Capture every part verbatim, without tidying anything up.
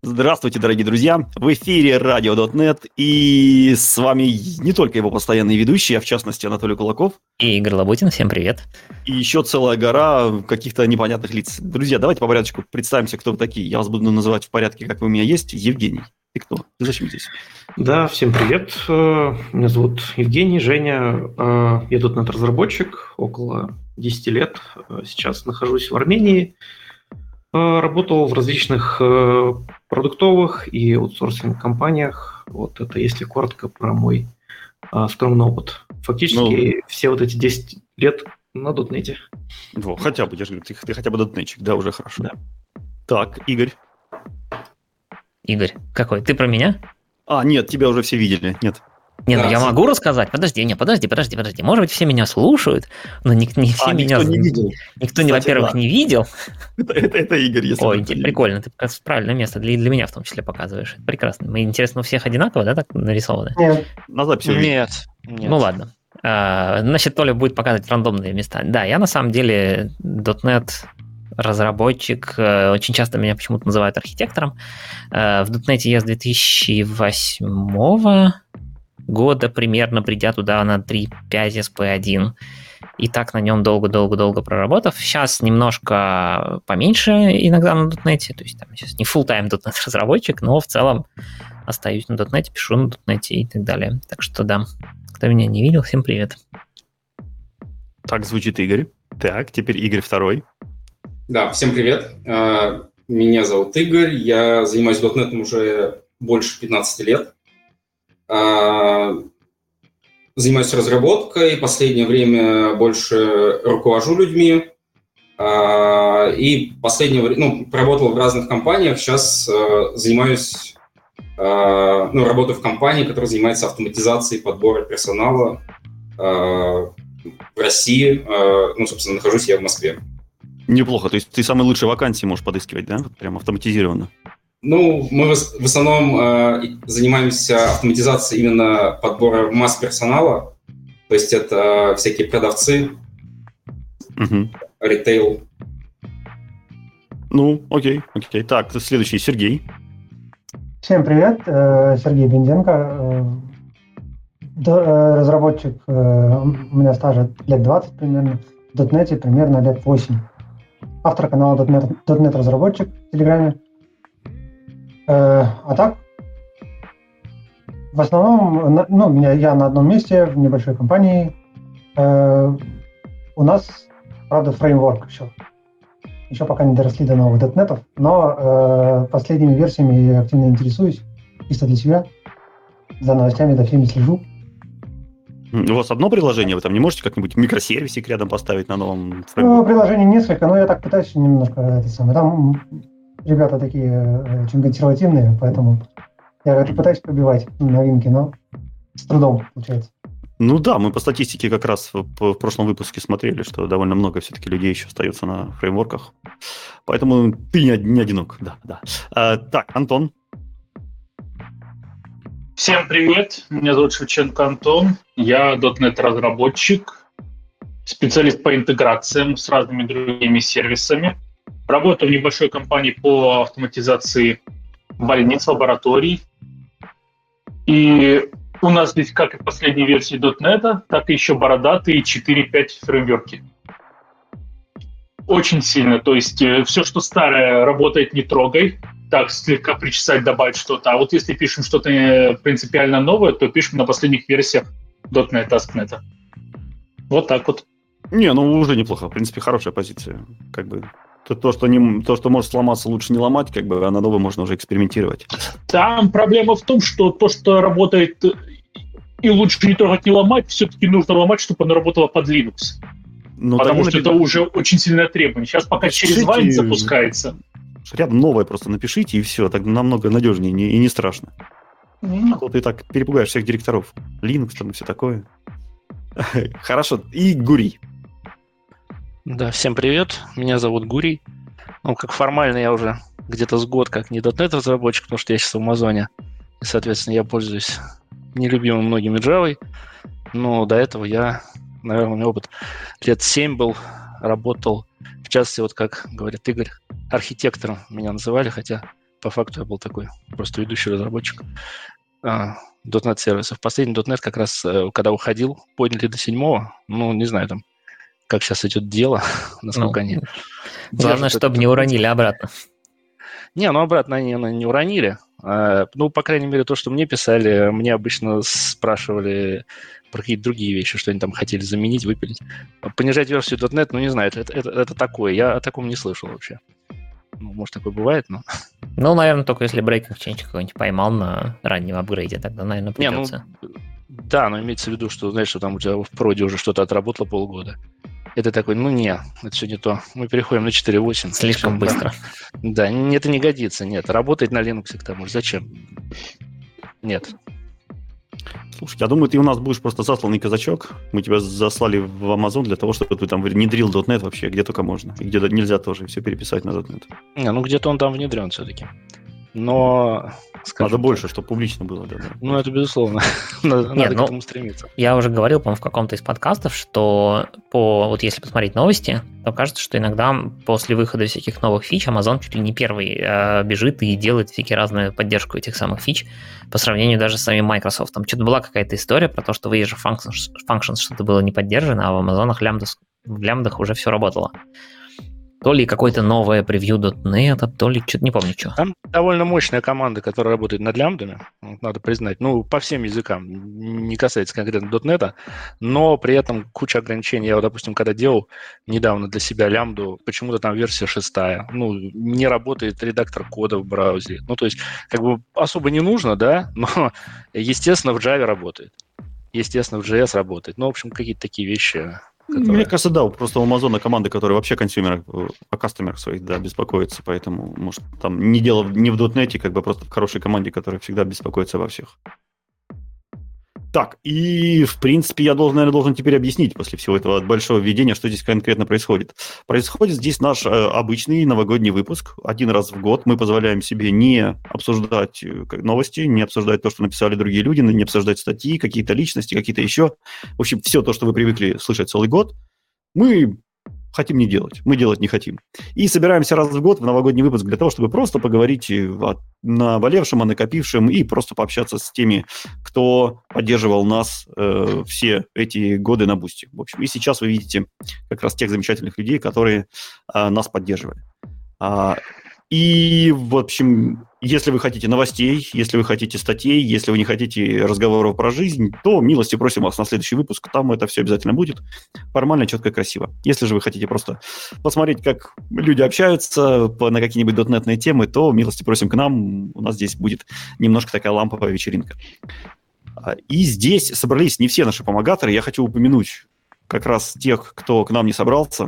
Здравствуйте, дорогие друзья! В эфире радио точка нет, и с вами не только его постоянные ведущие, а в частности Анатолий Кулаков. И Игорь Лабутин, всем привет. И еще целая гора каких-то непонятных лиц. Друзья, давайте по порядочку представимся, кто вы такие. Я вас буду называть в порядке, как вы у меня есть. Евгений, ты кто? Ты зачем здесь? Да, всем привет. Меня зовут Евгений, Женя. Я точка нет-разработчик, около десять лет. Сейчас нахожусь в Армении. Работал в различных продуктовых и аутсорсинг-компаниях. Вот это если коротко про мой скромный опыт. Фактически ну, все вот эти десять лет на дотнете. Во, хотя бы, я же говорю, ты, ты хотя бы дотнетчик, да, уже хорошо. Да. Так, Игорь. Игорь, какой? Ты про меня? А, нет, тебя уже все видели, нет. Нет, да, ну я все... могу рассказать. Подожди, не, подожди, подожди, подожди. Может быть, все меня слушают, но не, не все а, меня... никто не видел. Никто, Кстати, во-первых, да. не видел. Это, это, это Игорь, если Ой, прикольно, ты как раз правильное место для, для меня в том числе показываешь. Прекрасно. Мы, интересно, у всех одинаково, да, так нарисованы? Нет. На записи нет, нет. Ну ладно. А, значит, Толя будет показывать рандомные места. Да, я на самом деле точка нет разработчик. Очень часто меня почему-то называют архитектором. В точка нет я с две тысячи восьмого года примерно, придя туда на три пять эс пи один. И так на нем долго-долго-долго проработав. Сейчас немножко поменьше иногда на точка нет. То есть там сейчас не full-time точка нет разработчик, но в целом остаюсь на точка нет, пишу на точка нет и так далее. Так что да, кто меня не видел, всем привет. Так звучит Игорь. Так, теперь Игорь второй. Да, всем привет. Меня зовут Игорь. Я занимаюсь точка нет уже больше пятнадцати лет. Занимаюсь разработкой, в последнее время больше руковожу людьми и в последнее время, ну, работал в разных компаниях, сейчас занимаюсь, ну, работаю в компании, которая занимается автоматизацией подбора персонала в России, ну, собственно, нахожусь я в Москве. Неплохо, то есть ты самые лучшие вакансии можешь подыскивать, да, прям автоматизированно? Ну, мы в основном э, занимаемся автоматизацией именно подбора масс-персонала. То есть это всякие продавцы, угу. ритейл. Ну, окей, окей. Так, следующий Сергей. Всем привет, Сергей Бенденко. Разработчик, у меня стажа лет двадцать примерно, в точка нет примерно лет восемь. Автор канала точка нет разработчик в Телеграме. А так, в основном, ну, я на одном месте, в небольшой компании. У нас, правда, фреймворк еще. Еще пока не доросли до новых точка нет, но последними версиями я активно интересуюсь, чисто для себя. За новостями, за всеми слежу. У вас одно приложение? Вы там не можете как-нибудь микросервисик рядом поставить на новом фреймворке? Ну, приложений несколько, но я так пытаюсь немножко это самое. Там ребята такие очень консервативные, поэтому я это пытаюсь пробивать новинки, но с трудом получается. Ну да, мы по статистике как раз в, в прошлом выпуске смотрели, что довольно много все-таки людей еще остается на фреймворках. Поэтому ты не, не одинок. Да, да. А, так, Антон. Всем привет, меня зовут Шевченко Антон, я точка нет разработчик, специалист по интеграциям с разными другими сервисами. Работаю в небольшой компании по автоматизации больниц, лабораторий. И у нас здесь как и в последней версии точка нет, так и еще бородатые четыре пять фреймворки. Очень сильно, то есть все, что старое, работает, не трогай. Так, слегка причесать, добавить что-то. А вот если пишем что-то принципиально новое, то пишем на последних версиях точка нет, точка нет. Вот так вот. Не, ну уже неплохо. В принципе, хорошая позиция. Как бы то, то, что не, то, что может сломаться, лучше не ломать, как бы, а на новое можно уже экспериментировать. Там проблема в том, что то, что работает и лучше не трогать, не ломать, все-таки нужно ломать, чтобы оно работало под Linux. Ну, потому что это уже очень сильное требование. Сейчас пока через Wine запускается. Рядом новое просто напишите, и все, так намного надежнее и не страшно. Mm. А то ты так перепугаешь всех директоров. Linux там и все такое. Хорошо. И Гурий. Да, всем привет. Меня зовут Гурий. Ну, как формально я уже где-то с год как не точка нет разработчик, потому что я сейчас в Амазоне. И, соответственно, я пользуюсь нелюбимым многими Java. Но до этого я, наверное, у меня опыт лет семь был, работал, в частности, вот как говорит Игорь, архитектором меня называли, хотя по факту я был такой просто ведущий разработчик а, .дот нет сервисов. Последний .дот нет как раз, когда уходил, подняли до седьмого. Ну, не знаю, там, как сейчас идет дело, насколько ну, они... Главное, чтобы не уронили обратно. Не, ну обратно они не уронили. А, ну, по крайней мере, то, что мне писали, мне обычно спрашивали про какие-то другие вещи, что они там хотели заменить, выпилить. Понижать версию .дот нет, ну, не знаю, это, это, это такое. Я о таком не слышал вообще. Ну, может, такое бывает, но... Ну, наверное, только если breaking change какой-нибудь поймал на раннем апгрейде, тогда, наверное, придется. Не, ну, да, но имеется в виду, что, знаешь, что там у тебя в проде уже что-то отработало полгода. Это такой, ну, не, это все не то. Мы переходим на четыре восемь. Слишком быстро. Да, это не годится, нет. Работает на Linux к тому же. Зачем? Нет. Слушай, я думаю, ты у нас будешь просто засланный казачок. Мы тебя заслали в Amazon для того, чтобы ты там внедрил .дот нет вообще, где только можно. И где нельзя тоже все переписать на .дот нет. Не, ну где-то он там внедрен все-таки. Но... Надо больше, чтобы публично было. Да, да. Ну, это безусловно. Надо, Нет, надо ну, к этому стремиться. Я уже говорил, по-моему, в каком-то из подкастов, что по, вот если посмотреть новости, то кажется, что иногда после выхода всяких новых фич Amazon чуть ли не первый э, бежит и делает всякие разную поддержку этих самых фич по сравнению даже с самим Microsoft. Там что-то была какая-то история про то, что в Azure Functions, Functions что-то было не поддержано, а в Amazon лямбдах, в лямбдах уже все работало. То ли какое-то новое превью .дот нет, то ли что-то не помню, что. Там довольно мощная команда, которая работает над лямбдами, надо признать. Ну, по всем языкам, не касается конкретно .дот нет, но при этом куча ограничений. Я, вот, допустим, когда делал недавно для себя лямбду, почему-то там версия шестая. Ну, не работает редактор кода в браузере. Ну, то есть, как бы особо не нужно, да, но, естественно, в Java работает. Естественно, в джей эс работает. Ну, в общем, какие-то такие вещи... Которые... Мне кажется, да, просто у Амазона команда, которая вообще консюмерах, о кастомерах своих, да, беспокоится, поэтому, может, там не дело не в .дот нет, как бы просто в хорошей команде, которая всегда беспокоится обо всех. Так, и, в принципе, я должен, наверное, должен теперь объяснить после всего этого большого введения, что здесь конкретно происходит. Происходит здесь наш э, обычный новогодний выпуск. Один раз в год мы позволяем себе не обсуждать новости, не обсуждать то, что написали другие люди, не обсуждать статьи, какие-то личности, какие-то еще. В общем, все то, что вы привыкли слышать целый год, мы хотим не делать. Мы делать не хотим. И собираемся раз в год в новогодний выпуск для того, чтобы просто поговорить о наболевшем, о накопившем и просто пообщаться с теми, кто поддерживал нас э, все эти годы на Бусти. В общем, и сейчас вы видите как раз тех замечательных людей, которые э, нас поддерживали. А, и, в общем, если вы хотите новостей, если вы хотите статей, если вы не хотите разговоров про жизнь, то милости просим вас на следующий выпуск, там это все обязательно будет. Формально, четко, красиво. Если же вы хотите просто посмотреть, как люди общаются на какие-нибудь .дот нет-ные темы, то милости просим к нам, у нас здесь будет немножко такая ламповая вечеринка. И здесь собрались не все наши помогаторы, я хочу упомянуть как раз тех, кто к нам не собрался.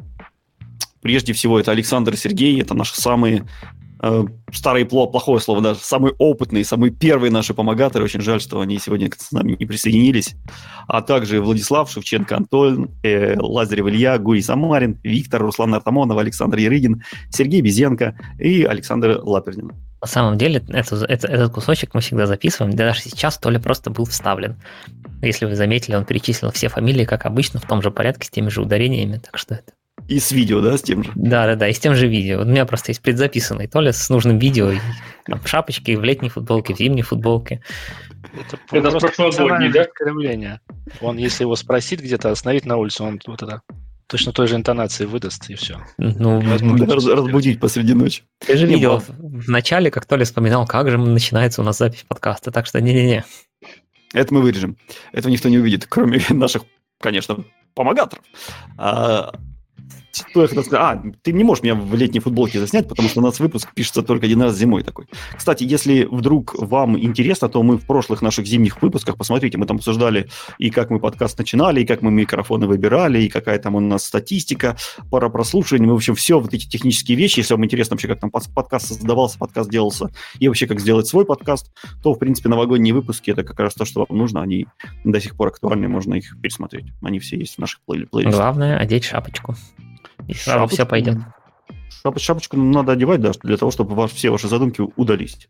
Прежде всего, это Александр и Сергей, это наши самые э, старые, плохое слово даже, самые опытные, самые первые наши помогаторы. Очень жаль, что они сегодня с нами не присоединились. А также Владислав, Шевченко Антон, э, Лазарев Илья, Гурий Самарин, Виктор, Руслан Артамонов, Александр Ярыгин, Сергей Безенко и Александр Лапердин. На самом деле, это, это, этот кусочек мы всегда записываем, даже сейчас то ли просто был вставлен. Если вы заметили, он перечислил все фамилии, как обычно, в том же порядке, с теми же ударениями, так что это... И с видео, да, с тем же? Да-да-да, и с тем же видео. У меня просто есть предзаписанный, то ли с нужным видео, и, там, в шапочке, в летней футболке, в зимней футболке. Это, это прошлогодний, да? Оскорбление. Он, если его спросить где-то, остановить на улице, он вот это точно той же интонации выдаст, и все. Ну, раз, разбудить посреди ночи. Ты же видел в начале, как Толя вспоминал, как же начинается у нас запись подкаста, так что не-не-не. Это мы вырежем. Этого никто не увидит, кроме наших, конечно, помогаторов. А... Что я хотел сказать? А, ты не можешь меня в летней футболке заснять, потому что у нас выпуск пишется только один раз зимой такой. Кстати, если вдруг вам интересно, то мы в прошлых наших зимних выпусках, посмотрите, мы там обсуждали и как мы подкаст начинали, и как мы микрофоны выбирали, и какая там у нас статистика, пара прослушиваний, в общем, все вот эти технические вещи. Если вам интересно вообще, как там подкаст создавался, подкаст делался, и вообще как сделать свой подкаст, то, в принципе, новогодние выпуски – это как раз то, что вам нужно. Они до сих пор актуальны, можно их пересмотреть. Они все есть в наших плей- плейлистах. Главное – одеть шапочку. И сразу все пойдет. Шап, шапочку надо одевать, да, для того, чтобы ваш, все ваши задумки удались.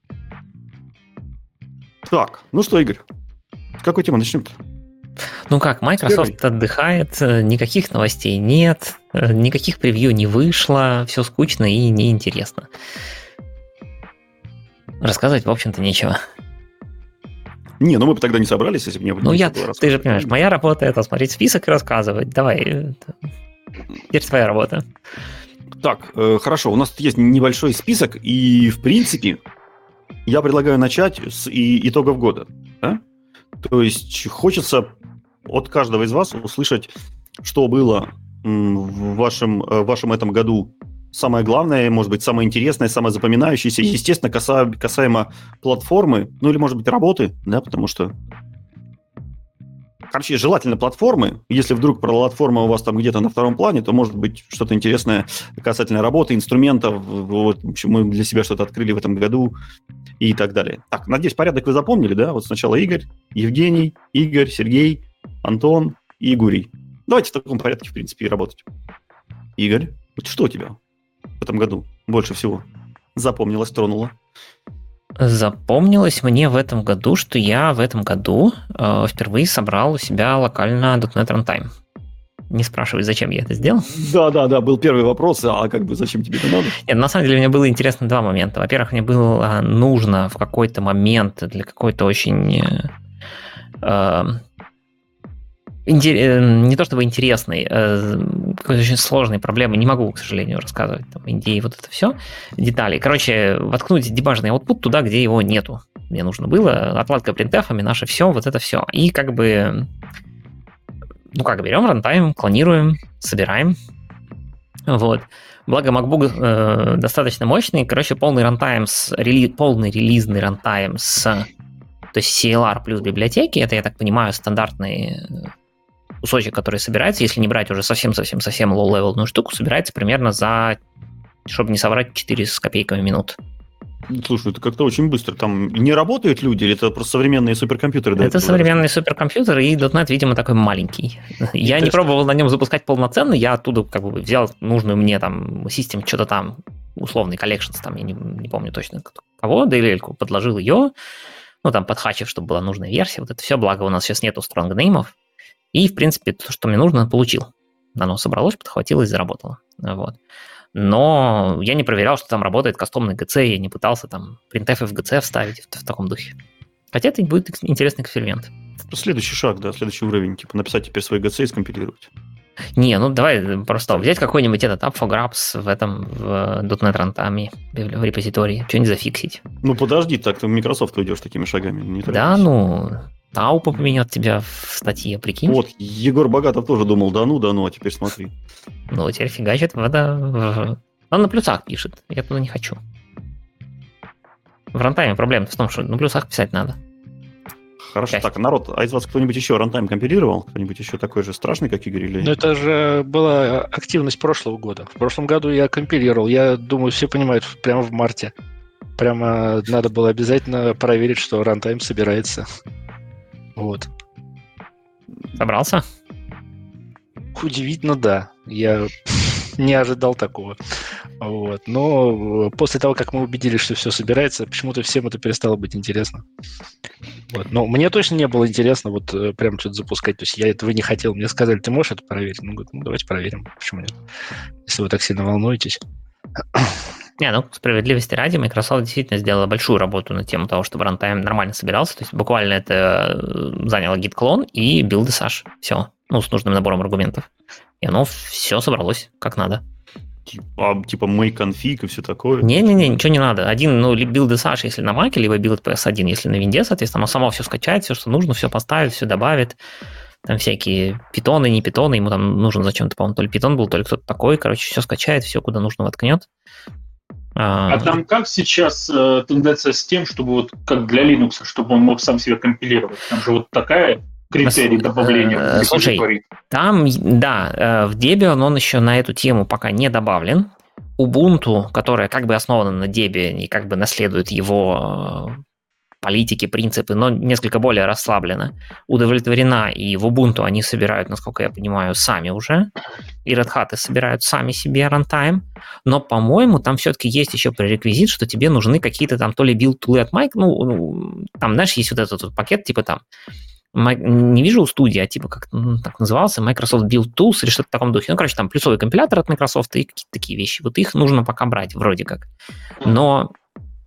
Так, ну что, Игорь, с какой темы начнем-то? Ну как, Microsoft отдыхает, никаких новостей нет, никаких превью не вышло, все скучно и неинтересно. Рассказывать, в общем-то, нечего. Не, ну мы бы тогда не собрались, если бы не было. Ну, я, ты же понимаешь, моя работа — это смотреть список и рассказывать. Давай, теперь твоя работа. Так, э, хорошо, у нас тут есть небольшой список, и, в принципе, я предлагаю начать с и, итогов года. Да? То есть хочется от каждого из вас услышать, что было в вашем, в вашем этом году самое главное, может быть, самое интересное, самое запоминающееся, естественно, каса, касаемо платформы, ну или, может быть, работы, да, потому что... Короче, желательно платформы. Если вдруг платформа у вас там где-то на втором плане, то может быть что-то интересное касательно работы, инструментов. Вот, в общем, мы для себя что-то открыли в этом году и так далее. Так, надеюсь, порядок вы запомнили, да? Вот сначала Игорь, Евгений, Игорь, Сергей, Антон и Гурий. Давайте в таком порядке, в принципе, и работать. Игорь, вот что у тебя в этом году больше всего запомнилось, тронуло? Запомнилось мне в этом году, что я в этом году э, впервые собрал у себя локально .дот нет Runtime. Не спрашивай, зачем я это сделал. Да-да-да, был первый вопрос, а как бы зачем тебе это надо? Нет, на самом деле мне было интересно два момента. Во-первых, мне было нужно в какой-то момент для какой-то очень... Э, не то чтобы интересной, какой-то очень сложной проблемы, не могу, к сожалению, рассказывать там, идеи, вот это все, детали. Короче, воткнуть дебажный output туда, где его нету. Мне нужно было, отладка принтефами, наше все, вот это все. И как бы, ну как, берем рантайм, клонируем, собираем. Вот. Благо MacBook э, достаточно мощный, короче, полный рантайм, с, рели, полный релизный рантайм с, то есть си эл ар плюс библиотеки, это, я так понимаю, стандартный кусочек, который собирается, если не брать уже совсем-совсем-совсем low-levelную штуку, собирается примерно за, чтобы не соврать, четыре с копейками минут. Слушай, это как-то очень быстро. Там не работают люди, или это просто современные суперкомпьютеры? Это современные суперкомпьютеры, и .дот нет, видимо, такой маленький. Я не пробовал на нем запускать полноценно, я оттуда как бы взял нужную мне там систему, что-то там, условный collections, там, я не, не помню точно кого, ди эл эл-ку, подложил ее, ну, там, подхачив, чтобы была нужная версия, вот это все, благо у нас сейчас нету стронгнеймов. И, в принципе, то, что мне нужно, получил. Оно собралось, подхватилось, заработало. Вот. Но я не проверял, что там работает кастомный джи си, я не пытался там принтефы в джи си вставить в, в таком духе. Хотя это будет интересный эксперимент. Следующий шаг, да, следующий уровень, типа написать теперь свой джи си и скомпилировать. Не, ну давай просто взять какой-нибудь этот app for grabs в этом, в .дот нет Runtime, в репозитории, что-нибудь зафиксить. Ну подожди, так ты в Microsoft уйдешь такими шагами. Не да, ну... Таупа поменяет тебя в статье, прикинь. Вот, Егор Богатов тоже думал, да ну, да ну, а теперь смотри. Ну, теперь фигачит в это... Он на плюсах пишет, я туда не хочу. В рантайме проблема в том, что на плюсах писать надо. Хорошо, Часть. Так, народ, а из вас кто-нибудь еще рантайм компилировал? Кто-нибудь еще такой же страшный, как Игорь? Или... Ну, это же была активность прошлого года. В прошлом году я компилировал, я думаю, все понимают, прямо в марте. Прямо надо было обязательно проверить, что рантайм собирается. Вот. Собрался? Удивительно, да. Я не ожидал такого. Вот. Но после того, как мы убедились, что все собирается, почему-то всем это перестало быть интересно. Вот. Но мне точно не было интересно вот прям что-то запускать. То есть я этого не хотел. Мне сказали, ты можешь это проверить? Ну, говорю, ну давайте проверим. Почему нет? Если вы так сильно волнуетесь. Не, ну, справедливости ради, Microsoft действительно сделала большую работу на тему того, чтобы рантайм нормально собирался. То есть буквально это заняло git-клон и build-sash. Все. Ну, с нужным набором аргументов. И оно все собралось как надо. Типа, типа make config и все такое? Не-не-не, ничего не надо. Один, ну, build-sash, если на Mac, либо build пи эс один, если на винде, соответственно, оно само все скачает, все, что нужно, все поставит, все добавит. Там всякие питоны, не питоны, ему там нужен зачем-то, по-моему, то ли питон был, то ли кто-то такой. Короче, все скачает, все куда нужно воткнет. А там как сейчас э, тенденция с тем, чтобы вот как для Linux, чтобы он мог сам себя компилировать? Там же вот такая критерий добавления. Слушай, там, да, в Debian он еще на эту тему пока не добавлен. Ubuntu, которая как бы основана на Debian и как бы наследует его политики, принципы, но несколько более расслабленно, удовлетворена, и в Ubuntu они собирают, насколько я понимаю, сами уже, и Red Hat собирают сами себе runtime, но, по-моему, там все-таки есть еще пререквизит, что тебе нужны какие-то там то ли build-тулы от Mike, ну, там, знаешь, есть вот этот вот пакет, типа там, не вижу у студии, а типа как ну, так назывался, Microsoft Build Tools или что-то в таком духе. Ну, короче, там плюсовый компилятор от Microsoft и какие-то такие вещи. Вот их нужно пока брать, вроде как. Но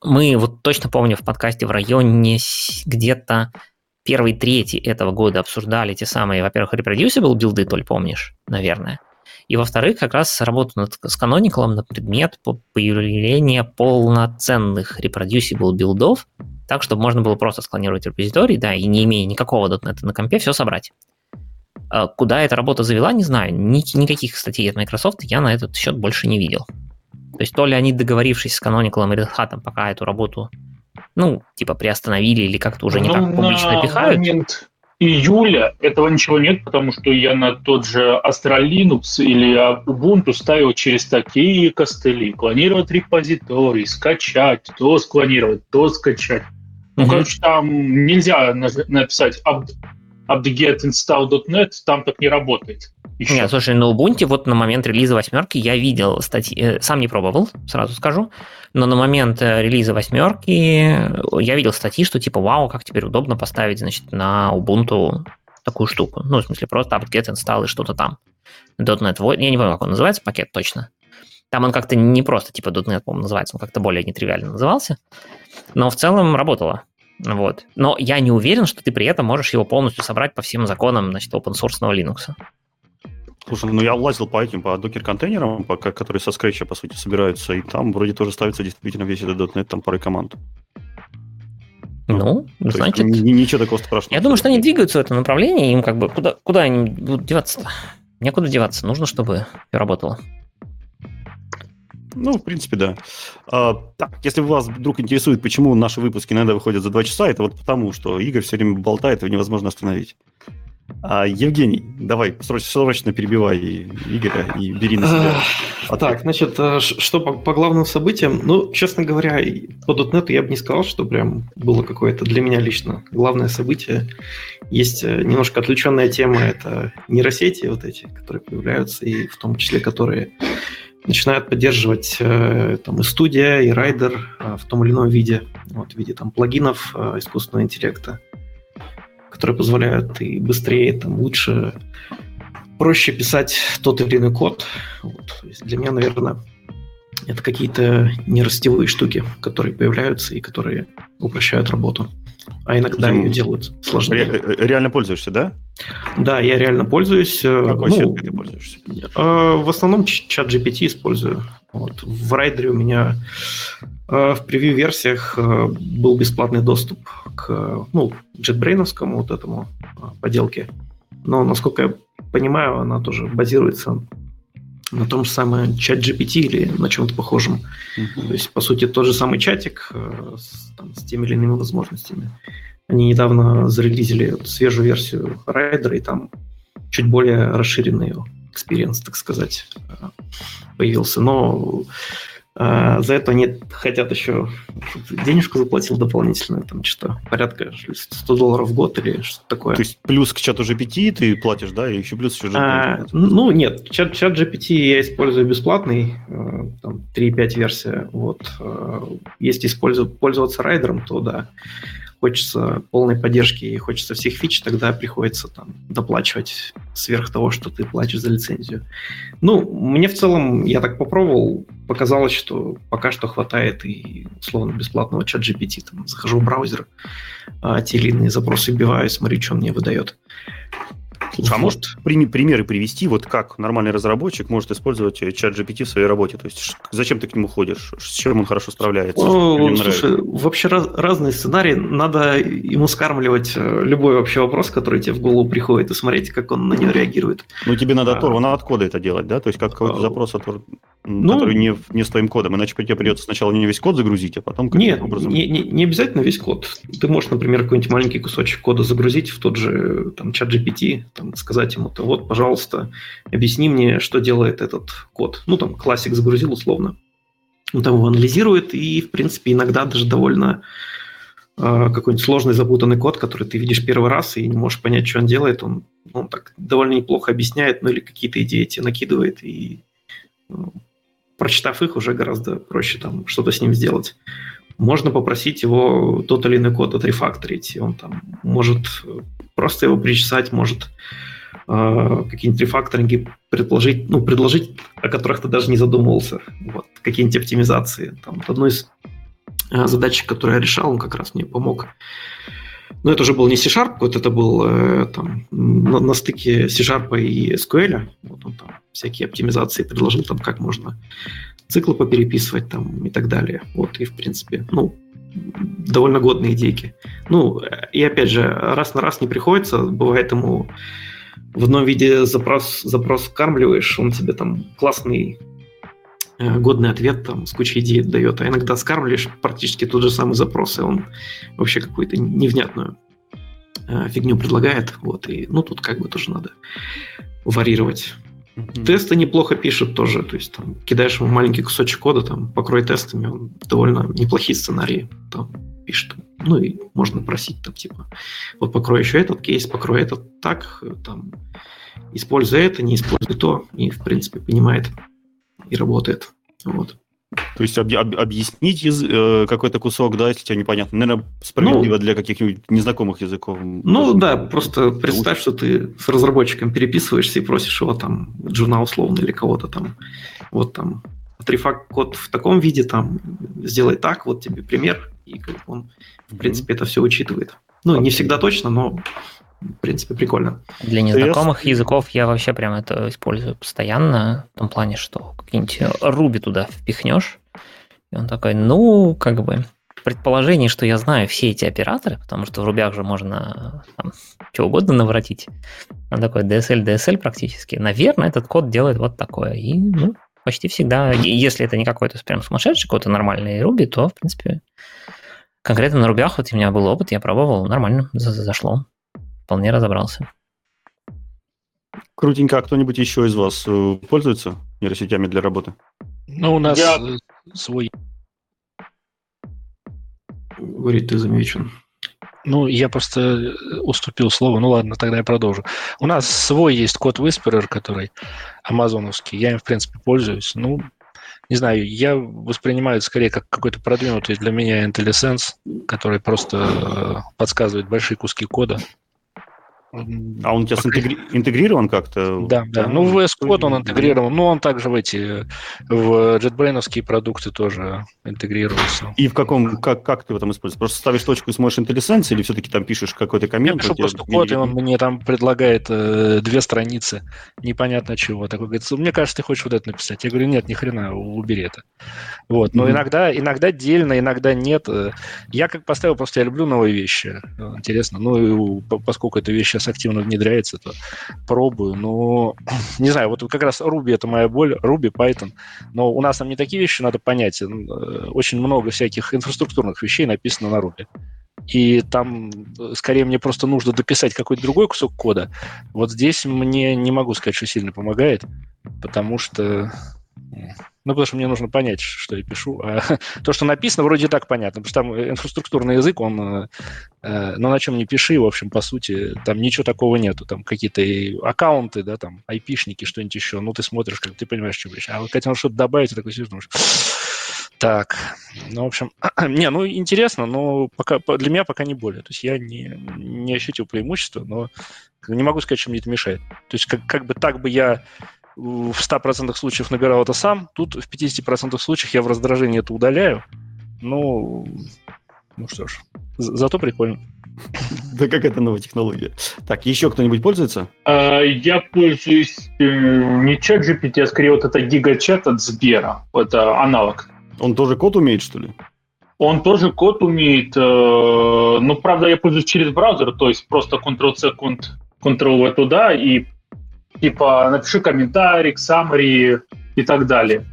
мы вот точно помню в подкасте в районе где-то первой трети этого года обсуждали те самые, во-первых, reproducible билды, Толь, помнишь, наверное. И, во-вторых, как раз работу над, с Canonical на предмет появления полноценных reproducible билдов, так, чтобы можно было просто склонировать репозиторий, да, и не имея никакого .дот нет на компе, все собрать. Куда эта работа завела, не знаю. Ни, никаких статей от Microsoft я на этот счет больше не видел. То есть то ли они, договорившись с Canonical и Red Hat, пока эту работу, ну, типа, приостановили или как-то уже не ну, так публично пихают. На момент июля этого ничего нет, потому что я на тот же Astra Linux или Ubuntu ставил через такие костыли. Клонировать репозиторий, скачать, то склонировать, то скачать. Ну, mm-hmm. короче, там нельзя написать apt-get install .дот нет, там так не работает. Еще. Нет, слушай, на Ubuntu вот на момент релиза восьмерки я видел статьи, сам не пробовал, сразу скажу, но на момент релиза восьмерки я видел статьи, что типа, вау, как теперь удобно поставить, значит, на Ubuntu такую штуку. Ну, в смысле, просто apt-get install и что-то там. .дот нет, я не помню, как он называется, пакет точно. Там он как-то не просто типа .дот нет, по-моему, называется, он как-то более нетривиально назывался, но в целом работало. Вот. Но я не уверен, что ты при этом можешь его полностью собрать по всем законам, значит, open-source Linux. Слушай, ну я лазил по этим, по докер-контейнерам, по, которые со скретча, по сути, собираются, и там вроде тоже ставится действительно весь этот .дот нет, там парой команд. Ну, То значит... Есть, ничего такого страшного. Я думаю, что они двигаются в этом направлении, им как бы... Куда, куда они будут деваться-то? Некуда деваться, нужно, чтобы все работало. Ну, в принципе, да. А, так, если вас вдруг интересует, почему наши выпуски иногда выходят за два часа, это вот потому, что Игорь все время болтает, его невозможно остановить. А, Евгений, давай, срочно, срочно перебивай Игоря и бери на себя. А так, значит, что по, по главным событиям? Ну, честно говоря, по .дот нет я бы не сказал, что прям было какое-то для меня лично главное событие. Есть немножко отвлеченная тема, это нейросети вот эти, которые появляются, и в том числе, которые начинают поддерживать э, там, и студия, и райдер э, в том или ином виде, вот, в виде там, плагинов э, искусственного интеллекта, которые позволяют и быстрее, там, лучше, проще писать тот или иной код. Вот. То есть для меня, наверное, это какие-то нерастевые штуки, которые появляются и которые упрощают работу. А иногда ее делают сложнее. Ре- реально пользуешься, да? Да, я реально пользуюсь. Какой ну, сеткой ты пользуешься? В основном чат джи пи ти использую. Вот. В райдере у меня в превью-версиях был бесплатный доступ к ну, JetBrains-овскому вот этому поделке. Но, насколько я понимаю, она тоже базируется на том же самом чат джи пи ти или на чем-то похожем. Uh-huh. То есть, по сути, тот же самый чатик э, с, там, с теми или иными возможностями. Они недавно зарелизили вот свежую версию райдера, и там чуть более расширенный экспириенс, так сказать, появился. Но э, за это они хотят еще, чтобы денежку заплатил дополнительную, там что-то порядка сто долларов в год или что-то такое. То есть плюс к чату джи пи ти ты платишь, да, и еще плюс еще джи пи ти? А, ну, нет, чат, чат джи пи ти я использую бесплатный, там, три точка пять версия. Вот. Если использовать, пользоваться райдером, то да, хочется полной поддержки и хочется всех фич, тогда приходится там доплачивать сверх того, что ты платишь за лицензию. Ну, мне в целом, я так попробовал, показалось, что пока что хватает и условно бесплатного чат джи пи ти. Там, захожу в браузер, а, те или иные запросы вбиваю, смотрю, что мне выдает. А может примеры привести, вот как нормальный разработчик может использовать чат джи пи ти в своей работе? То есть зачем ты к нему ходишь? С чем он хорошо справляется? О, слушай, вообще раз, разные сценарии. Надо ему скармливать любой вообще вопрос, который тебе в голову приходит, и смотреть, как он на него реагирует. Ну, тебе надо оторвано от кода это делать, да? То есть как какой-то запрос, оторв... ну, который не, не с твоим кодом. Иначе тебе придется сначала не весь код загрузить, а потом каким-то нет, образом... Не, не, не обязательно весь код. Ты можешь, например, какой-нибудь маленький кусочек кода загрузить в тот же там, чат джи пи ти, там, сказать ему, то вот, пожалуйста, объясни мне, что делает этот код. Ну, там, классик загрузил условно. Он там его анализирует, и, в принципе, иногда даже довольно э, какой-нибудь сложный, запутанный код, который ты видишь первый раз и не можешь понять, что он делает, он, он так довольно неплохо объясняет, ну, или какие-то идеи тебе накидывает, и ну, прочитав их, уже гораздо проще там что-то с ним сделать. Можно попросить его тот или иной код отрефакторить, и он там может просто его причесать, может э, какие-нибудь рефакторинги предложить, ну, предложить, о которых ты даже не задумывался. Вот, какие-нибудь оптимизации. Там, одно из задачи, которые я решал, он как раз мне помог. Но это уже был не C-Sharp, вот это был э, там, на, на стыке C-Sharp и эс ку эль. Вот он там всякие оптимизации предложил, там, как можно циклы попереписывать там, и так далее. Вот, и в принципе, ну, довольно годные идейки. Ну, и опять же, раз на раз не приходится, бывает ему в одном виде запрос, запрос вкармливаешь, он тебе там классный годный ответ там, с кучей идей дает, а иногда скармливаешь практически тот же самый запрос, и он вообще какую-то невнятную э, фигню предлагает. Вот, и, ну, тут как бы тоже надо варьировать. Mm-hmm. Тесты неплохо пишет тоже, то есть там кидаешь ему маленький кусочек кода, там, покрой тестами, он довольно неплохие сценарии там пишет. Ну, и можно просить там, типа, вот покрой еще этот кейс, покрой этот так, там, используй это, не используй то, и, в принципе, понимает и работает. Вот. То есть об, об, объяснить яз, э, какой-то кусок, да, если тебе непонятно. Наверное, справедливо ну, для каких-нибудь незнакомых языков. Ну да, просто представь, что ты с разработчиком переписываешься и просишь его там, джуна условно или кого-то там, вот там, отрефакт код в таком виде, там, сделай так, вот тебе пример, и он, в принципе, mm-hmm. это все учитывает. Ну, не всегда точно, но в принципе, прикольно. Для незнакомых Тест. языков я вообще прям это использую постоянно, в том плане, что какие-нибудь Ruby туда впихнешь, и он такой, ну, как бы, предположение, что я знаю все эти операторы, потому что в Ruby же можно там, что угодно наворотить, он такой ди эс эль, ди эс эль практически, наверное, этот код делает вот такое, и, ну, почти всегда, если это не какой-то прям сумасшедший код, а нормальный Ruby, то, в принципе, конкретно на Ruby, вот у меня был опыт, я пробовал, нормально, зашло. Вполне разобрался. Крутенько. А кто-нибудь еще из вас пользуется нейросетями для работы? Ну, у нас Я... свой. Говорит, ты замечен. Ну, я просто уступил слово. Ну, ладно, тогда я продолжу. У нас свой есть код Whisperer, который амазоновский. Я им, в принципе, пользуюсь. Ну, не знаю, я воспринимаю это скорее как какой-то продвинутый для меня IntelliSense, который просто подсказывает большие куски кода. А он у тебя интегри... интегрирован как-то? Да, да. Ну, в ви эс Code он интегрирован. Ну, он также в эти, в JetBrains-овские продукты тоже интегрируется. И в каком, как, как ты его там используешь? Просто ставишь точку и смотришь IntelliSense или все-таки там пишешь какой-то коммент? Я пишу просто код, и он мне там предлагает э, две страницы непонятно чего. Такой говорит, мне кажется, ты хочешь вот это написать. Я говорю, нет, ни хрена, убери это. Вот. Но mm-hmm. иногда, иногда дельно, иногда нет. Я как поставил, просто я люблю новые вещи. Интересно. Ну, и поскольку эта вещь сейчас активно внедряется, то пробую. Но, не знаю, вот как раз Ruby – это моя боль. Ruby, Python. Но у нас там не такие вещи надо понять. Очень много всяких инфраструктурных вещей написано на Ruby. И там, скорее, мне просто нужно дописать какой-то другой кусок кода. Вот здесь мне не могу сказать, что сильно помогает, потому что... Ну, потому что мне нужно понять, что я пишу. А то, что написано, вроде так понятно, потому что там инфраструктурный язык, он, э, ну, на чем не пиши, в общем, по сути, там ничего такого нету. Там какие-то аккаунты, да, там, айпишники, что-нибудь еще. Ну, ты смотришь, как ты понимаешь, что пишешь. А вот хотел что-то добавить, ты такой сидишь, думаешь... Так, ну, в общем, не, ну, интересно, но пока, для меня пока не более. То есть я не, не ощутил преимущества, но не могу сказать, что мне это мешает. То есть как, как бы так бы я... в ста процентах случаев набирал это сам, тут в пятидесяти процентах случаев я в раздражении это удаляю. Ну, ну что ж, зато прикольно. Да как это новая технология. Так, еще кто-нибудь пользуется? Я пользуюсь не ChatGPT, а скорее вот это гигачат от Сбера. Это аналог. Он тоже код умеет, что ли? Он тоже код умеет. Но, правда, я пользуюсь через браузер, то есть просто контрол-C, контрол-V туда и типа напиши комментарий, summary и так далее.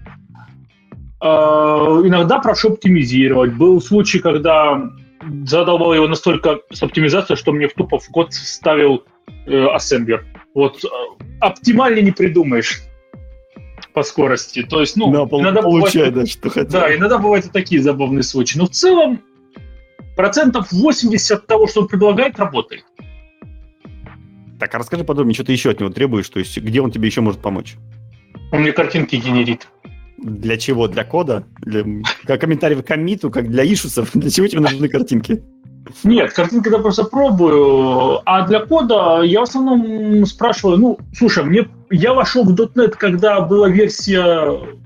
Э, иногда прошу оптимизировать. Был случай, когда задолбал его настолько с оптимизацией, что мне в тупо в код вставил э, ассемблер. Вот э, оптимально не придумаешь по скорости. То есть, ну, да, иногда получай, бывает, да, что хотел. Да, иногда бывают и такие забавные случаи. Но в целом процентов восемьдесят того, что он предлагает, работает. Так, а расскажи подробнее, что ты еще от него требуешь, то есть где он тебе еще может помочь? Он мне картинки генерит. Для чего? Для кода? Для... Как комментарий к коммиту, как для ишусов? Для чего тебе нужны картинки? Нет, картинки я просто пробую, а для кода я в основном спрашиваю, ну, слушай, мне я вошел в .дот нет, когда была версия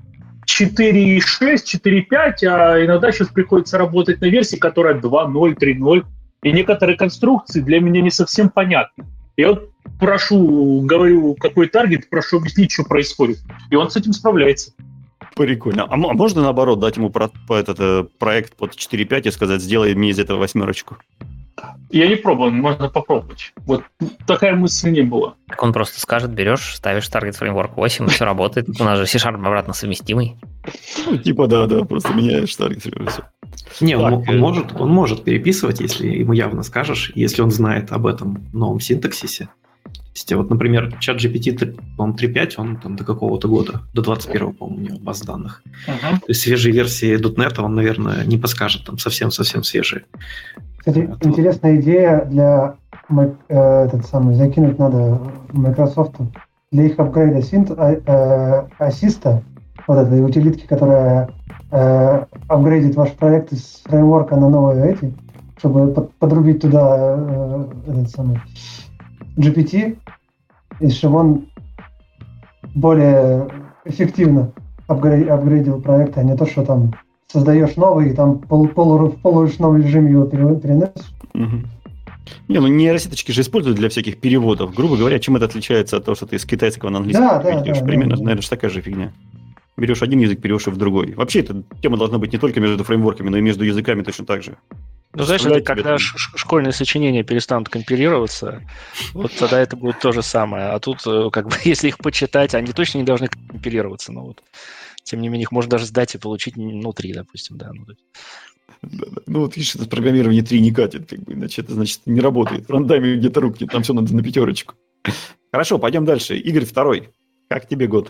четыре шесть, четыре пять, а иногда сейчас приходится работать на версии, которая два ноль, три ноль. И некоторые конструкции для меня не совсем понятны. Я вот прошу, говорю, какой таргет, прошу объяснить, что происходит. И он с этим справляется. Прикольно. А можно, наоборот, дать ему про, по этот э, проект под четыре пять и сказать, сделай мне из этого восьмерочку? Я не пробовал, можно попробовать. Вот такая мысль не была. Так он просто скажет, берешь, ставишь Target Framework восемь, и все работает. У нас же C-Sharp обратно совместимый. Ну, типа, да-да, просто меняешь Target Framework. Не, он, Так, он, может, он может переписывать, если ему явно скажешь, если он знает об этом новом синтаксисе. То есть, вот, например, ChatGPT, по-моему, три пять, он там до какого-то года, до двадцать первого, по-моему, у него баз данных. Uh-huh. То есть свежие версии .дот нет он, наверное, не подскажет, там совсем-совсем свежие. Кстати, а интересная то... идея для э, этот самый, закинуть надо Microsoft для их апгрейда синт, э, ассиста, вот этой утилитки, которая э, апгрейдит ваш проект из фреймворка на новые эти, чтобы под, подрубить туда э, этот самый джи пи ти, и чтобы он более эффективно апгрейд, апгрейдил проект, а не то, что там создаешь новый, и там пол, полу, в полуручном режиме его переносишь. Угу. Не, ну нейросеточки же используют для всяких переводов. Грубо говоря, чем это отличается от того, что ты с китайского на английский да, переведешь? Да, Примерно, да, наверное, же такая же фигня. Берешь один язык, переводишь в другой. Вообще, эта тема должна быть не только между фреймворками, но и между языками точно так же. Ну, знаешь, это когда там... школьные сочинения перестанут компилироваться, вот тогда это будет то же самое. А тут, как бы, если их почитать, они точно не должны компилироваться. Но вот, тем не менее, их можно даже сдать и получить внутри, допустим, да. Ну, да, да. Ну вот видишь, это программирование три не катит, как бы, иначе это значит не работает. В рандаме где-то рухнет, там все надо на пятерочку. Хорошо, пойдем дальше. Игорь второй. Как тебе год?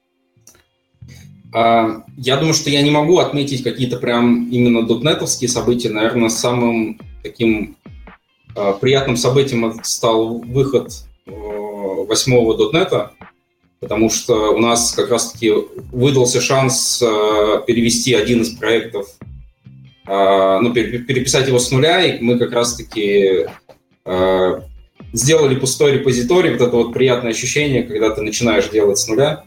Uh, я думаю, что я не могу отметить какие-то прям именно дотнетовские события. Наверное, самым таким uh, приятным событием стал выход uh, восьмого дотнета, потому что у нас как раз-таки выдался шанс uh, перевести один из проектов, uh, ну, переписать его с нуля, и мы как раз-таки uh, сделали пустой репозиторий, вот это вот приятное ощущение, когда ты начинаешь делать с нуля.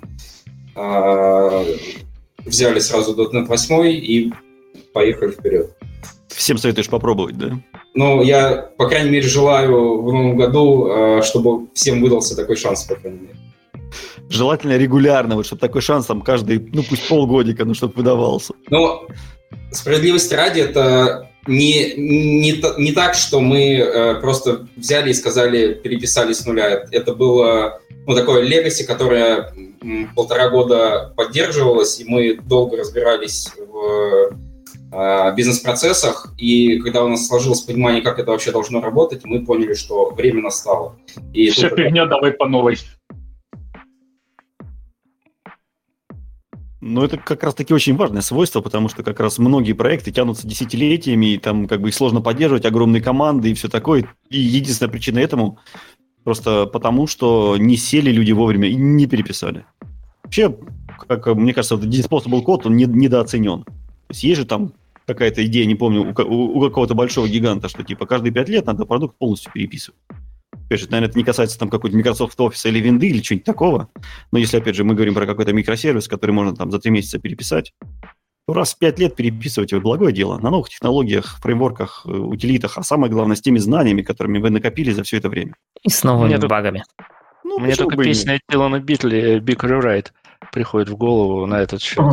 Взяли сразу .дот нет восемь и поехали вперед. Всем советуешь попробовать, да? Ну, я, по крайней мере, желаю в новом году, чтобы всем выдался такой шанс, по крайней мере. Желательно регулярно, вот, чтобы такой шанс там каждый, ну, пусть полгодика, ну, чтобы выдавался. Ну, справедливости ради, это не, не, не так, что мы просто взяли и сказали, переписали с нуля. Это было, ну, такое легаси, которое полтора года поддерживалось, и мы долго разбирались в э, бизнес-процессах, и когда у нас сложилось понимание, как это вообще должно работать, мы поняли, что время настало. И Все тут... фигня, давай по новой. Ну, это как раз-таки очень важное свойство, потому что как раз многие проекты тянутся десятилетиями, и там как бы их сложно поддерживать, огромные команды и все такое. И единственная причина этому просто потому, что не сели люди вовремя и не переписали. Вообще, как мне кажется, вот Disposable Code, он не, недооценен. То есть есть же там какая-то идея, не помню, у, у, у какого-то большого гиганта, что типа каждые пять лет надо продукт полностью переписывать. Опять же, наверное, это не касается там какой-то Microsoft Office или Винды или чего-нибудь такого. Но если, опять же, мы говорим про какой-то микросервис, который можно там за три месяца переписать, то раз в пять лет переписывать его благое дело. На новых технологиях, фреймворках, утилитах, а самое главное, с теми знаниями, которыми вы накопили за все это время. И с новыми Мне багами. Ну, Мне только песня Дилана Битли «Big Rewrite» приходит в голову на этот счет.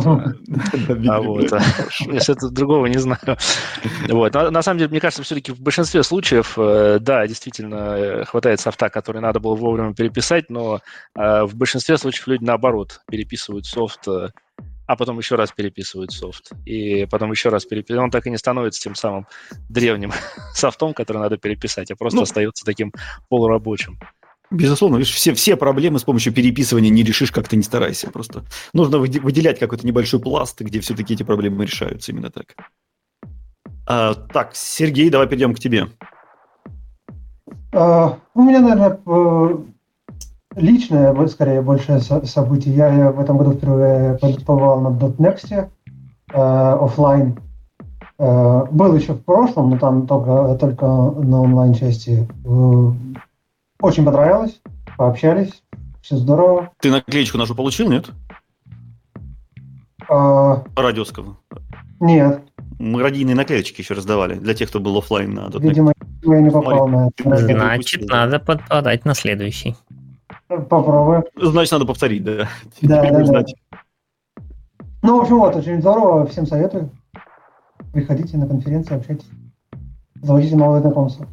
Если это другого не знаю. На самом деле, мне кажется, все-таки в большинстве случаев, да, действительно, хватает софта, который надо было вовремя переписать, но в большинстве случаев люди, наоборот, переписывают софт, а потом еще раз переписывают софт, и потом еще раз переписывают. Он так и не становится тем самым древним софтом, который надо переписать, а просто ну, остается таким полурабочим. Безусловно, видишь, все, все проблемы с помощью переписывания не решишь, как ты не старайся. Просто нужно выделять какой-то небольшой пласт, где все-таки эти проблемы решаются именно так. А, так, Сергей, давай перейдем к тебе. А, у меня, наверное, личное, скорее, большее событие. Я, я в этом году впервые побывал на .next офлайн. Был еще в прошлом, но там только, только на онлайн-части. Очень понравилось, пообщались, все здорово. Ты наклеечку нашу получил, нет? А, Радиоского. нет, Мы радийные наклеечки еще раздавали для тех, кто был оффлайн на .дот нет. видимо, я не попал на это. Значит, надо подпадать на следующий. Попробуем. Значит, надо повторить, да. Да, Теперь да, будешь да. знать. Ну, в общем, вот, очень здорово, всем советую. Приходите на конференции, общайтесь. Заводите новые знакомства.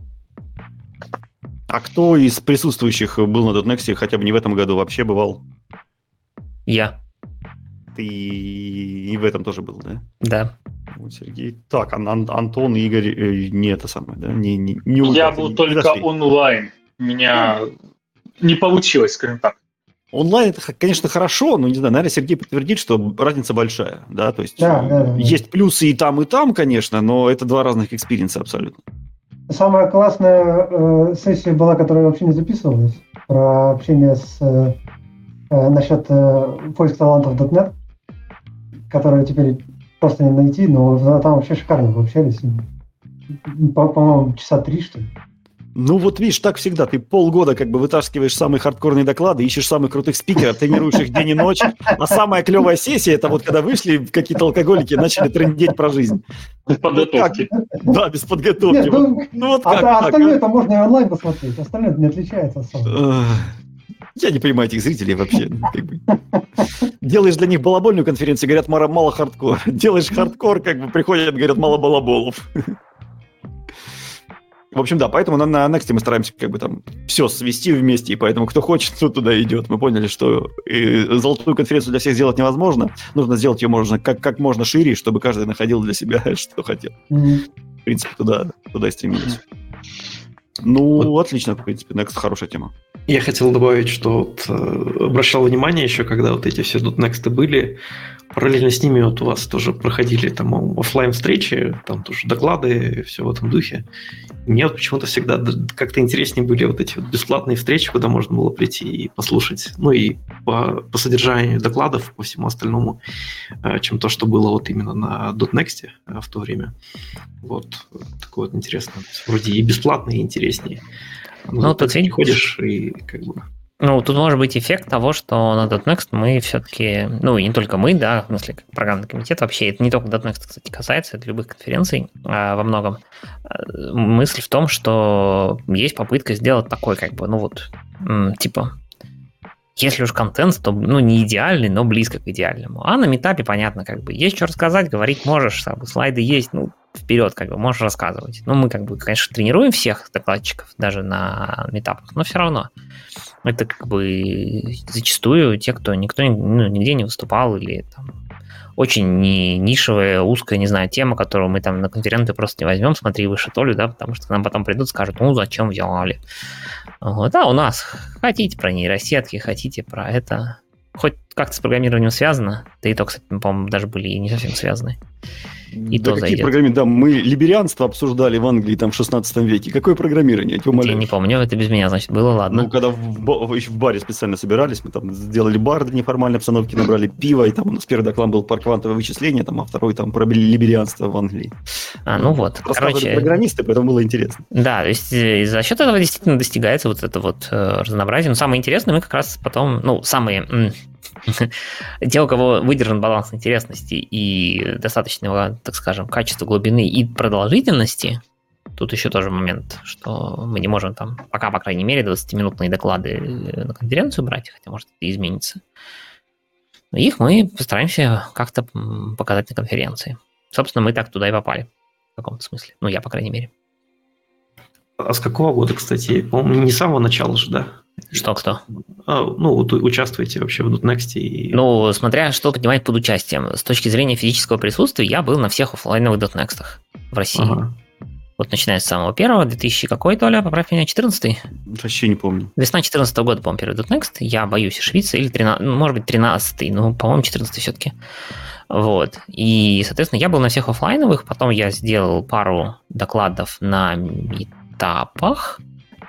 А кто из присутствующих был на .дот нет хотя бы не в этом году, вообще бывал? Я. Ты и в этом тоже был, да? Да. Вот Сергей. Так, Ан- Ан- Антон и Игорь э, не это самое, да? Не, не, не Я участвовали, был не только дошли. онлайн. У меня не получилось, скажем так. Онлайн это, конечно, хорошо, но не знаю, наверное, Сергей подтвердит, что разница большая, да, то есть Да, э, да, да, да. есть плюсы и там, и там, конечно, но это два разных экспириенса абсолютно. Самая классная э, сессия была, которая вообще не записывалась, про общение с э, э, насчет э, поиска талантов .дот нет, которую теперь просто не найти, но там вообще шикарно пообщались. По- По-моему, часа три, что ли. Ну вот видишь, так всегда, ты полгода как бы вытаскиваешь самые хардкорные доклады, ищешь самых крутых спикеров, тренируешь их день и ночь, а самая клевая сессия, это вот когда вышли какие-то алкоголики и начали трындеть про жизнь. Без подготовки. Вот так. Да, без подготовки. Нет, Вот. ну, Ну вот а, как а так, остальное а? это можно и онлайн посмотреть, остальное не отличается особо. Эх, Я не понимаю этих зрителей вообще. ну, как бы. Делаешь для них балабольную конференцию, говорят, мало, мало хардкор. Делаешь хардкор, как бы приходят, говорят, мало балаболов. В общем, да, поэтому на, на Next мы стараемся как бы там все свести вместе, и поэтому кто хочет, тот туда идет. Мы поняли, что э, золотую конференцию для всех сделать невозможно. Нужно сделать ее можно как, как можно шире, чтобы каждый находил для себя, что хотел. Мгм. В принципе, туда, туда и стремились. Ну, отлично, в принципе, Next хорошая тема. Я хотел добавить, что вот, э, обращал внимание еще, когда вот эти все .дот нет были, параллельно с ними вот у вас тоже проходили там оффлайн встречи, там тоже доклады, все в этом духе. Мне вот почему-то всегда д- как-то интереснее были вот эти вот бесплатные встречи, куда можно было прийти и послушать, ну и по, по содержанию докладов, по всему остальному, э, чем то, что было вот именно на .дот нет э, в то время. Вот такое вот интересно. То есть вроде и бесплатно, и интереснее. Ну, Ну, вот тут так видишь- ходишь и как бы... Ну, тут может быть эффект того, что на .дот нет мы все-таки, ну, и не только мы, да, в смысле, как программный комитет вообще, это не только .дот нет, кстати, касается, это любых конференций а, во многом. А, мысль в том, что есть попытка сделать такой, как бы, ну вот, м, типа, если уж контент, то, ну, не идеальный, но близко к идеальному. А на митапе, понятно, как бы, есть что рассказать, говорить можешь, как бы, слайды есть, ну, вперед, как бы, можешь рассказывать. Ну, мы, как бы, конечно, тренируем всех докладчиков, даже на митапах, но все равно. Это как бы зачастую те, кто никто ну, нигде не выступал, или там очень не нишевая, узкая, не знаю, тема, которую мы там на конференции просто не возьмем, смотри выше Толю, да, потому что к нам потом придут и скажут, ну, зачем взяли? Вот, а у нас хотите про нейросетки, хотите про это. Хоть как-то с программированием связано, да и то, кстати, мы, по-моему, даже были и не совсем связаны. И да то какие зайдет. программирования? Да, мы либерианство обсуждали в Англии там в шестнадцатом веке. Какое программирование? Я тебя Я умоляю. не помню, это без меня, значит, было, ладно. Ну, когда в, ба- еще в баре специально собирались, мы там сделали бар для неформальной обстановки, набрали пиво, и там у нас первый доклад был про квантовое вычисление, там, а второй там про либерианство в Англии. А, ну вот, Рассказывали короче... программисты, поэтому было интересно. Да, то есть э, за счет этого действительно достигается вот это вот э, разнообразие. Но самое интересное, мы как раз потом, ну, самые... м, те, у кого выдержан баланс интересности и достаточного, так скажем, качества, глубины и продолжительности, тут еще тоже момент, что мы не можем там, пока, по крайней мере, двадцатиминутные доклады на конференцию брать, хотя, может, это изменится. Но их мы постараемся как-то м, показать на конференции. Собственно, мы так туда и попали в каком-то смысле. Ну, я, по крайней мере. А с какого года, кстати? По-моему, не с самого начала же, да? Что, кто? А, ну, вот участвуете вообще в .дот нет и... Ну, смотря что понимать под участием. С точки зрения физического присутствия, я был на всех оффлайновых .дот нет в России. Ага. Вот начиная с самого первого, две тысячи какой, Толя, поправь меня, четырнадцатый? Вообще не помню. Весна четырнадцатого года, по-моему, первый .дот нет. Я боюсь ошибиться. Или тринадцатый, ну, может быть, тринадцатый, ну, по-моему, четырнадцатый все-таки. Вот. И, соответственно, я был на всех оффлайновых, потом я сделал пару докладов на митапах,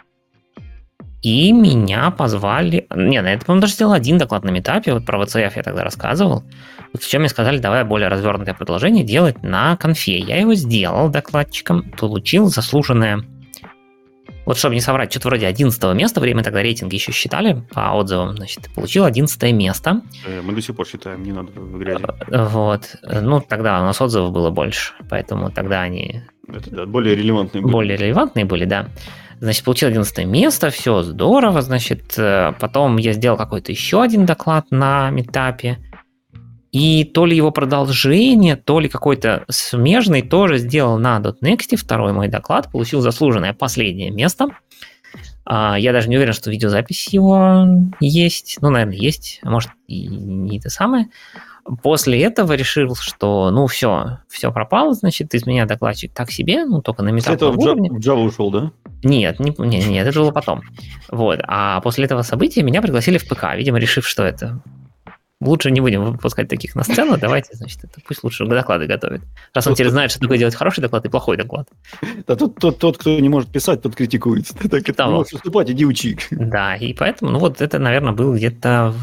и меня позвали... Не, на это, по-моему, даже сделал один доклад на митапе, вот про вэ цэ эф я тогда рассказывал. Вот в чем мне сказали, давай более развернутое продолжение делать на конфе. Я его сделал докладчиком, получил заслуженное вот чтобы не соврать, что-то вроде одиннадцатого места, время тогда рейтинги еще считали по отзывам, значит, получил одиннадцатое место. Мы до сих пор считаем, не надо в грязи. Вот. Ну, тогда у нас отзывов было больше, поэтому тогда они... Это, да, более релевантные были. Более релевантные были, да. Значит, получил одиннадцатое место, все здорово, значит, потом я сделал какой-то еще один доклад на митапе, и то ли его продолжение, то ли какой-то смежный тоже сделал на .next, второй мой доклад, получил заслуженное последнее место. Я даже не уверен, что видеозапись его есть, ну, наверное, есть, а может и не это самое. После этого решил, что, ну, все, все пропало, значит, из меня докладчик так себе, ну, только на метапном уровне. В Java ушел, да? Нет, не, не, нет, это было потом. Вот. А после этого события меня пригласили в ПК, видимо, решив, что это... Лучше не будем выпускать таких на сцену, давайте, значит, это пусть лучше доклады готовит. Раз он теперь знает, что такое делать хороший доклад и плохой доклад. Да, тот, тот, тот кто не может писать, тот критикует. Ты так это не можешь выступать, иди учи. Да, и поэтому, ну вот это, наверное, был где-то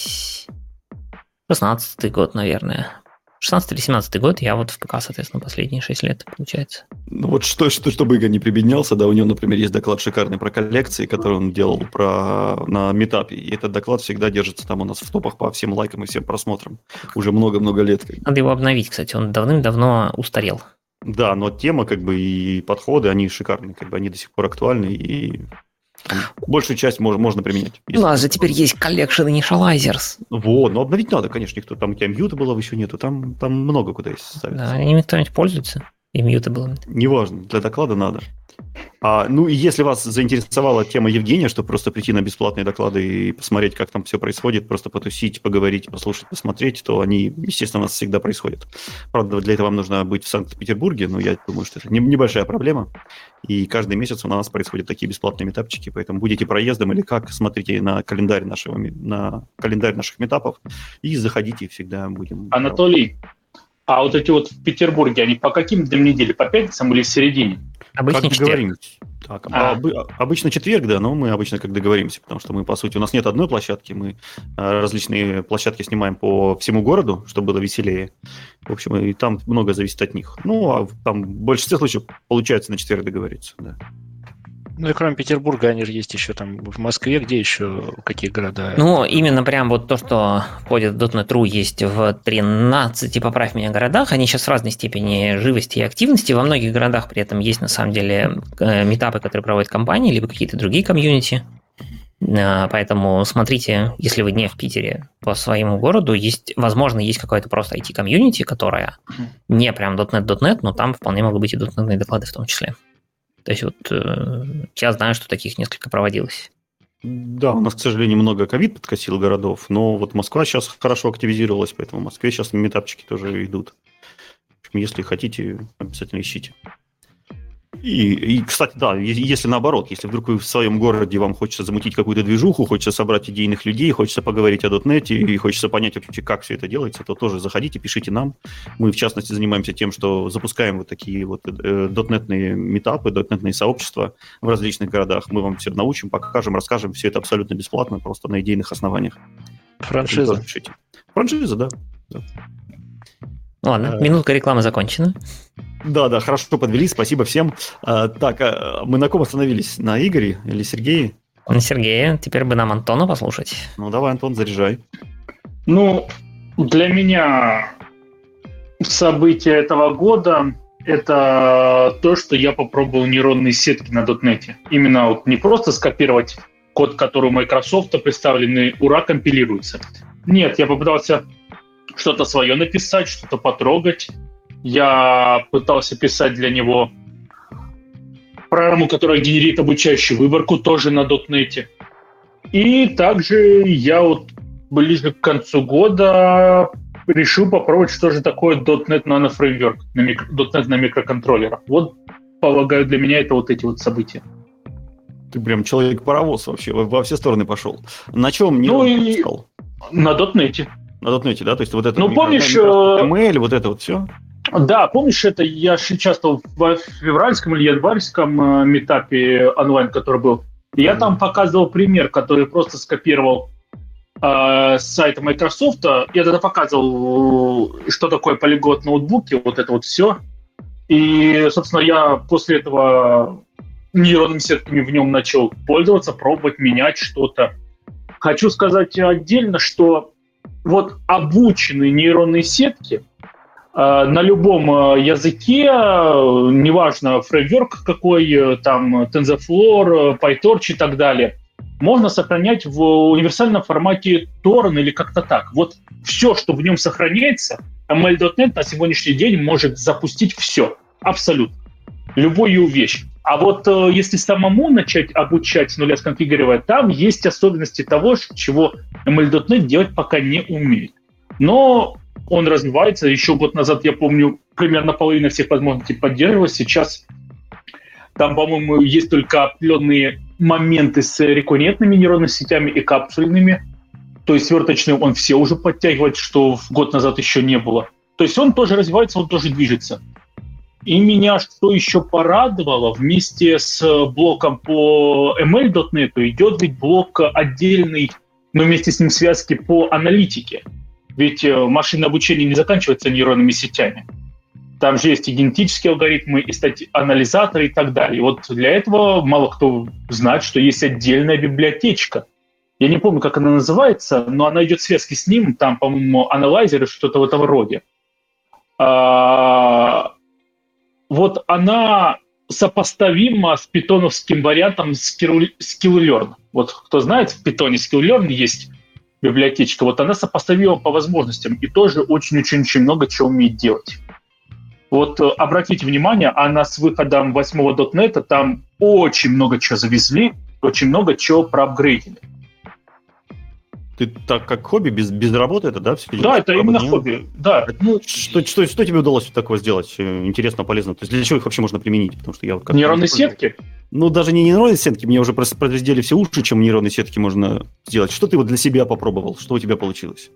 шестнадцатый год, наверное. шестнадцатый или семнадцатый год, я вот в ПК, соответственно, последние шесть лет, получается. Ну вот что, что, чтобы Игорь не прибеднялся, да, у него, например, есть доклад шикарный про коллекции, который он делал про, на митапе, и этот доклад всегда держится там у нас в топах по всем лайкам и всем просмотрам. Уже много-много лет. Надо его обновить, кстати, он давным-давно устарел. Да, но тема, как бы, и подходы, они шикарные, как бы, они до сих пор актуальны, и там большую часть можно, можно применять. У нас же теперь есть collection initializers. Вот, но обновить надо, конечно, никто, там у тебя мьюта было еще нету, там, там много куда есть ставится. Да, ими кто-нибудь пользуется, и мьюта было. Неважно, для доклада надо. А, ну и если вас заинтересовала тема Евгения, чтобы просто прийти на бесплатные доклады и посмотреть, как там все происходит, просто потусить, поговорить, послушать, посмотреть, то они, естественно, у нас всегда происходят. Правда, для этого вам нужно быть в Санкт-Петербурге, но я думаю, что это небольшая проблема. И каждый месяц у нас происходят такие бесплатные метапчики, поэтому будете проездом или как, смотрите на календарь нашего, на календарь наших метапов и заходите, всегда будем... Анатолий, а вот эти вот в Петербурге, они по каким дням недели? По пятницам или в середине? Обычно как четверг. Договоримся. Так, а. об, обычно четверг, да, но мы обычно как договоримся, потому что мы, по сути, у нас нет одной площадки, мы а, различные площадки снимаем по всему городу, чтобы было веселее. В общем, и там много зависит от них. Ну, а там в большинстве случаев получается на четверг договориться, да. Ну и кроме Петербурга, они же есть еще там в Москве, где еще, какие города? Ну, именно прям вот то, что входит в .дот нет точка ру, есть в тринадцати, поправь меня, городах. Они сейчас в разной степени живости и активности. Во многих городах при этом есть, на самом деле, митапы, которые проводят компании, либо какие-то другие комьюнити. Поэтому смотрите, если вы не в Питере, по своему городу, есть, возможно, есть какое-то просто ай ти-комьюнити, которое не прям .дот нет точка нет, но там вполне могут быть и .дот нет доклады в том числе. То есть вот э, я знаю, что таких несколько проводилось. Да, у нас, к сожалению, много ковид подкосил городов, но вот Москва сейчас хорошо активизировалась, поэтому в Москве сейчас метапчики тоже идут. В общем, если хотите, обязательно ищите. И, и, кстати, да, если наоборот, если вдруг вы в своем городе, вам хочется замутить какую-то движуху, хочется собрать идейных людей, хочется поговорить о .дот нет и хочется понять вообще, как все это делается, то тоже заходите, пишите нам. Мы, в частности, занимаемся тем, что запускаем вот такие вот .дот нет-ные митапы, .дот нет-ные сообщества в различных городах. Мы вам все научим, покажем, расскажем. Все это абсолютно бесплатно, просто на идейных основаниях. Франшиза. Франшиза, да. да. Ладно, минутка рекламы закончена. Да, да, хорошо подвели, спасибо всем. А, так, а мы на ком остановились? На Игоре или Сергее? На Сергее. Теперь бы нам Антона послушать. Ну, давай, Антон, заряжай. Ну, для меня событие этого года – это то, что я попробовал нейронные сетки на .дот нет. Именно вот не просто скопировать код, который у Microsoft представленный, ура, компилируется. Нет, я попытался что-то свое написать, что-то потрогать. Я пытался писать для него программу, которая генерит обучающую выборку, тоже на .дот нет. И также я вот ближе к концу года решил попробовать, что же такое .дот нет Nano Framework, на микро, .дот нет на микроконтроллерах. Вот, полагаю, для меня это вот эти вот события. Ты прям человек-паровоз вообще, во, во все стороны пошел. На чем не ну и искал? На .дот нет. На .дот нет, да? То есть вот это... Ну, микро, помнишь... эм эл, вот это вот все? Да, помнишь, это я участвовал в февральском или январском э, метапе онлайн, который был. И я там показывал пример, который просто скопировал э, с сайта Microsoft. Я тогда показывал, что такое полиглот ноутбуки, вот это вот все. И, собственно, я после этого нейронными сетками в нем начал пользоваться, пробовать, менять что-то. Хочу сказать отдельно, что вот обученные нейронные сетки э, на любом языке, э, неважно, фреймворк какой, э, там, TensorFlow, PyTorch и так далее, можно сохранять в универсальном формате торрент или как-то так. Вот все, что в нем сохраняется, эм эл точка нет на сегодняшний день может запустить все, абсолютно, любую вещь. А вот э, если самому начать обучать с нуля, сконфигурировать, там есть особенности того, чего эм эл точка нет делать пока не умеет. Но он развивается. Еще год назад, я помню, примерно половина всех возможностей поддерживалась. Сейчас там, по-моему, есть только определенные моменты с рекуррентными нейронными сетями и капсульными. То есть сверточный он все уже подтягивает, что год назад еще не было. То есть он тоже развивается, он тоже движется. И меня что еще порадовало, вместе с блоком по эм эл точка нет идет ведь блок отдельный, но вместе с ним связки по аналитике. Ведь машинное обучение не заканчивается нейронными сетями. Там же есть и генетические алгоритмы, и стати- анализаторы и так далее. И вот для этого мало кто знает, что есть отдельная библиотечка. Я не помню, как она называется, но она идет в связке с ним, там, по-моему, аналайзер или что-то в этом роде. А- Вот она сопоставима с питоновским вариантом Skillearn. Вот кто знает, в питоне Skillearn есть библиотечка. Вот она сопоставима по возможностям и тоже очень-очень-очень много чего умеет делать. Вот обратите внимание, она с выходом восьмого точка нет там очень много чего завезли, очень много чего проапгрейдили. Ты так как хобби, без, без работы это, да? Все да, это именно не... хобби, да. Ну, что, что, что тебе удалось такого сделать? Интересно, полезно? То есть для чего их вообще можно применить? Потому что я вот нейронные сетки? Ну, даже не нейронные сетки, мне уже просто произвели все уши, чем нейронные сетки можно сделать. Что ты вот для себя попробовал? Что у тебя получилось?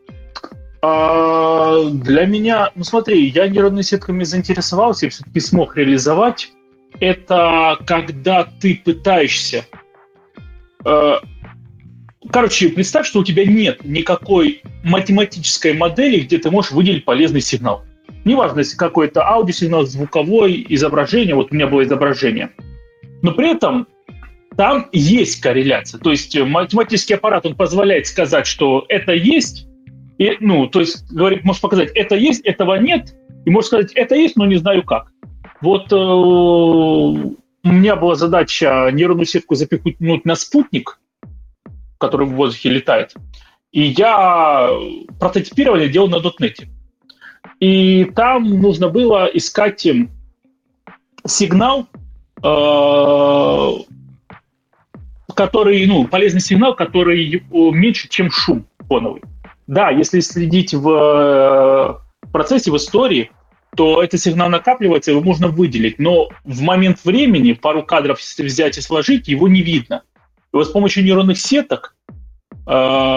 А, для меня, ну смотри, я нейронными сетками заинтересовался и все-таки смог реализовать. Это когда ты пытаешься... Э, Короче, представь, что у тебя нет никакой математической модели, где ты можешь выделить полезный сигнал. Неважно, если какой-то аудиосигнал, звуковой, изображение, вот у меня было изображение. Но при этом там есть корреляция. То есть математический аппарат, он позволяет сказать, что это есть, и, ну, то есть, говорит, может показать, это есть, этого нет, и может сказать, это есть, но не знаю как. Вот э, у меня была задача нейронную сетку запихнуть на спутник, который в воздухе летает. И я прототипирование делал на .точка нет. И там нужно было искать сигнал, э, который, ну, полезный сигнал, который меньше, чем шум фоновый. Да, если следить в процессе, в истории, то этот сигнал накапливается, его можно выделить. Но в момент времени пару кадров взять и сложить, его не видно. И вот с помощью нейронных сеток э,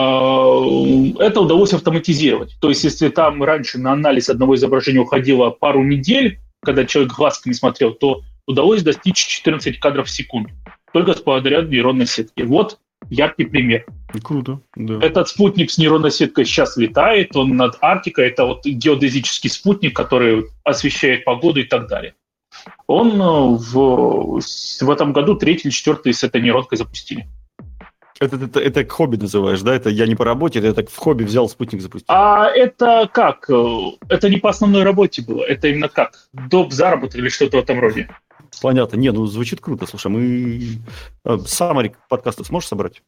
это удалось автоматизировать. То есть, если там раньше на анализ одного изображения уходило пару недель, когда человек глазками смотрел, то удалось достичь четырнадцать кадров в секунду. Только благодаря нейронной сетке. Вот яркий пример. Круто, да. Этот спутник с нейронной сеткой сейчас летает, он над Арктикой, это вот геодезический спутник, который освещает погоду и так далее. Он в, в этом году третий или четвертый с этой нейронкой запустили. Это, это, это к хобби называешь, да? Это я не по работе, это я так в хобби взял, спутник запустил. А это как? Это не по основной работе было, это именно как? Доп. Заработок или что-то в этом роде? Понятно. Не, ну звучит круто. Слушай, мы... Саммари подкаста сможешь собрать?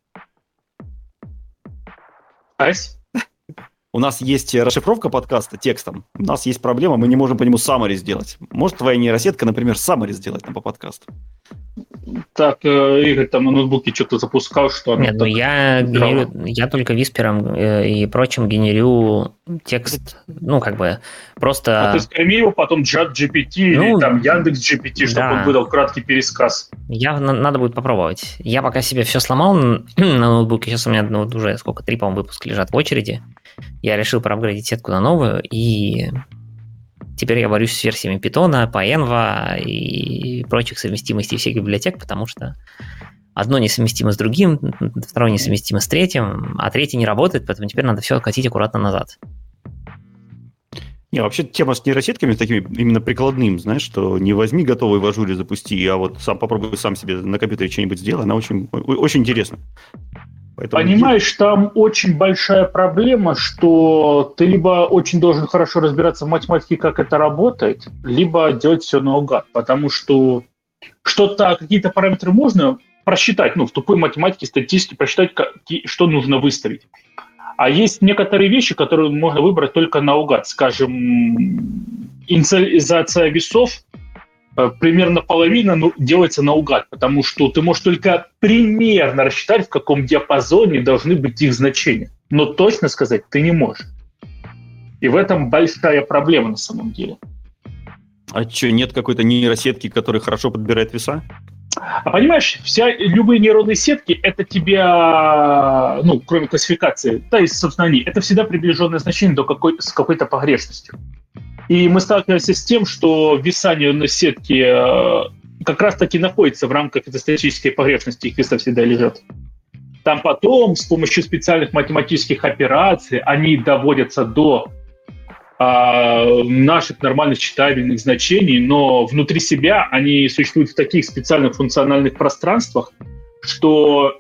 Ась? У нас есть расшифровка подкаста текстом. У нас есть проблема, мы не можем по нему саммари сделать. Может, твоя нейросетка, например, саммари сделать нам по подкасту? Так, Игорь там на ноутбуке что-то запускал, что... Нет, ну я, генерю, я только виспером и прочим генерю текст, ну, как бы, просто... А ты скорми его потом чат джи пи ти ну, или там Яндекс.джи пи ти, чтобы да. он выдал краткий пересказ. Я, надо будет попробовать. Я пока себе все сломал на ноутбуке, сейчас у меня ну, уже сколько, три, по-моему, выпуска лежат в очереди. Я решил проапгрейдить сетку на новую, и теперь я борюсь с версиями Python, PyEnv и прочих совместимостей всех библиотек, потому что одно несовместимо с другим, второе несовместимо с третьим, а третье не работает, поэтому теперь надо все откатить аккуратно назад. Не, вообще тема с нейросетками такими именно прикладным, знаешь, что не возьми готовый в ажуре запусти, а вот сам попробуй сам себе на компьютере что-нибудь сделай, она очень, очень интересна. Поэтому... Понимаешь, там очень большая проблема, что ты либо очень должен хорошо разбираться в математике, как это работает, либо делать все наугад, потому что что-то, какие-то параметры можно просчитать, ну, в тупой математике, статистике, просчитать, как, что нужно выставить. А есть некоторые вещи, которые можно выбрать только наугад. Скажем, инициализация весов примерно половина ну, делается наугад, потому что ты можешь только примерно рассчитать, в каком диапазоне должны быть их значения. Но точно сказать ты не можешь. И в этом большая проблема на самом деле. А что, нет какой-то нейросетки, которая хорошо подбирает веса? А понимаешь, вся, любые нейронные сетки, это тебя, ну, кроме классификации, да, и, собственно, они, это всегда приближенное значение до какой, с какой-то погрешностью. И мы сталкиваемся с тем, что веса нейронной сетки э, как раз-таки находятся в рамках этой статистической погрешности, их веса всегда лежат. Там потом с помощью специальных математических операций они доводятся до наших нормальных читабельных значений, но внутри себя они существуют в таких специальных функциональных пространствах, что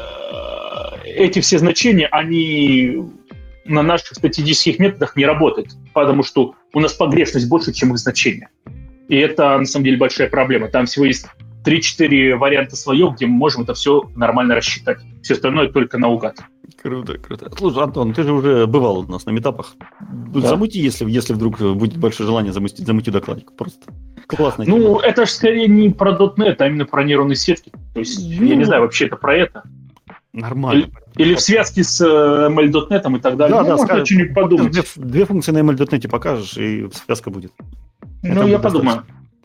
э, эти все значения, они на наших статистических методах не работают, потому что у нас погрешность больше, чем их значения. И это, на самом деле, большая проблема. Там всего есть три-четыре варианта слоев, где мы можем это все нормально рассчитать. Все остальное только наугад. Круто, круто. Слушай, Антон, ты же уже бывал у нас на митапах. Да. Замути, если, если вдруг будет большое желание замутить, замути докладик. Просто классно. Ну, тема. Это же скорее не про .NET, а именно про нейронные сетки. То есть, ну, я не знаю, вообще это про это. Нормально. Или, или в связке с эм эл точка нет и так далее. Да, ну, да, можно скажешь, что-нибудь подумать. Две, две функции на эм эл точка нет покажешь, и связка будет. Ну, это я подумаю.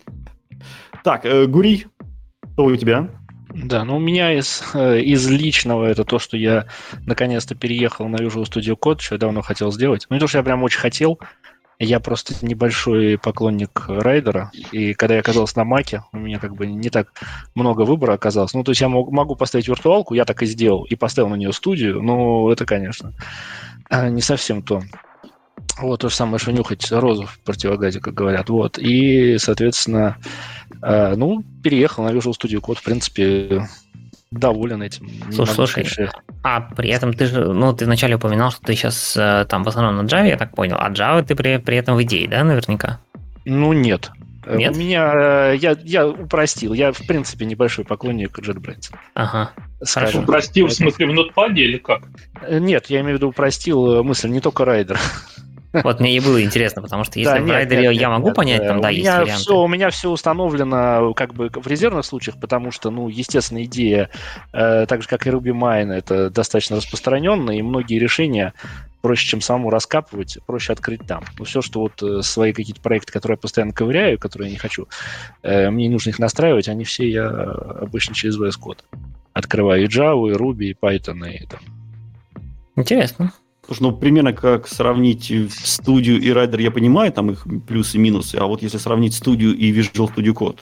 Так, э, Гурий, что у тебя? Да, ну у меня из, из личного это то, что я наконец-то переехал на Visual Studio Code, что я давно хотел сделать. Ну не то, что я прям очень хотел, я просто небольшой поклонник райдера, и когда я оказался на Маке, у меня как бы не так много выбора оказалось. Ну то есть я мог, могу поставить виртуалку, я так и сделал, и поставил на нее студию, но это, конечно, не совсем то. Вот то же самое, что нюхать розу в противогазе, как говорят. Вот. И, соответственно, э, ну, переехал на Visual Studio Code, в принципе, доволен этим. Слушай, слушай, сказать, а при этом ты же, ну, ты вначале упоминал, что ты сейчас э, там в основном на Java, я так понял, а Java ты при, при этом в идее, да, наверняка? Ну, нет. Нет? У меня, я, я упростил, я, в принципе, небольшой поклонник JetBrains. Ага. Хорошо. Упростил, в смысле, в нотпаде или как? Нет, я имею в виду упростил мысль, не только райдер. Вот мне и было интересно, потому что если да, в райдере я могу нет, понять, там, да, есть варианты. Все, у меня все установлено как бы в резервных случаях, потому что, ну, естественно, идея, э, так же, как и RubyMine, это достаточно распространенно, и многие решения проще, чем самому раскапывать, проще открыть там. Но все, что вот э, свои какие-то проекты, которые я постоянно ковыряю, которые я не хочу, э, мне не нужно их настраивать, они все я обычно через ви эс Code открываю. И Java, и Ruby, и Python, и там. Интересно. Слушай, ну, примерно как сравнить студию и райдер, я понимаю, там их плюсы и минусы, а вот если сравнить студию и Visual Studio Code?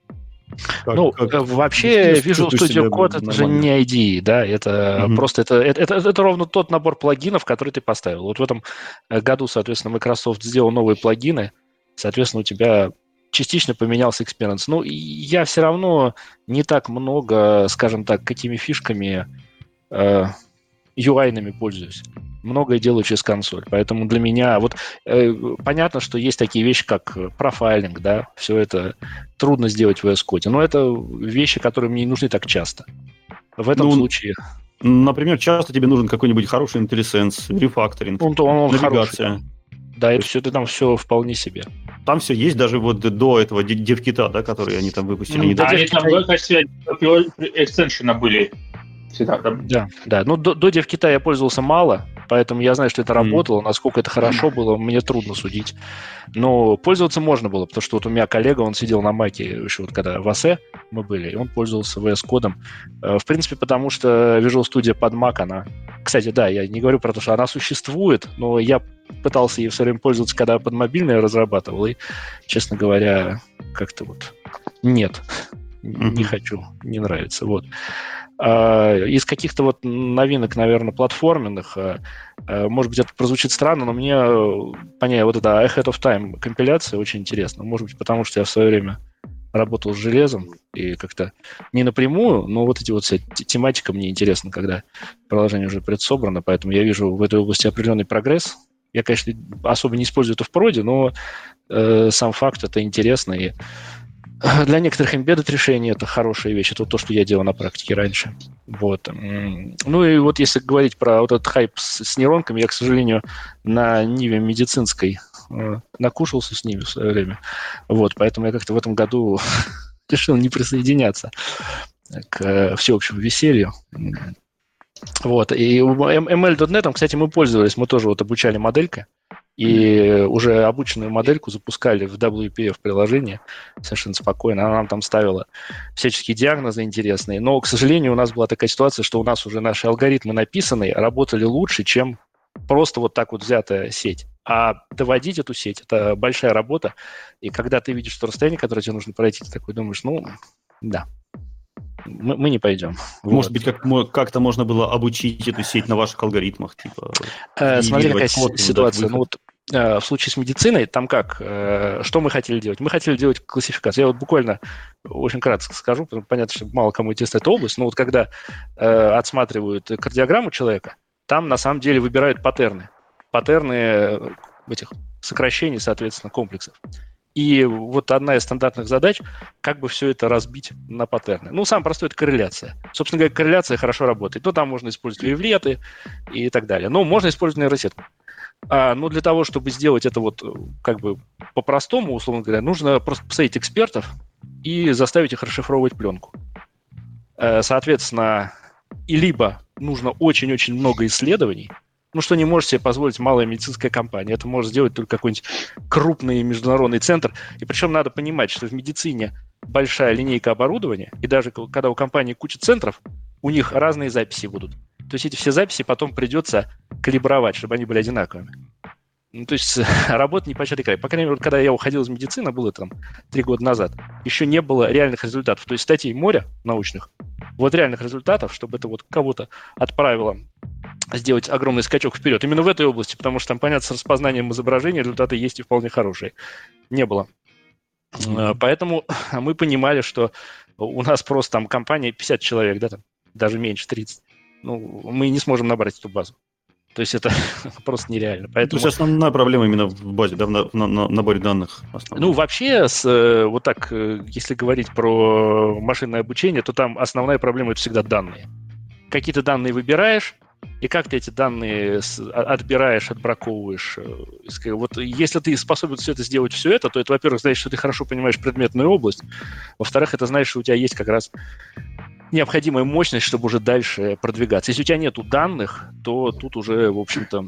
Как, ну, как, вообще Visual Studio Code это же не ай ди и, да, это mm-hmm. просто это, это, это, это ровно тот набор плагинов, который ты поставил. Вот в этом году, соответственно, Microsoft сделал новые плагины, соответственно, у тебя частично поменялся experience. Ну, я все равно не так много, скажем так, какими фишками э, ю ай-ными пользуюсь. Многое делаю через консоль. Поэтому для меня вот э, понятно, что есть такие вещи, как профайлинг, да, все это трудно сделать в ви эс Code, но это вещи, которые мне не нужны так часто. В этом ну, случае... Например, часто тебе нужен какой-нибудь хороший IntelliSense, рефакторинг, он, он, он навигация. Хороший. Да, это все, это там все вполне себе. Там все есть, даже вот до этого DevKit, да, который они там выпустили. Ну, да, они там в качестве экстеншена были. Всегда, да. да, да. Ну, до, до DevKit я пользовался мало, поэтому я знаю, что это работало. Mm. Насколько это хорошо было, мне трудно судить. Но пользоваться можно было, потому что вот у меня коллега, он сидел на Маке еще вот когда в АСЭ мы были, и он пользовался ви эс Code. В принципе, потому что Visual Studio под Mac, она... Кстати, да, я не говорю про то, что она существует, но я пытался ей все время пользоваться, когда под мобильное разрабатывал, и, честно говоря, как-то вот нет. mm-hmm. не хочу, не нравится. Вот. Из каких-то вот новинок, наверное, платформенных, может быть, это прозвучит странно, но мне, понятно, вот эта Ahead of Time компиляция очень интересна. Может быть, потому что я в свое время работал с железом и как-то не напрямую, но вот эти вот вся тематика мне интересна, когда приложение уже предсобрано, поэтому я вижу в этой области определенный прогресс. Я, конечно, особо не использую это в проде, но э, сам факт это интересно, и для некоторых embedded решений это хорошая вещь. Это то, что я делал на практике раньше. Вот. Ну и вот если говорить про вот этот хайп с, с нейронками, я, к сожалению, на ниве медицинской э, накушался с ними в свое время. Вот, поэтому я как-то в этом году решил не присоединяться к э, всеобщему веселью. Вот. И эм эл точка нет, кстати, мы пользовались, мы тоже вот обучали моделькой. И уже обученную модельку запускали в дабл ю пи эф-приложение совершенно спокойно. Она нам там ставила всяческие диагнозы интересные. Но, к сожалению, у нас была такая ситуация, что у нас уже наши алгоритмы написанные работали лучше, чем просто вот так вот взятая сеть. А доводить эту сеть – это большая работа. И когда ты видишь то расстояние, которое тебе нужно пройти, ты такой думаешь, ну, да, мы, мы не пойдем. Может вот. быть, как, как-то можно было обучить эту сеть на ваших алгоритмах? Типа, э, смотри, какая код, ситуация. Ну, вот, э, в случае с медициной, там как? Э, что мы хотели делать? Мы хотели делать классификацию. Я вот буквально очень кратко скажу, потому что понятно, что мало кому интересна эта область, но вот когда э, отсматривают кардиограмму человека, там на самом деле выбирают паттерны. Паттерны этих сокращений, соответственно, комплексов. И вот одна из стандартных задач, как бы все это разбить на паттерны. Ну, самое простое – это корреляция. Собственно говоря, корреляция хорошо работает. Ну, там можно использовать вейвлеты и так далее. Но можно использовать нейросетку. А, но для того, чтобы сделать это вот как бы по-простому, условно говоря, нужно просто посадить экспертов и заставить их расшифровывать пленку. Соответственно, и либо нужно очень-очень много исследований, ну, что не может себе позволить малая медицинская компания. Это может сделать только какой-нибудь крупный международный центр. И причем надо понимать, что в медицине большая линейка оборудования, и даже когда у компании куча центров, у них разные записи будут. То есть эти все записи потом придется калибровать, чтобы они были одинаковыми. Ну, то есть работа не початый край. По крайней мере, когда я уходил из медицины, было там три года назад, еще не было реальных результатов. То есть статей моря научных, вот реальных результатов, чтобы это вот кого-то отправило сделать огромный скачок вперед. Именно в этой области, потому что там, понятно, с распознанием изображения результаты есть и вполне хорошие. Не было. Mm-hmm. Поэтому мы понимали, что у нас просто там компания пятьдесят человек, да, там, даже меньше, тридцать. Ну, мы не сможем набрать эту базу. То есть это просто нереально. Поэтому... То есть основная проблема именно в базе, да, в на, на, на наборе данных? Основной. Ну, вообще, с, вот так, если говорить про машинное обучение, то там основная проблема – это всегда данные. Какие-то данные выбираешь, и как ты эти данные отбираешь, отбраковываешь. Вот если ты способен все это сделать, все это, то это, во-первых, значит, что ты хорошо понимаешь предметную область. Во-вторых, это значит, что у тебя есть как раз необходимая мощность, чтобы уже дальше продвигаться. Если у тебя нету данных, то тут уже, в общем-то,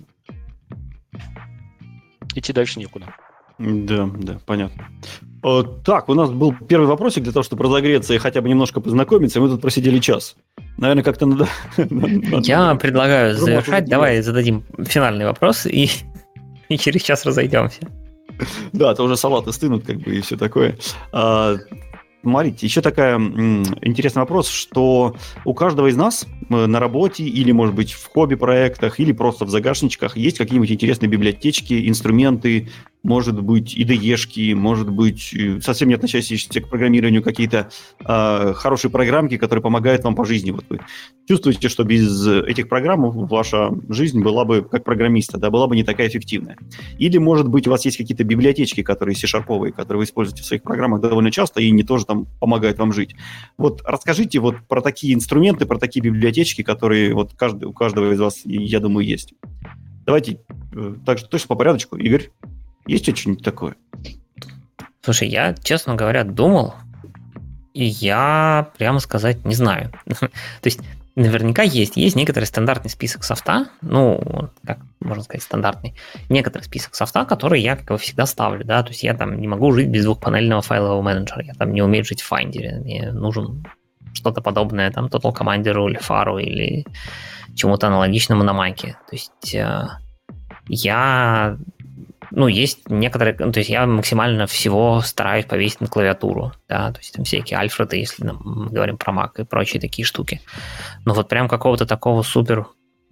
идти дальше некуда. Да, да, понятно. Так, у нас был первый вопросик для того, чтобы разогреться и хотя бы немножко познакомиться. Мы тут просидели час. Наверное, как-то надо... Я предлагаю завершать. Давай зададим финальный вопрос и, и через час разойдемся. Да, то уже салаты стынут, как бы, и все такое. Смотрите, еще такой интересный вопрос, что у каждого из нас на работе или, может быть, в хобби-проектах, или просто в загашничках есть какие-нибудь интересные библиотечки, инструменты, может быть, ай ди и-шки, может быть, совсем не относящиеся к программированию, какие-то э, хорошие программки, которые помогают вам по жизни. Вот вы чувствуете, что без этих программ ваша жизнь была бы, как программиста, да, была бы не такая эффективная. Или, может быть, у вас есть какие-то библиотечки, которые C-шарповые, которые вы используете в своих программах довольно часто, и не тоже там помогают вам жить. Вот расскажите вот про такие инструменты, про такие библиотечки, которые вот каждый, у каждого из вас, я думаю, есть. Давайте так же точно по порядочку. Игорь, есть что-нибудь такое? Слушай, я, честно говоря, думал, и я, прямо сказать, не знаю. То есть, наверняка есть. Есть некоторый стандартный список софта, ну, как можно сказать, стандартный. Некоторый список софта, который я, как и всегда, ставлю, да, то есть я там не могу жить без двухпанельного файлового менеджера, я там не умею жить в Finder, мне нужен что-то подобное, там, Total Commander или Faro или чему-то аналогичному на Маке. То есть э, я ну, есть некоторые... Ну, то есть я максимально всего стараюсь повесить на клавиатуру, да, то есть там всякие альфреды, если ну, мы говорим про Mac и прочие такие штуки. Но вот прям какого-то такого супер...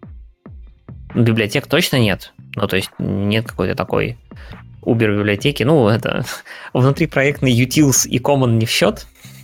Библиотек точно нет. Ну, то есть нет какой-то такой Uber-библиотеки. Ну, это внутрипроектный utils и common не в счет.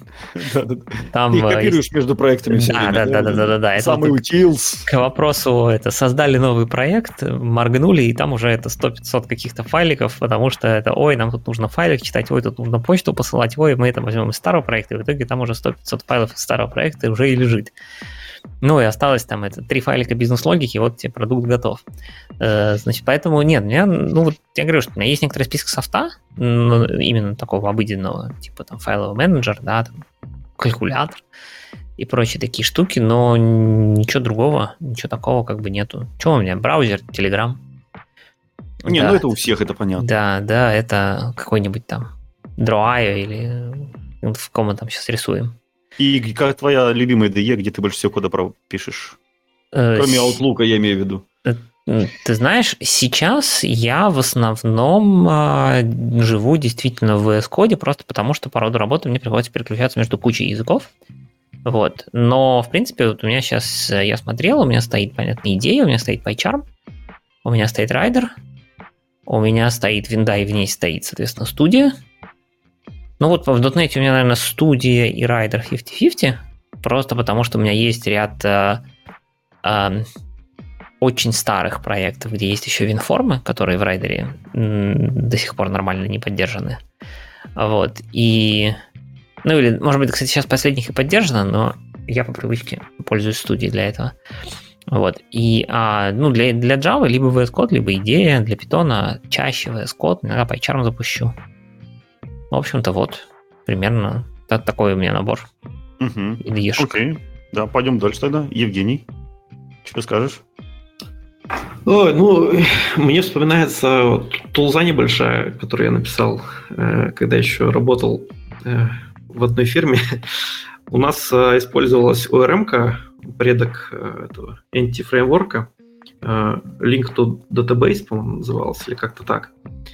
Там ты копируешь между проектами все да, время. Да, да, да, да, да. Самый utils. К вопросу, это создали новый проект, моргнули, и там уже это сто-пятьсот каких-то файликов, потому что это, ой, нам тут нужно файлик читать, ой, тут нужно почту посылать, ой, мы это возьмем из старого проекта, и в итоге там уже сто-пятьсот файлов из старого проекта уже и лежит. Ну, и осталось там это три файлика бизнес-логики, вот тебе продукт готов. Э, значит, поэтому нет, у меня, ну, вот я говорю, что у меня есть некоторый список софта, ну, именно такого обыденного, типа там файловый менеджер, да, там, калькулятор и прочие такие штуки, но ничего другого, ничего такого как бы нету. Что у меня? Браузер, Telegram. Не, да, ну это у всех, это понятно. Да, да, это какой-нибудь там Draw.io или в ком мы там сейчас рисуем. И как твоя любимая ди и, где ты больше всего кода пишешь? Э, Кроме Outlook, я имею в виду. Ты знаешь, сейчас я в основном э, живу действительно в ви эс Code, просто потому что по роду работы мне приходится переключаться между кучей языков. Вот. Но, в принципе, вот у меня сейчас, я смотрел, у меня стоит, понятная идея, у меня стоит PyCharm, у меня стоит Rider, у меня стоит винда, и в ней стоит, соответственно, студия. Ну вот в .дот нет у меня, наверное, студия и Rider пятьдесят на пятьдесят, просто потому что у меня есть ряд э, э, очень старых проектов, где есть еще WinForm, которые в Rider м, до сих пор нормально не поддержаны. Вот. И... Ну или, может быть, кстати, сейчас последних и поддержано, но я по привычке пользуюсь студией для этого. Вот. И а, ну, для, для Java либо ви эс Code, либо идея, для Python чаще ви эс Code, иногда PyCharm запущу. В общем-то, вот, примерно так, такой у меня набор. Угу. Идеешек. Окей, да, пойдем дальше тогда. Евгений, что скажешь? Ой, ну, мне вспоминается вот, тулза небольшая, которую я написал, э, когда еще работал э, в одной фирме. У нас э, использовалась о эр эм-ка, предок э, этого Entity-фреймворка, э, Link to Database, по-моему, назывался, или как-то так.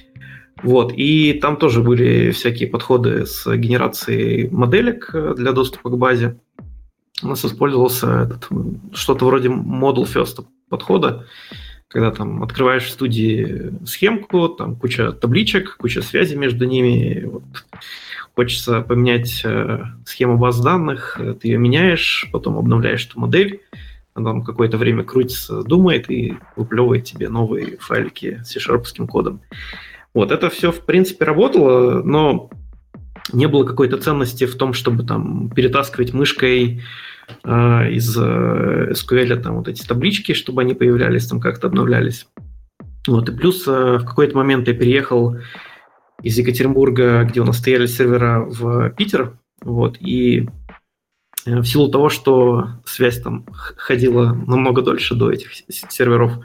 Вот, и там тоже были всякие подходы с генерацией моделек для доступа к базе. У нас использовался этот, что-то вроде Model First подхода, когда там открываешь в студии схемку, там куча табличек, куча связей между ними. Вот. Хочется поменять э, схему баз данных, ты ее меняешь, потом обновляешь эту модель, она там какое-то время крутится, думает и выплевывает тебе новые файлики с C-шарповским кодом. Вот, это все, в принципе, работало, но не было какой-то ценности в том, чтобы там перетаскивать мышкой э, из э, эс ку эль там вот эти таблички, чтобы они появлялись, там как-то обновлялись. Вот, и плюс э, в какой-то момент я переехал из Екатеринбурга, где у нас стояли сервера, в Питер, вот, и э, в силу того, что связь там ходила намного дольше до этих серверов,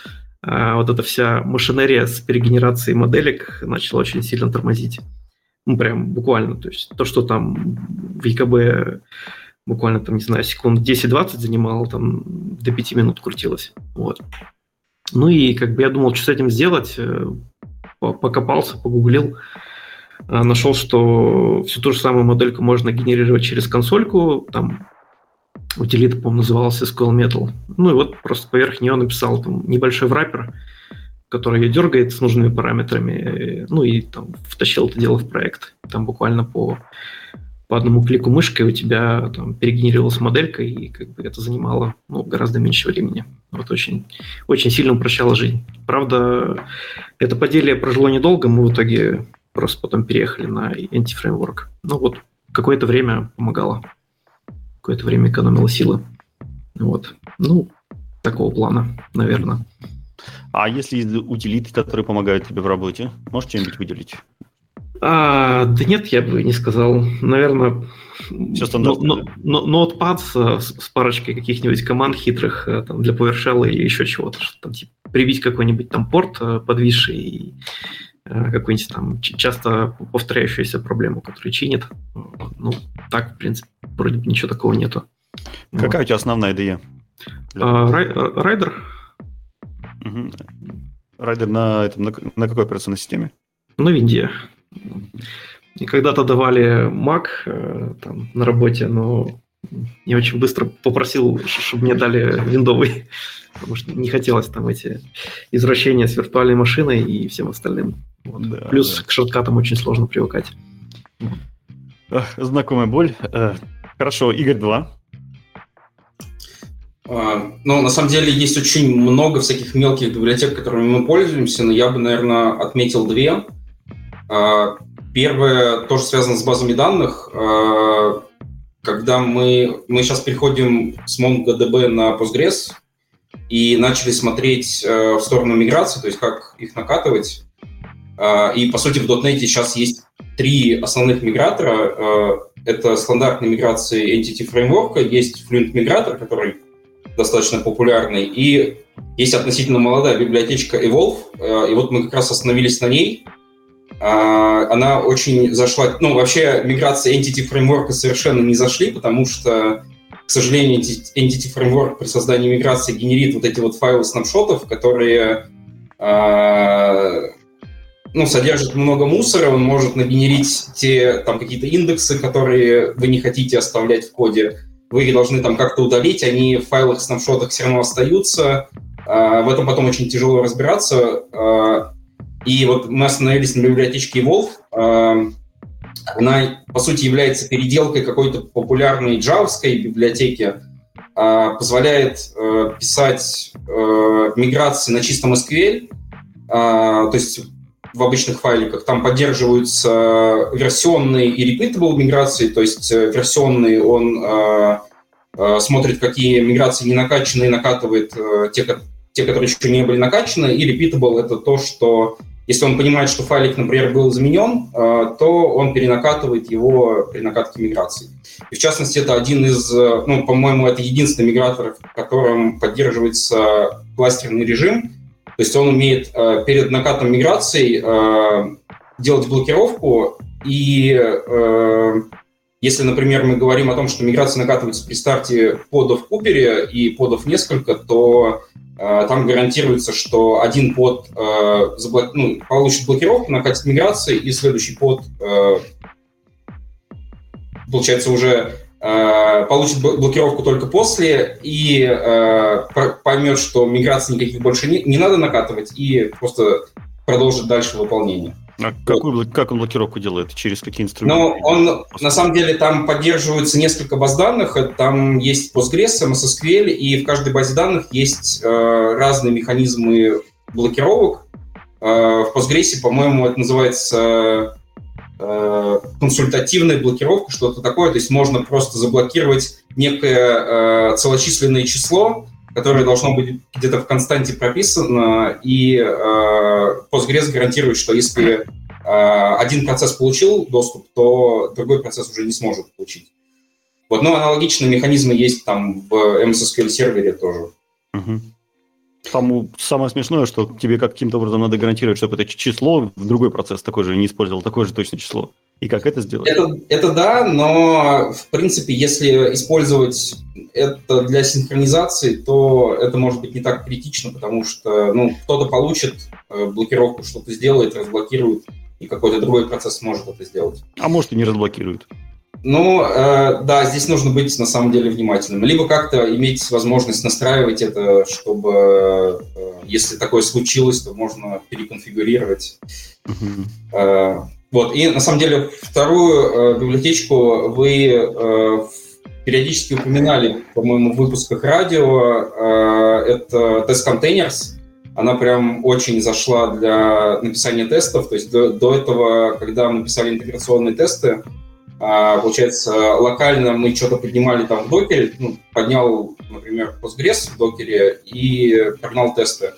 вот эта вся машинерия с перегенерацией моделек начала очень сильно тормозить. Ну, прям буквально. То есть то, что там в и ка бэ буквально, там, не знаю, секунд десять-двадцать занимало, там до пяти минут крутилось. Вот. Ну и как бы я думал, что с этим сделать. Покопался, погуглил. Нашел, что всю ту же самую модельку можно генерировать через консольку. Там утилита, по-моему, называлась эс ку эль Metal. Ну и вот просто поверх нее написал там небольшой враппер, который ее дергает с нужными параметрами, ну и там втащил это дело в проект. Там буквально по, по одному клику мышкой у тебя там перегенерировалась моделька, и как бы это занимало ну, гораздо меньше времени. Вот очень, очень сильно упрощало жизнь. Правда, это поделие прожило недолго, мы в итоге просто потом переехали на Entity-фреймворк. Ну вот, какое-то время помогало. Какое-то время экономило силы. Вот. Ну, такого плана, наверное. А если утилиты, которые помогают тебе в работе, можешь что-нибудь выделить? А, да нет, я бы не сказал. Наверное, все стандартно. Но, но, Notepad с, с парочкой каких-нибудь команд хитрых там, для PowerShell или еще чего-то, что там типа привить какой-нибудь там порт подвисший и какую-нибудь там часто повторяющуюся проблему, которую чинит. Ну, так, в принципе, вроде бы ничего такого нету. Какая вот. У тебя основная ди и? Райдер. Угу. Райдер на, этом, на, на какой операционной системе? На винде. И когда-то давали Mac э, там, на работе, но я очень быстро попросил, чтобы мне дали виндовый, потому что не хотелось там эти извращения с виртуальной машиной и всем остальным. Вот. Да, Плюс да. к шорткатам очень сложно привыкать. Знакомая боль. Хорошо, Игорь два. Ну, на самом деле, есть очень много всяких мелких библиотек, которыми мы пользуемся, но я бы, наверное, отметил две. Первое тоже связано с базами данных. Когда мы, мы сейчас переходим с MongoDB на Postgres и начали смотреть в сторону миграции, то есть как их накатывать. И, по сути, в .дот нет сейчас есть три основных мигратора. Это стандартные миграции Entity Framework, есть Fluent мигратор, который достаточно популярный, и есть относительно молодая библиотечка Evolve, и вот мы как раз остановились на ней. Она очень зашла... Ну, вообще, миграции Entity Framework совершенно не зашли, потому что, к сожалению, Entity Framework при создании миграции генерит вот эти вот файлы снапшотов, которые ну, содержат много мусора, он может нагенерить те там какие-то индексы, которые вы не хотите оставлять в коде. Вы их должны там как-то удалить, они в файлах, снапшотах все равно остаются. В этом потом очень тяжело разбираться. И вот мы остановились на библиотечке Evolve. Она, по сути, является переделкой какой-то популярной джавовской библиотеки, позволяет писать миграции на чистом эс кью эль, то есть в обычных файликах. Там поддерживаются версионные и repeatable миграции, то есть версионные он смотрит, какие миграции не накачаны, и накатывает те, те, которые еще не были накачаны, и repeatable — это то, что если он понимает, что файлик, например, был заменен, то он перенакатывает его при накатке миграции. И в частности, это один из, ну, по-моему, это единственный мигратор, в котором поддерживается кластерный режим. То есть он умеет перед накатом миграции делать блокировку, и если, например, мы говорим о том, что миграция накатывается при старте подов в Купере и подов несколько, то там гарантируется, что один под э, заблок... ну, получит блокировку, накатит миграции, и следующий под, э, получается, уже э, получит блокировку только после и э, поймет, что миграции никаких больше не, не надо накатывать, и просто продолжит дальше выполнение. А какую, как он блокировку делает? Через какие инструменты? Ну, он, на самом деле, там поддерживаются несколько баз данных. Там есть Postgres, эм эс эс кью эль, и в каждой базе данных есть э, разные механизмы блокировок. Э, в Postgres, по-моему, это называется э, консультативная блокировка, что-то такое. То есть можно просто заблокировать некое э, целочисленное число, которое должно быть где-то в константе прописано, и э, Postgres гарантирует, что если э, один процесс получил доступ, то другой процесс уже не сможет получить. Вот, но аналогичные механизмы есть там в эм эс эс кью эль сервере тоже. Угу. Там самое смешное, что тебе каким-то образом надо гарантировать, чтобы это число в другой процесс такой же не использовал, такое же точное число. И как это сделать? Это, это да, но в принципе, если использовать это для синхронизации, то это может быть не так критично, потому что ну, кто-то получит блокировку, что-то сделает, разблокирует, и какой-то другой процесс может это сделать. А может и не разблокирует. Ну, э, да, здесь нужно быть на самом деле внимательным. Либо как-то иметь возможность настраивать это, чтобы, э, если такое случилось, то можно переконфигурировать. Uh-huh. Э, вот, и на самом деле вторую э, библиотечку вы э, периодически упоминали, по-моему, в выпусках радио. Э, это Test Containers. Она прям очень зашла для написания тестов. То есть до, до этого, когда мы писали интеграционные тесты, получается, локально мы что-то поднимали там в докере, ну, поднял, например, Postgres в докере и прогнал тесты.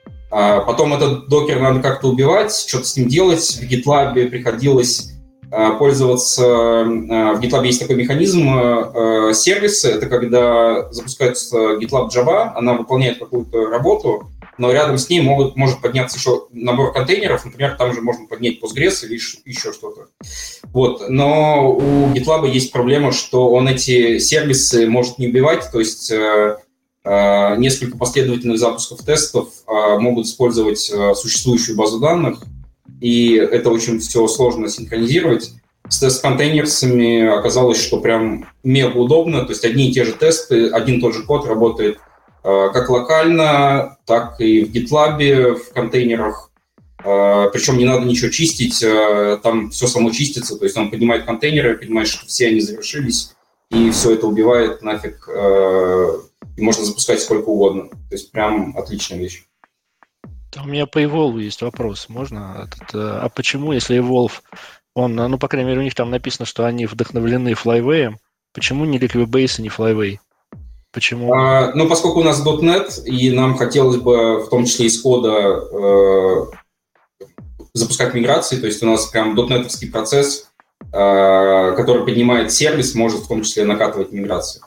А потом этот докер надо как-то убивать, что-то с ним делать. В GitLab приходилось пользоваться... В GitLab есть такой механизм сервисы. Это когда запускается GitLab Java, она выполняет какую-то работу, но рядом с ней могут, может подняться еще набор контейнеров, например, там же можно поднять Postgres или еще что-то. Вот. Но у GitLab есть проблема, что он эти сервисы может не убивать, то есть э, э, несколько последовательных запусков тестов могут использовать существующую базу данных, и это очень все сложно синхронизировать. С тест-контейнерсами оказалось, что прям мега удобно, то есть одни и те же тесты, один и тот же код работает как локально, так и в GitLab, в контейнерах. Причем не надо ничего чистить, там все само чистится, то есть он поднимает контейнеры, понимает, что все они завершились, и все это убивает нафиг, и можно запускать сколько угодно. То есть прям отличная вещь. У меня по Evolve есть вопрос. Можно? А почему, если Evolve, он, ну, по крайней мере, у них там написано, что они вдохновлены Flyway, почему не Liquibase и не Flyway? Почему? А, ну, поскольку у нас .дот нет, и нам хотелось бы, в том числе из кода, э, запускать миграции, то есть у нас прям .дот нет-овский процесс, э, который поднимает сервис, может в том числе накатывать миграции.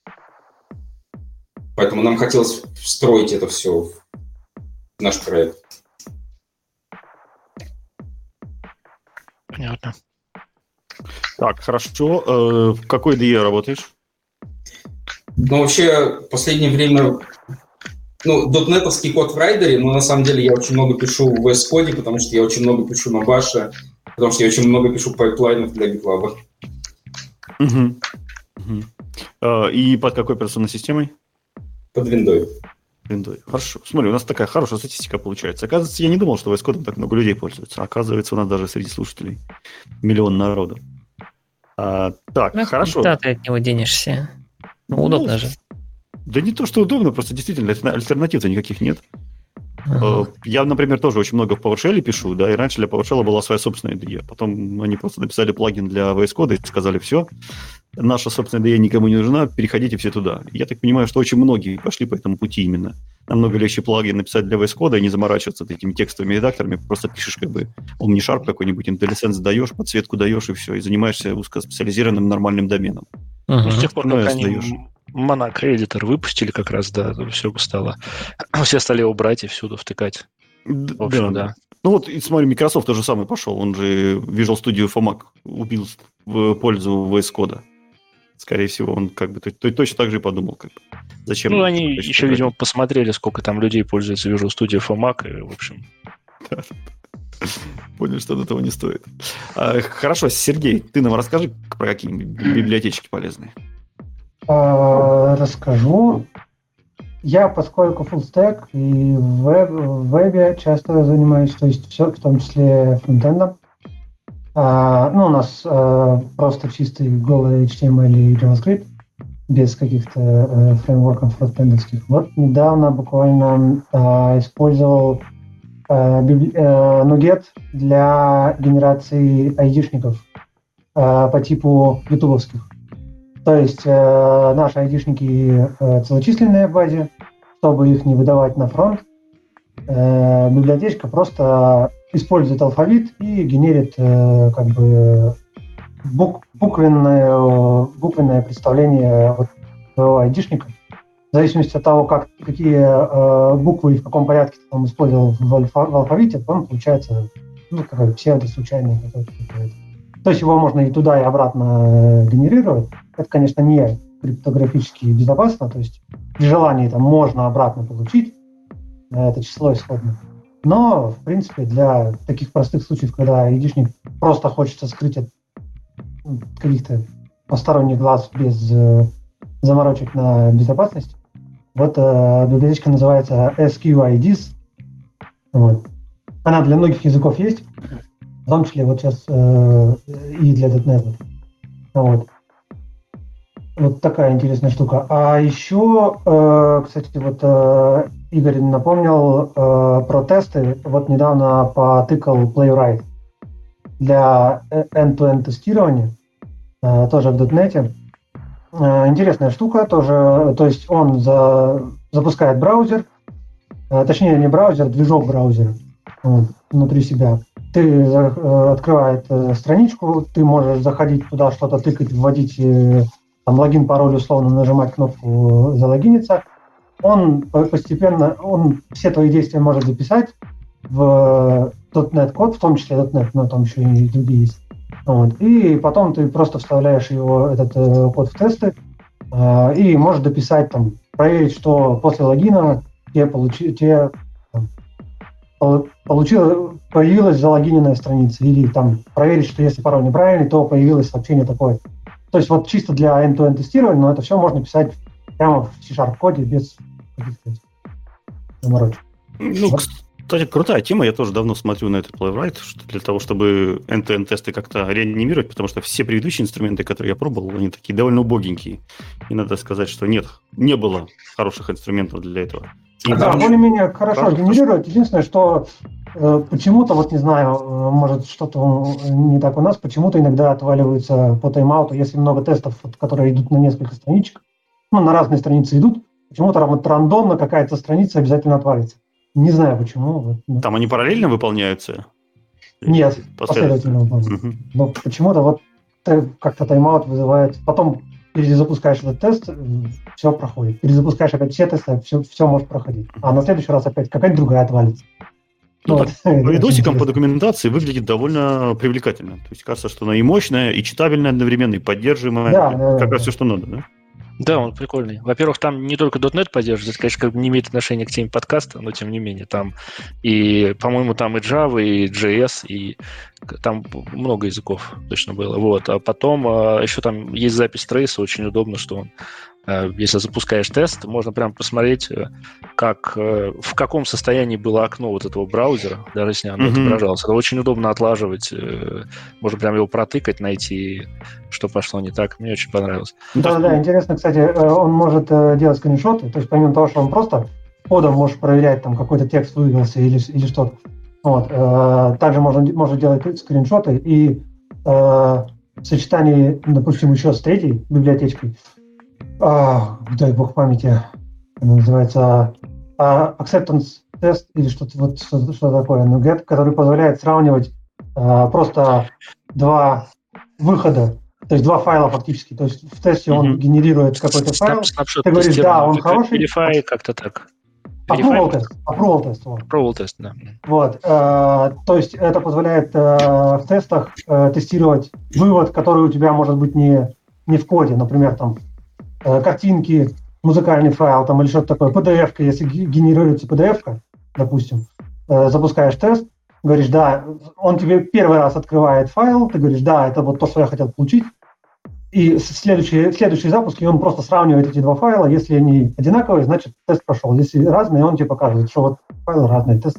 Поэтому нам хотелось встроить это все в наш проект. Понятно. Так, хорошо. Э, в какой ай ди и работаешь? Ну, вообще, в последнее время, ну, .NET-овский код в райдере, но на самом деле я очень много пишу в ви эс Code, потому что я очень много пишу на Bash, потому что я очень много пишу пайплайнов для GitLab. Угу. Угу. Э, и под какой операционной системой? Под Windows. Windows. Хорошо. Смотри, у нас такая хорошая статистика получается. Оказывается, я не думал, что ви эс Code так много людей пользуются. Оказывается, у нас даже среди слушателей миллион народу. А, так, ну, хорошо. Да, ты от него денешься. Ну, удобно ну, же. Да не то, что удобно, просто действительно альтернатив-то никаких нет. Ага. Я, например, тоже очень много в PowerShell пишу, да, и раньше для PowerShell была своя собственная ай ди и. Потом они просто написали плагин для ви эс Code и сказали, все, наша собственная ай ди и никому не нужна, переходите все туда. Я так понимаю, что очень многие пошли по этому пути именно. Намного легче плагин написать для ви эс Code и не заморачиваться этими текстовыми редакторами, просто пишешь как бы OmniSharp какой-нибудь, IntelliSense даешь, подсветку даешь и все, и занимаешься узкоспециализированным нормальным доменом. Ага. С тех пор, как они Monaco Editor выпустили как раз, да, все стало. Все стали его брать и всюду втыкать. В общем, да. да. Ну вот, и смотри, Microsoft тоже самый пошел. Он же Visual Studio for Mac убил в пользу ви эс Code. Скорее всего, он как бы то, то, точно так же и подумал. Как бы. Зачем? Ну, они еще, брать? Видимо, посмотрели, сколько там людей пользуется Visual Studio for Mac, и, в общем... Понял, что от этого не стоит. А, хорошо, Сергей, ты нам расскажи про какие-нибудь библиотечки полезные. А, расскажу. Я, поскольку full stack и в, веб, в вебе часто занимаюсь, то есть все, в том числе фронтендом. А, ну, у нас а, просто чистый голый эйч ти эм эль и JavaScript, без каких-то а, фреймворков фронтендовских. Вот недавно буквально а, использовал а, библи, а, Nuget для генерации айдишников а, по типу ютубовских. То есть э, наши айдишники э, целочисленные в базе, чтобы их не выдавать на фронт. Э, библиотечка просто использует алфавит и генерит э, как бы бук, буквенное, буквенное представление вот своего айдишника. В зависимости от того, как, какие э, буквы и в каком порядке ты там использовал в, альфа, в алфавите, он получается ну, какой-то псевдослучайный какой-то. То есть его можно и туда, и обратно генерировать. Это, конечно, не криптографически безопасно, то есть при желании там можно обратно получить это число исходное. Но, в принципе, для таких простых случаев, когда айдишник просто хочется скрыть от каких-то посторонних глаз без э, заморочек на безопасность, вот э, библиотечка называется эс кью ай ди эс. Вот. Она для многих языков есть, в том числе вот сейчас э, и для .дот нет. Вот. Вот такая интересная штука. А еще, э, кстати, вот э, Игорь напомнил э, про тесты. Вот недавно потыкал Playwright для end-to-end тестирования, э, тоже в .дот нет. Э, интересная штука тоже. То есть он за, запускает браузер, э, точнее не браузер, движок браузера вот, внутри себя. Ты э, открывает э, страничку, ты можешь заходить туда, что-то тыкать, вводить э, там, логин, пароль, условно, нажимать кнопку «Залогиниться». Он постепенно, он все твои действия может записать в .дот нет код, в том числе .дот нет, но там еще и другие есть. Вот. И потом ты просто вставляешь его, этот э, код в тесты, И можешь дописать, там, проверить, что после логина тебе, получи, тебе там, получилось, появилась залогиненная страница. Или там проверить, что если пароль неправильный, то появилось сообщение такое. То есть вот чисто для end-to-end тестирования, но это все можно писать прямо в C-Sharp коде без каких-то заморочек. Ну, кстати, крутая тема. Я тоже давно смотрю на этот Playwright для того, чтобы end-to-end тесты как-то реанимировать, потому что все предыдущие инструменты, которые я пробовал, они такие довольно убогенькие. И надо сказать, что нет, не было хороших инструментов для этого. И да, там, более-менее хорошо правда, генерирует. Единственное, что э, почему-то, вот не знаю, э, может что-то не так у нас, почему-то иногда отваливаются по тайм-ауту, если много тестов, вот, которые идут на несколько страничек, ну, на разные страницы идут, почему-то вот рандомно какая-то страница обязательно отвалится. Не знаю почему. Вот, ну. Там они параллельно выполняются? Нет, последовательно выполняются. Угу. Но почему-то вот как-то тайм-аут вызывает. Потом перезапускаешь этот тест, все проходит. Перезапускаешь опять все тесты, все, все может проходить. А на следующий раз опять какая-нибудь другая отвалится. Ну, вот, по видосикам, по документации выглядит довольно привлекательно. То есть кажется, что она и мощная, и читабельная одновременно, и поддерживаемая. Да, да, как да, раз да. все, что надо, да? Да, он прикольный. Во-первых, там не только .дот нет поддерживается, это, конечно, как бы не имеет отношения к теме подкаста, но тем не менее, там и, по-моему, там и Java, и джей эс, и там много языков точно было. Вот. А потом еще там есть запись трейса, очень удобно, что он, если запускаешь тест, можно прям посмотреть, как, в каком состоянии было окно вот этого браузера, даже если оно mm-hmm. отображалось. Это очень удобно отлаживать, можно прям его протыкать, найти, что пошло не так. Мне очень понравилось. Да-да, интересно, кстати, он может делать скриншоты, то есть помимо того, что он просто кодом может проверять, там какой-то текст вывелся или, или что-то. Вот. Также можно, можно делать скриншоты и в сочетании, допустим, еще с третьей библиотечкой, А, дай бог памяти, называется а, acceptance тест или что-то вот что, что такое, NuGet, который позволяет сравнивать а, просто два выхода, то есть два файла фактически. То есть в тесте он mm-hmm. генерирует какой-то файл, Snapshot ты говоришь, да, он хороший. Verify как-то так. Approval тест. Approval тест. Вот. Approval тест, да. Вот, а, то есть это позволяет а, в тестах а, тестировать вывод, который у тебя может быть не, не в коде, например, там картинки, музыкальный файл там, или что-то такое, пи ди эф-ка, если генерируется пи ди эф-ка, допустим, э, запускаешь тест, говоришь, да, он тебе первый раз открывает файл, ты говоришь, да, это вот то, что я хотел получить, и следующий, следующий запуск, и он просто сравнивает эти два файла, если они одинаковые, значит, тест прошел, если разные, он тебе показывает, что вот файлы разные, тест.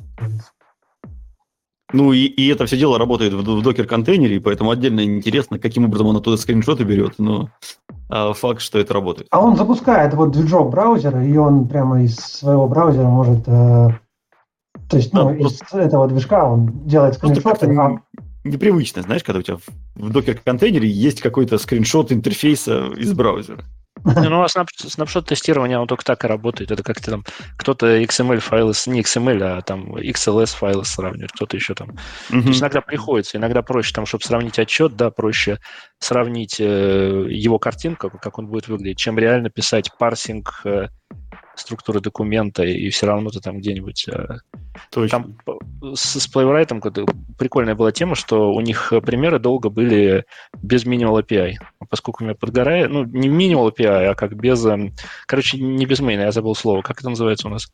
Ну и, и это все дело работает в, в докер-контейнере, поэтому отдельно интересно, каким образом он оттуда скриншоты берет, но а, факт, что это работает. А он запускает вот движок браузера, и он прямо из своего браузера может, э, то есть, ну, да, из просто... этого движка он делает скриншоты. А... Непривычно, знаешь, когда у тебя в, в докер-контейнере есть какой-то скриншот интерфейса из браузера. Ну, а снапшот-тестирование, он только так и работает. Это как-то там кто-то икс эм эль-файлы, не икс эм эль, а там икс эл эс-файлы сравнивает, кто-то еще там. Mm-hmm. То есть иногда приходится, иногда проще, там, чтобы сравнить отчет, да, проще сравнить э, его картинку, как он будет выглядеть, чем реально писать парсинг э, структуры документа, и все равно ты там где-нибудь... Э, там с, с Playwright прикольная была тема, что у них примеры долго были без Minimal эй пи ай. Поскольку у меня подгорает... Ну, не Minimal эй пи ай, а как без... Короче, не без мейна, я забыл слово. Как это называется у нас?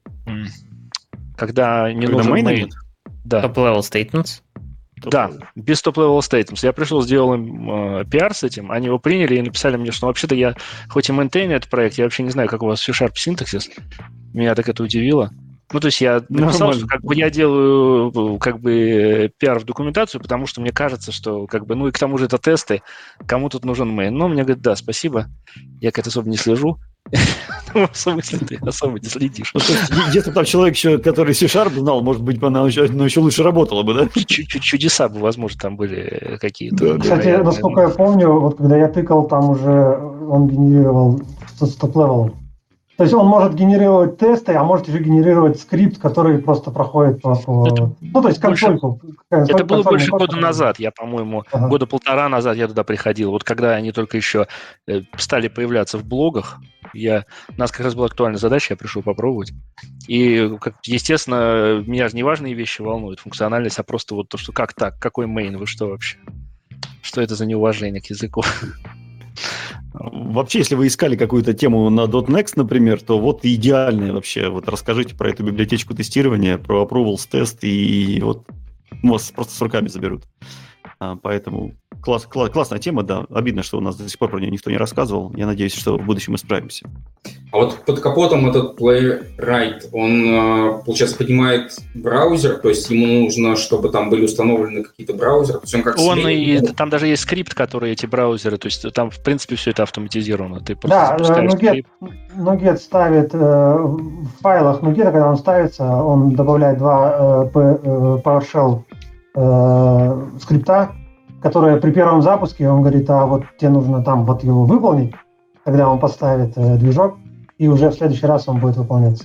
Когда не Когда нужен main. Да. Top-level statements. Да, без top-level statements. Я пришел, сделал им э, пиар с этим, они его приняли и написали мне, что вообще-то я, хоть и мейнтейню этот проект, я вообще не знаю, как у вас C-Sharp синтаксис. Меня так это удивило. Ну, то есть я написал, Нормально. Что как бы я делаю как бы пиар в документацию, потому что мне кажется, что как бы, ну и к тому же это тесты, кому тут нужен main. Но мне говорят, да, спасибо, я как-то особо не слежу. Ну, в смысле, ты особо не следишь. Если бы там человек, еще, который C-Sharp знал, может быть, она еще, она еще лучше работала бы, да? Чуть-чуть чудеса бы, возможно, там были какие-то. Да, кстати, насколько я помню, вот когда я тыкал, там уже он генерировал с топ-левелом. То есть он может генерировать тесты, а может еще генерировать скрипт, который просто проходит по... по... Это ну, то есть консольку. Больше... Это было больше года назад, я, по-моему, ага. года полтора назад я туда приходил. Вот когда они только еще стали появляться в блогах, я... у нас как раз была актуальная задача, я пришел попробовать. И, естественно, меня же не важные вещи волнуют, функциональность, а просто вот то, что как так, какой мейн, вы что вообще? Что это за неуважение к языку? Вообще, если вы искали какую-то тему на .next, например, то вот идеальная вообще. Вот расскажите про эту библиотечку тестирования, про approvals тест, и вот вас просто с руками заберут. А, поэтому класс, класс, классная тема, да. Обидно, что у нас до сих пор про нее никто не рассказывал. Я надеюсь, что в будущем мы справимся. А вот под капотом этот Playwright, он, получается, поднимает браузер, то есть ему нужно, чтобы там были установлены какие-то браузеры. То есть он как Он себе... и там даже есть скрипт, который эти браузеры, то есть там, в принципе, все это автоматизировано. Ты просто Да, запускаешь Nuget, скрипт. Nuget ставит э, в файлах Nuget, когда он ставится, он добавляет два э, PowerShell э, скрипта, которые при первом запуске он говорит, а вот тебе нужно там вот его выполнить, когда он поставит э, движок, и уже в следующий раз он будет выполняться.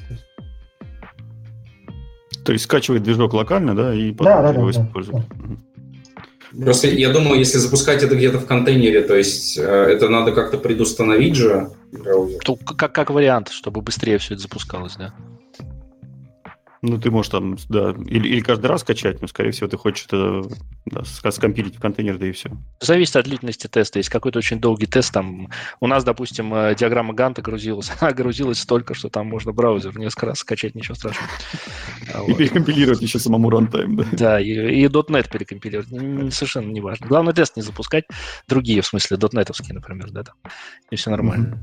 То есть скачивает движок локально, да, и потом Да, да, его да, использует. да. Просто я думаю, если запускать это где-то в контейнере, то есть э, это надо как-то предустановить же браузер. То как, как вариант, чтобы быстрее все это запускалось, да. Ну, ты можешь там, да, или, или каждый раз скачать, но, скорее всего, ты хочешь это да, скомпилить в контейнер, да и все. Зависит от длительности теста. Есть какой-то очень долгий тест, там у нас, допустим, диаграмма Ганта грузилась, она грузилась столько, что там можно браузер несколько раз скачать, ничего страшного. И перекомпилировать еще самому рантайм, да. Да, и, и .NET перекомпилировать, совершенно не важно. Главное, тест не запускать, другие, в смысле, .NET-овские, например, да, там, и все нормально.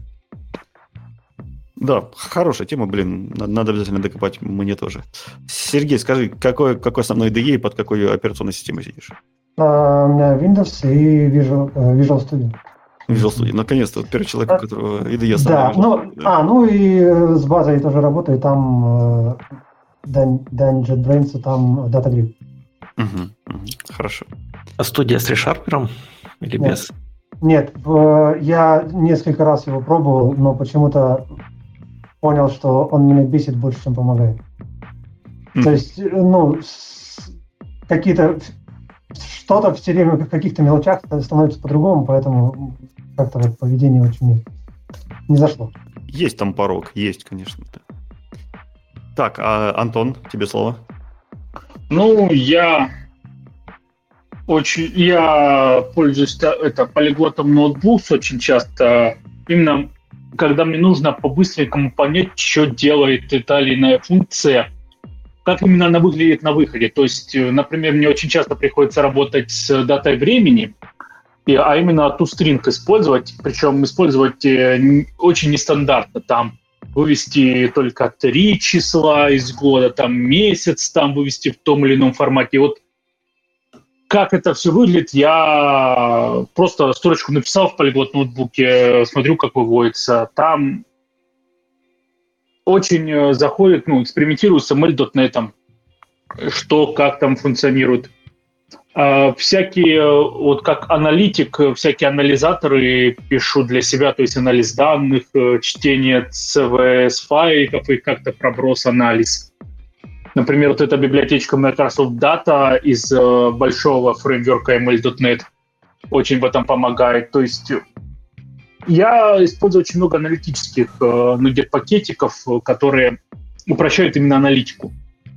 Да, хорошая тема, блин, надо, надо обязательно докопать мне тоже. Сергей, скажи, какой, какой основной ди эй, под какой операционной системой сидишь? А, у меня Windows и Visual, Visual Studio. Visual Studio, наконец-то, вот первый человек, у которого и ди эй Да, ну, да. А, ну и с базой я тоже работаю, там Dyn JetBrains, там DataGrid. Угу, угу, хорошо. А студия с ReSharper или Нет. без? Нет, я несколько раз его пробовал, но почему-то понял, что он меня бесит больше, чем помогает. Mm. То есть, ну, какие-то что-то все время в каких-то мелочах становится по-другому, поэтому как-то вот поведение очень не зашло. Есть там порог, есть, конечно. Да. Так, а, Антон, тебе слово. Ну, я очень, я пользуюсь это полиглотом Notebooks очень часто, именно когда мне нужно по-быстренькому понять, что делает та или иная функция, как именно она выглядит на выходе. То есть, например, мне очень часто приходится работать с датой времени, и, а именно toString использовать, причем использовать очень нестандартно, там вывести только три числа из года, там месяц там вывести в том или ином формате. И вот как это все выглядит, я просто строчку написал в Polyglot ноутбуке, смотрю, как выводится. Там очень заходит, ну, экспериментирую с эм эль.нет, что, как там функционирует. А, всякие, вот как аналитик, всякие анализаторы пишу для себя, то есть анализ данных, чтение си ви эс-файлов и как-то проброс-анализ. Например, вот эта библиотечка Microsoft Data из э, большого фреймворка эм эль.нет очень в этом помогает. То есть я использую очень много аналитических э, Nuget-пакетиков, которые упрощают именно аналитику.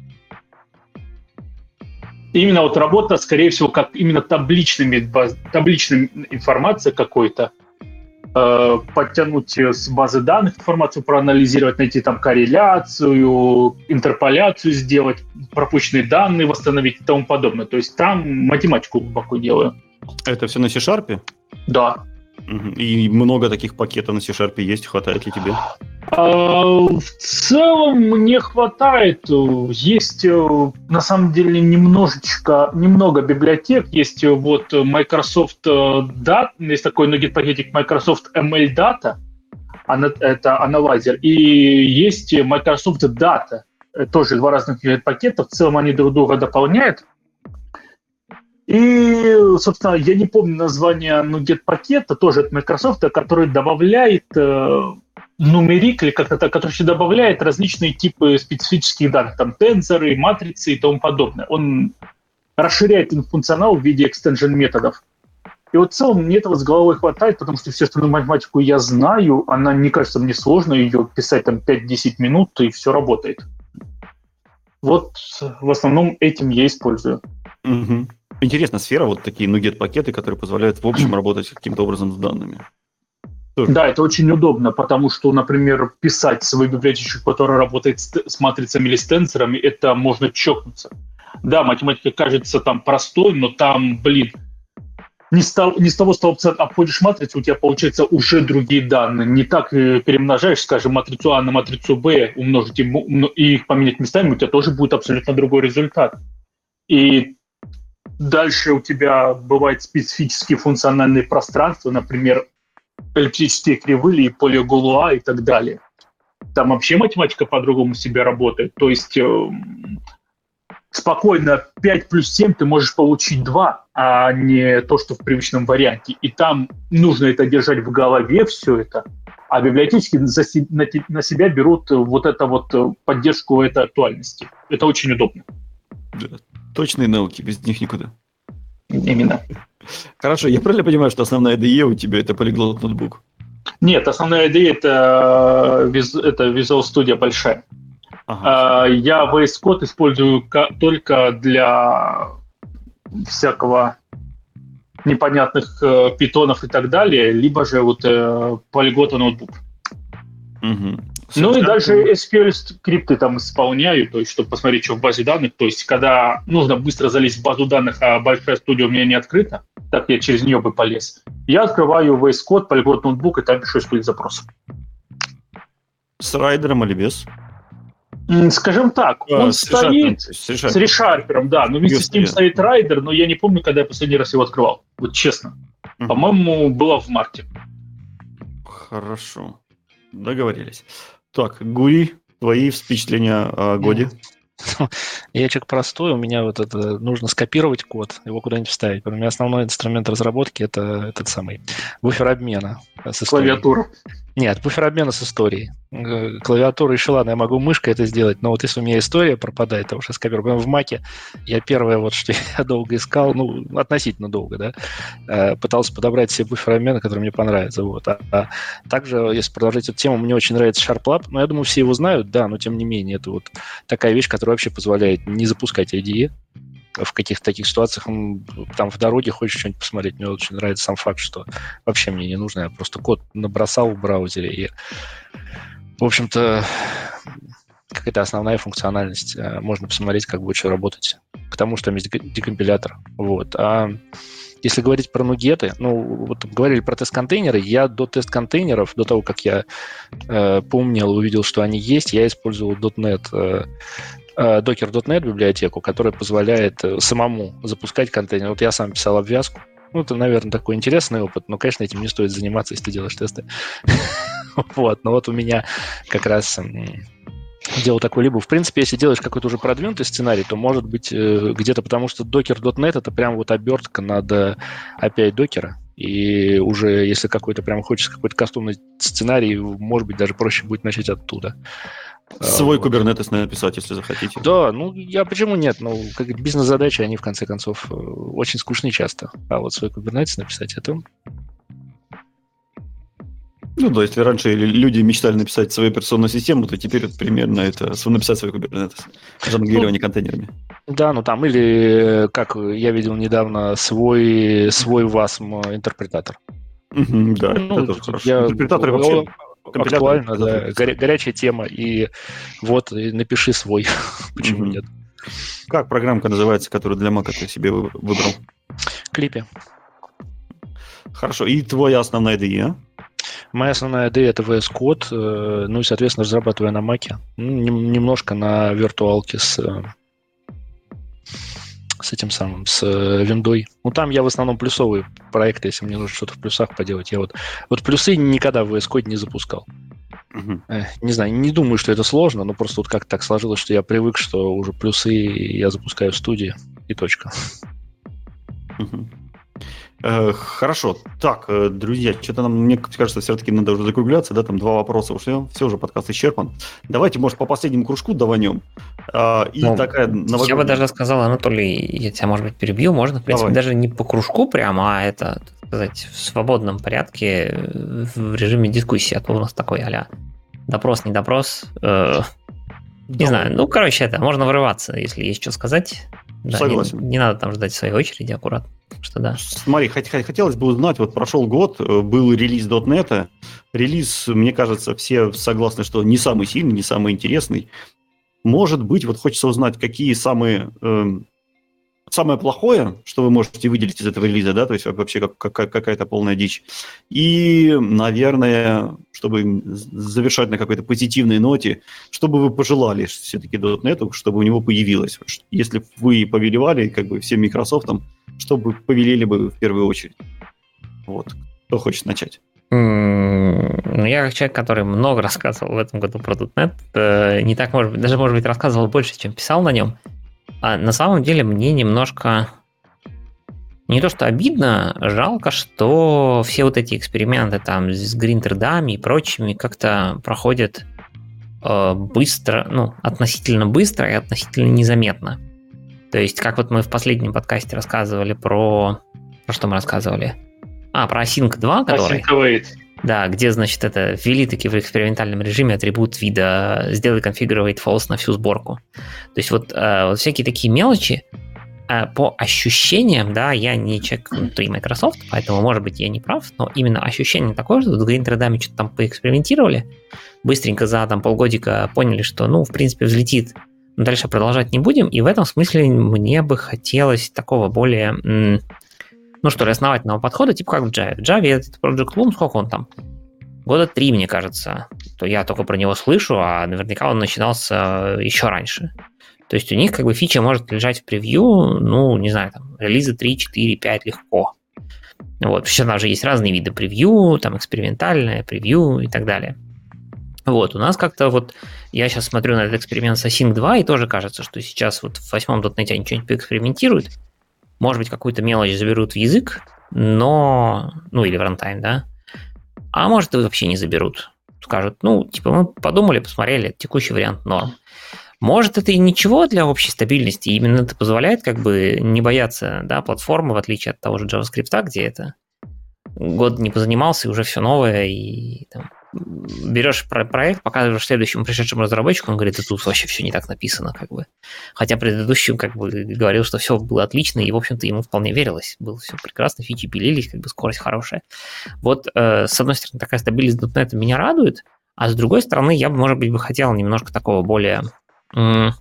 И именно вот работа, скорее всего, как именно табличными, баз, табличной информацией какой-то, э, подтянуть с базы данных информацию, проанализировать, найти там корреляцию, интерполяцию сделать, пропущенные данные восстановить и тому подобное. То есть там математику глубоко делаю. Это все на C-Sharp? Да. И много таких пакетов на C-Sharp есть, хватает ли тебе? В целом мне хватает. Есть на самом деле немножечко, немного библиотек. Есть вот Microsoft Data, есть такой Nuget-пакетик Microsoft эм эль Data, это аналайзер, и есть Microsoft Data, тоже два разных пакета. В целом они друг друга дополняют. И, собственно, я не помню название Nuget-пакета, тоже от Microsoft, который добавляет э, нумерик, или как-то так, который добавляет различные типы специфических данных, там тензоры, матрицы и тому подобное. Он расширяет функционал в виде экстеншн методов. И вот в целом мне этого с головой хватает, потому что всю остальную математику я знаю, она не кажется мне сложно, ее писать там пять-десять минут, и все работает. Вот в основном этим я использую. Угу. Интересная сфера, вот такие Nuget-пакеты, которые позволяют в общем работать каким-то образом с данными. Да, это очень удобно, потому что, например, писать свою библиотечку, которая работает с матрицами или с тенсорами, это можно чокнуться. Да, математика кажется там простой, но там, блин, не с, того, не с того столбца обходишь матрицу, у тебя получается уже другие данные. Не так перемножаешь, скажем, матрицу А на матрицу Б, умножить и их поменять местами, у тебя тоже будет абсолютно другой результат. И дальше у тебя бывают специфические функциональные пространства, например, эллиптические кривые, поле Галуа и так далее. Там вообще математика по-другому себя работает. То есть э, спокойно пять плюс семь ты можешь получить два, а не то, что в привычном варианте. И там нужно это держать в голове, все это. А библиотечки за, на, на себя берут вот это вот поддержку этой актуальности. Это очень удобно. Да. Точные науки, без них никуда. Именно. Хорошо, я правильно понимаю, что основная ай ди и у тебя это Polyglot ноутбук? Нет, основная ай ди и это, это Visual Studio большая. Ага. Я ви эс Code использую только для всякого непонятных питонов и так далее, либо же вот Polyglot ноутбук. Угу. Ну и дальше эс кью эль-скрипты там исполняю, то есть, чтобы посмотреть, что в базе данных. То есть, когда нужно быстро залезть в базу данных, а большая студия у меня не открыта, так я через нее бы полез, я открываю ви эс Code, Polyglot ноутбук, и там пишу эс кью эль-запрос. С райдером или без? Скажем так, а, он с стоит с решарпером. с решарпером, да, но вместе с ним стоит райдер, но я не помню, когда я последний раз его открывал, вот честно. Uh-huh. По-моему, было в марте. Хорошо, договорились. Так, Гури, твои впечатления о Годе? Я человек простой, у меня вот это нужно скопировать код, его куда-нибудь вставить. У меня основной инструмент разработки это этот самый буфер обмена с историей. Клавиатура. Нет, буфер обмена с историей. Клавиатура еще ладно, я могу мышкой это сделать, но вот если у меня история пропадает, то уж я скопирую. В Маке я первое, вот что я долго искал, ну, относительно долго, да, пытался подобрать себе буфер обмена, который мне понравится. Вот. А, а также, если продолжать эту тему, мне очень нравится SharpLab, но я думаю, все его знают, да, но тем не менее, это вот такая вещь, которая вообще позволяет не запускать ай ди и в каких-то таких ситуациях, там в дороге хочешь что-нибудь посмотреть, мне очень нравится сам факт, что вообще мне не нужно, я просто код набросал в браузере, и, в общем-то, какая-то основная функциональность, можно посмотреть, как будет что работать, потому что там есть декомпилятор, вот, а если говорить про нугеты, ну, вот говорили про тест-контейнеры, я до тест-контейнеров, до того, как я э, поумнел и увидел, что они есть, я использовал .дот нет, э, Docker .дот нет библиотеку, которая позволяет самому запускать контейнер. Вот я сам писал обвязку. Ну, это, наверное, такой интересный опыт, но, конечно, этим не стоит заниматься, если ты делаешь тесты. Вот, но вот у меня как раз делал такой либо. В принципе, если делаешь какой-то уже продвинутый сценарий, то может быть где-то потому, что Docker .дот нет это прям вот обертка над эй пи ай докера. И уже если какой-то прям хочется какой-то кастомный сценарий, может быть, даже проще будет начать оттуда. Свой вот. Kubernetes написать, если захотите. Да, ну я почему нет? Ну, как бизнес-задачи, они в конце концов очень скучны часто. А вот свой Kubernetes написать, это... Ну да, если раньше люди мечтали написать свою операционную систему, то теперь это примерно это написать свой Kubernetes. Жонглирование ну, контейнерами. Да, ну там или, как я видел недавно, свой, свой васм интерпретатор. Mm-hmm, да, ну, это тоже хорошо. Я... Интерпретаторы вообще... Актуально, да, горя- горячая тема, и вот, и напиши свой, почему mm-hmm. нет. Как программка называется, которую для Mac ты себе выбрал? Клипе. Хорошо, и твоя основная ай ди и, а? Моя основная ай ди и это ви эс Code, ну и, соответственно, разрабатываю на Mac, ну, немножко на виртуалке с... с этим самым, с виндой. Ну, там я в основном плюсовые проекты, если мне нужно что-то в плюсах поделать. Я вот, вот плюсы никогда в ви эс Code не запускал. Uh-huh. Э, не знаю, не думаю, что это сложно, но просто вот как-то так сложилось, что я привык, что уже плюсы я запускаю в студии, и точка. Uh-huh. Э, хорошо. Так, э, друзья, что-то нам, мне кажется, все-таки надо уже закругляться, да, там два вопроса ушли, все, уже подкаст исчерпан. Давайте, может, по последнему кружку даванем. Э, и ну, такая новогодняя... Я бы даже сказал, Анатолий, я тебя, может быть, перебью, можно, в принципе, Давай. даже не по кружку прямо, а это, так сказать, в свободном порядке, в режиме дискуссии, а то у нас такой а-ля допрос, не допрос. Э, не знаю, ну, короче, это, можно вырываться, если есть что сказать. Да, Согласен. Не, не надо там ждать своей очереди, аккуратно. Что да. Смотри, хот- хотелось бы узнать, вот прошел год, был релиз .дот нет, релиз, мне кажется, все согласны, что не самый сильный, не самый интересный. Может быть, вот хочется узнать, какие самые... Эм, самое плохое, что вы можете выделить из этого релиза, да, то есть вообще как, как, какая-то полная дичь. И, наверное, чтобы завершать на какой-то позитивной ноте, что бы вы пожелали все-таки .дот нет, чтобы у него появилось? Если бы вы повелевали как бы всем Microsoft'ом, что бы повелели бы в первую очередь? Вот. Кто хочет начать? Ну, я как человек, который много рассказывал в этом году про .дот нет, не так, может быть, даже, может быть, рассказывал больше, чем писал на нем. А на самом деле мне немножко не то что обидно, жалко, что все вот эти эксперименты там с грин-тредами и прочими как-то проходят э, быстро, ну, относительно быстро и относительно незаметно. То есть, как вот мы в последнем подкасте рассказывали про... Про что мы рассказывали? А, про Async два, который... Async await. Да, где, значит, это ввели таки в экспериментальном режиме атрибут вида «сделай configure false» на всю сборку. То есть вот, э, вот всякие такие мелочи, э, по ощущениям, да, я не человек внутри Microsoft, поэтому, может быть, я не прав, но именно ощущение такое, что с грин-тредами что-то там поэкспериментировали, быстренько за там полгодика поняли, что, ну, в принципе, взлетит, но дальше продолжать не будем, и в этом смысле мне бы хотелось такого более... М- ну что ли, основательного подхода, типа как в Java. В Java этот Project Loom, сколько он там? Года три, мне кажется. То я только про него слышу, а наверняка он начинался еще раньше. То есть у них как бы фича может лежать в превью, ну, не знаю, там, релиза три, четыре, пять легко. Вот, сейчас даже есть разные виды превью, там, экспериментальное, превью и так далее. Вот, у нас как-то вот, я сейчас смотрю на этот эксперимент с Async два, и тоже кажется, что сейчас вот в восьмом .дот нет они что-нибудь поэкспериментируют, может быть, какую-то мелочь заберут в язык, но... Ну, или в рантайм, да? А может, и вообще не заберут. Скажут, ну, типа, мы подумали, посмотрели, текущий вариант норм. Может, это и ничего для общей стабильности, именно это позволяет как бы не бояться, да, платформы, в отличие от того же JavaScript, где это год не позанимался, и уже все новое, и там, берешь проект, показываешь следующему пришедшему разработчику, он говорит, да тут вообще все не так написано, как бы. Хотя предыдущий как бы говорил, что все было отлично, и, в общем-то, ему вполне верилось. Было все прекрасно, фичи пилились, как бы скорость хорошая. Вот, э, с одной стороны, такая стабильность .дот нет меня радует, а с другой стороны, я бы, может быть, бы хотел немножко такого более, м-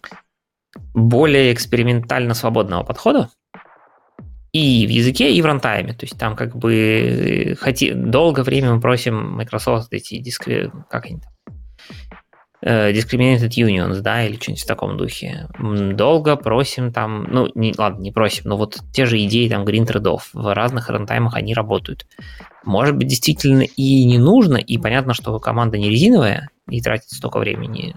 более экспериментально свободного подхода. И в языке, и в рантайме. То есть там как бы хоти... долгое время мы просим Microsoft эти дискри... как они там? Uh, discriminated unions, да, или что-нибудь в таком духе. Долго просим там, ну, не, ладно, не просим, но вот те же идеи там грин-тредов в разных рантаймах они работают. Может быть, действительно и не нужно, и понятно, что команда не резиновая и тратит столько времени.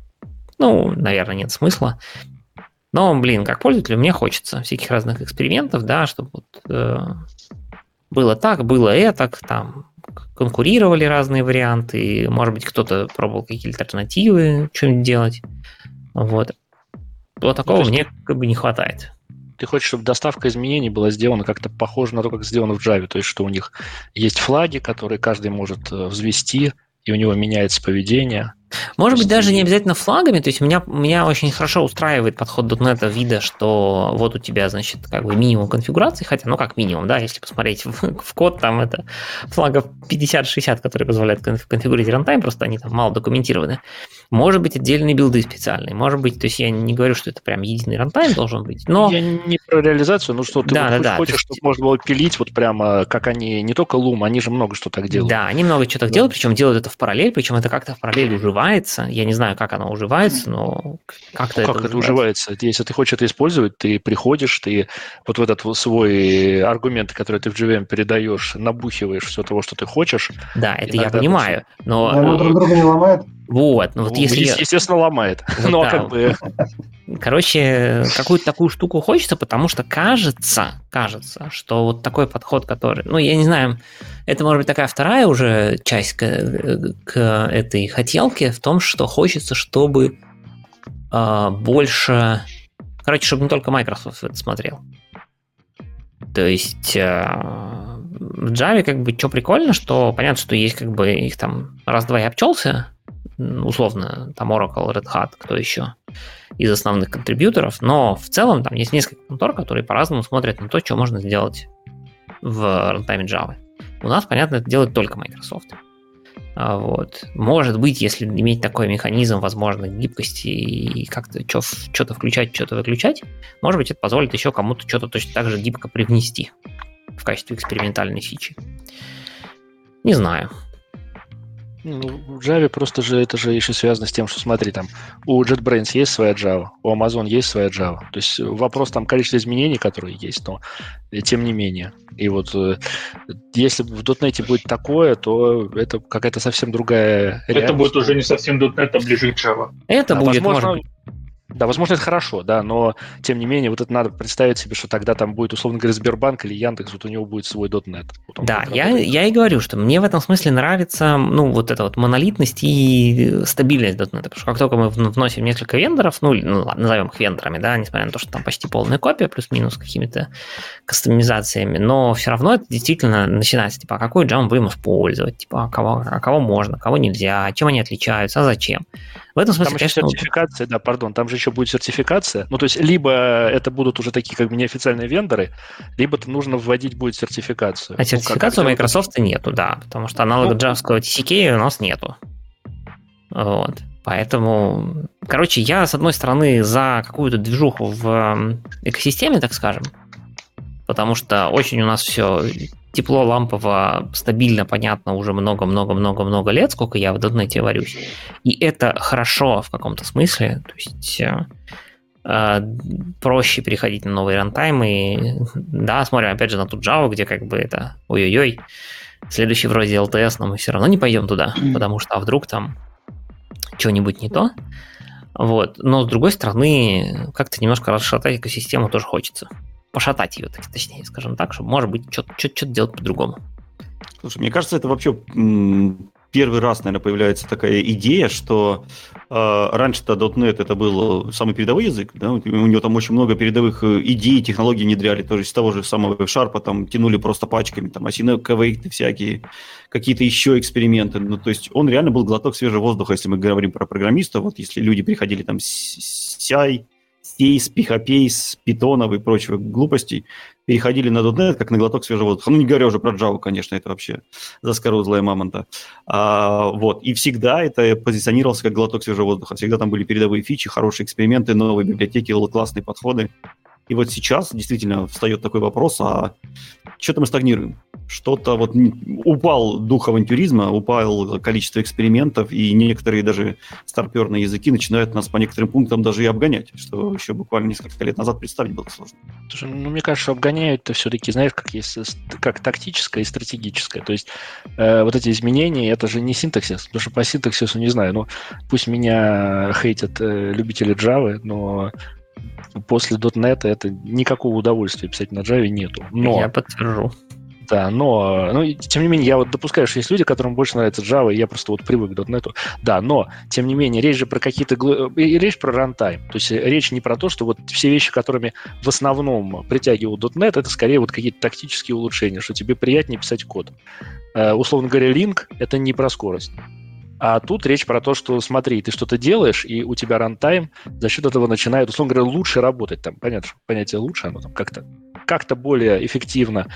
Ну, наверное, нет смысла. Но, блин, как пользователю мне хочется всяких разных экспериментов, да, чтобы вот, э, было так, было этак, там конкурировали разные варианты, может быть, кто-то пробовал какие-то альтернативы, что-нибудь делать. Вот. Вот такого ну, мне как бы не хватает. Ты хочешь, чтобы доставка изменений была сделана как-то похоже на то, как сделано в Java, то есть что у них есть флаги, которые каждый может взвести, и у него меняется поведение. Может быть, даже не обязательно флагами, то есть меня, меня очень хорошо устраивает подход .дот нет вида, что вот у тебя, значит, как бы минимум конфигурации, хотя, ну как минимум, да, если посмотреть в, в код, там это флагов пятьдесят-шестьдесят, которые позволяют конфигурировать рантайм, просто они там мало документированы. Может быть, отдельные билды специальные, может быть, то есть я не говорю, что это прям единый рантайм должен быть, но... Я не про реализацию, ну что, ты да, вот да, хочешь, да, чтобы есть... можно было пилить вот прямо, как они, не только Loom, они же много что так делают. Да, они много что так да. делают, причем делают это в параллель, причем это как-то в параллель уживается, я не знаю, как оно уживается, но как-то ну, это как это уживается? Если ты хочешь это использовать, ты приходишь, ты вот в этот свой аргумент, который ты в джей ви эм передаешь, набухиваешь все того, что ты хочешь. Да, это я понимаю, но... Оно друг друга не ломает? Вот, ну вот ну, если... Естественно, ломает. Вот но да. как бы... Короче, какую-то такую штуку хочется, потому что кажется, кажется, что вот такой подход, который... Ну, я не знаю, это может быть такая вторая уже часть к, к этой хотелке в том, что хочется, чтобы э, больше... Короче, чтобы не только Microsoft это смотрел. То есть э, в Java как бы что прикольно, что понятно, что есть как бы их там раз-два и обчелся, условно, там Oracle, Red Hat, кто еще из основных контрибьюторов, но в целом там есть несколько контор, которые по-разному смотрят на то, что можно сделать в рантайме Java. У нас, понятно, это делает только Microsoft. Вот. Может быть, если иметь такой механизм, возможно, гибкости и как-то что-то включать, что-то выключать, может быть, это позволит еще кому-то что-то точно так же гибко привнести в качестве экспериментальной фичи. Не знаю. Ну, в Java просто же это же еще связано с тем, что, смотри, там у JetBrains есть своя Java, у Amazon есть своя Java. То есть вопрос там количества изменений, которые есть, но тем не менее. И вот если в .NET будет такое, то это какая-то совсем другая реальность. Это будет уже не совсем .NET, а ближе к Java. Это да, будет, возможно, может быть. Да, возможно, это хорошо, да, но тем не менее, вот это надо представить себе, что тогда там будет, условно говоря, Сбербанк или Яндекс, вот у него будет свой .NET. Вот да, я, я и говорю, что мне в этом смысле нравится, ну, вот эта вот монолитность и стабильность .NET, потому что как только мы вносим несколько вендоров, ну, ну ладно, назовем их вендорами, да, несмотря на то, что там почти полная копия, плюс-минус с какими-то кастомизациями, но все равно это действительно начинается, типа, а какой Java мы будем использовать, типа, а кого, а кого можно, кого нельзя, чем они отличаются, а зачем. В этом смысле, там конечно, еще сертификация, да, пардон, там же еще будет сертификация. Ну, то есть, либо это будут уже такие как бы неофициальные вендоры, либо нужно вводить будет сертификацию. А сертификации ну, у Microsoft это... нету, да, потому что аналога ну, джавского ти си кей у нас нету. Вот. Поэтому, короче, я, с одной стороны, за какую-то движуху в экосистеме, так скажем, потому что очень у нас все тепло, лампово, стабильно, понятно уже много-много-много-много лет, сколько я в .NET варюсь. И это хорошо в каком-то смысле. То есть э, проще переходить на новые рантаймы. Да, смотрим опять же на ту Java, где как бы это ой-ой-ой, следующий вроде эл ти эс, но мы все равно не пойдем туда, потому что а вдруг там что-нибудь не то. Вот. Но с другой стороны, как-то немножко расшатать экосистему тоже хочется. Пошатать ее, точнее, скажем так, чтобы, может быть, что-то делать по-другому. Слушай, мне кажется, это вообще м, первый раз, наверное, появляется такая идея, что э, раньше-то .NET это был самый передовой язык, да? У него там очень много передовых идей, технологий внедряли, тоже с того же самого F-Sharp, там тянули просто пачками, там осиновые всякие, какие-то еще эксперименты. Ну, то есть он реально был глоток свежего воздуха, если мы говорим про программистов, вот если люди приходили там с си ай, Сейс, пи эйч пи, питонов и прочих глупостей, переходили на .NET как на глоток свежего воздуха. Ну, не говоря уже про Java, конечно, это вообще заскорузлая мамонта. А, вот. И всегда это позиционировалось как глоток свежего воздуха. Всегда там были передовые фичи, хорошие эксперименты, новые библиотеки, классные подходы. И вот сейчас действительно встает такой вопрос, а что-то мы стагнируем. Что-то вот упал дух авантюризма, упало количество экспериментов, и некоторые даже старперные языки начинают нас по некоторым пунктам даже и обгонять, что еще буквально несколько лет назад представить было сложно. Слушай, ну, мне кажется, что обгоняют-то все-таки, знаешь, как есть как тактическое и стратегическое. То есть э, вот эти изменения, это же не синтаксис, потому что по синтаксису не знаю, ну, пусть меня хейтят э, любители Java, но после .NET это никакого удовольствия писать на Java нету. Но, я подтвержу. Да, но, ну, тем не менее, я вот допускаю, что есть люди, которым больше нравится Java, и я просто вот привык к .NET. Да, но, тем не менее, речь же про какие-то... Речь про рантайм. То есть речь не про то, что вот все вещи, которыми в основном притягивал .NET, это скорее вот какие-то тактические улучшения, что тебе приятнее писать код. Uh, условно говоря, Link — это не про скорость. А тут речь про то, что, смотри, ты что-то делаешь, и у тебя рантайм за счет этого начинает, условно говоря, лучше работать. Там, понятно, понятие лучше, оно там как-то, как-то более эффективно.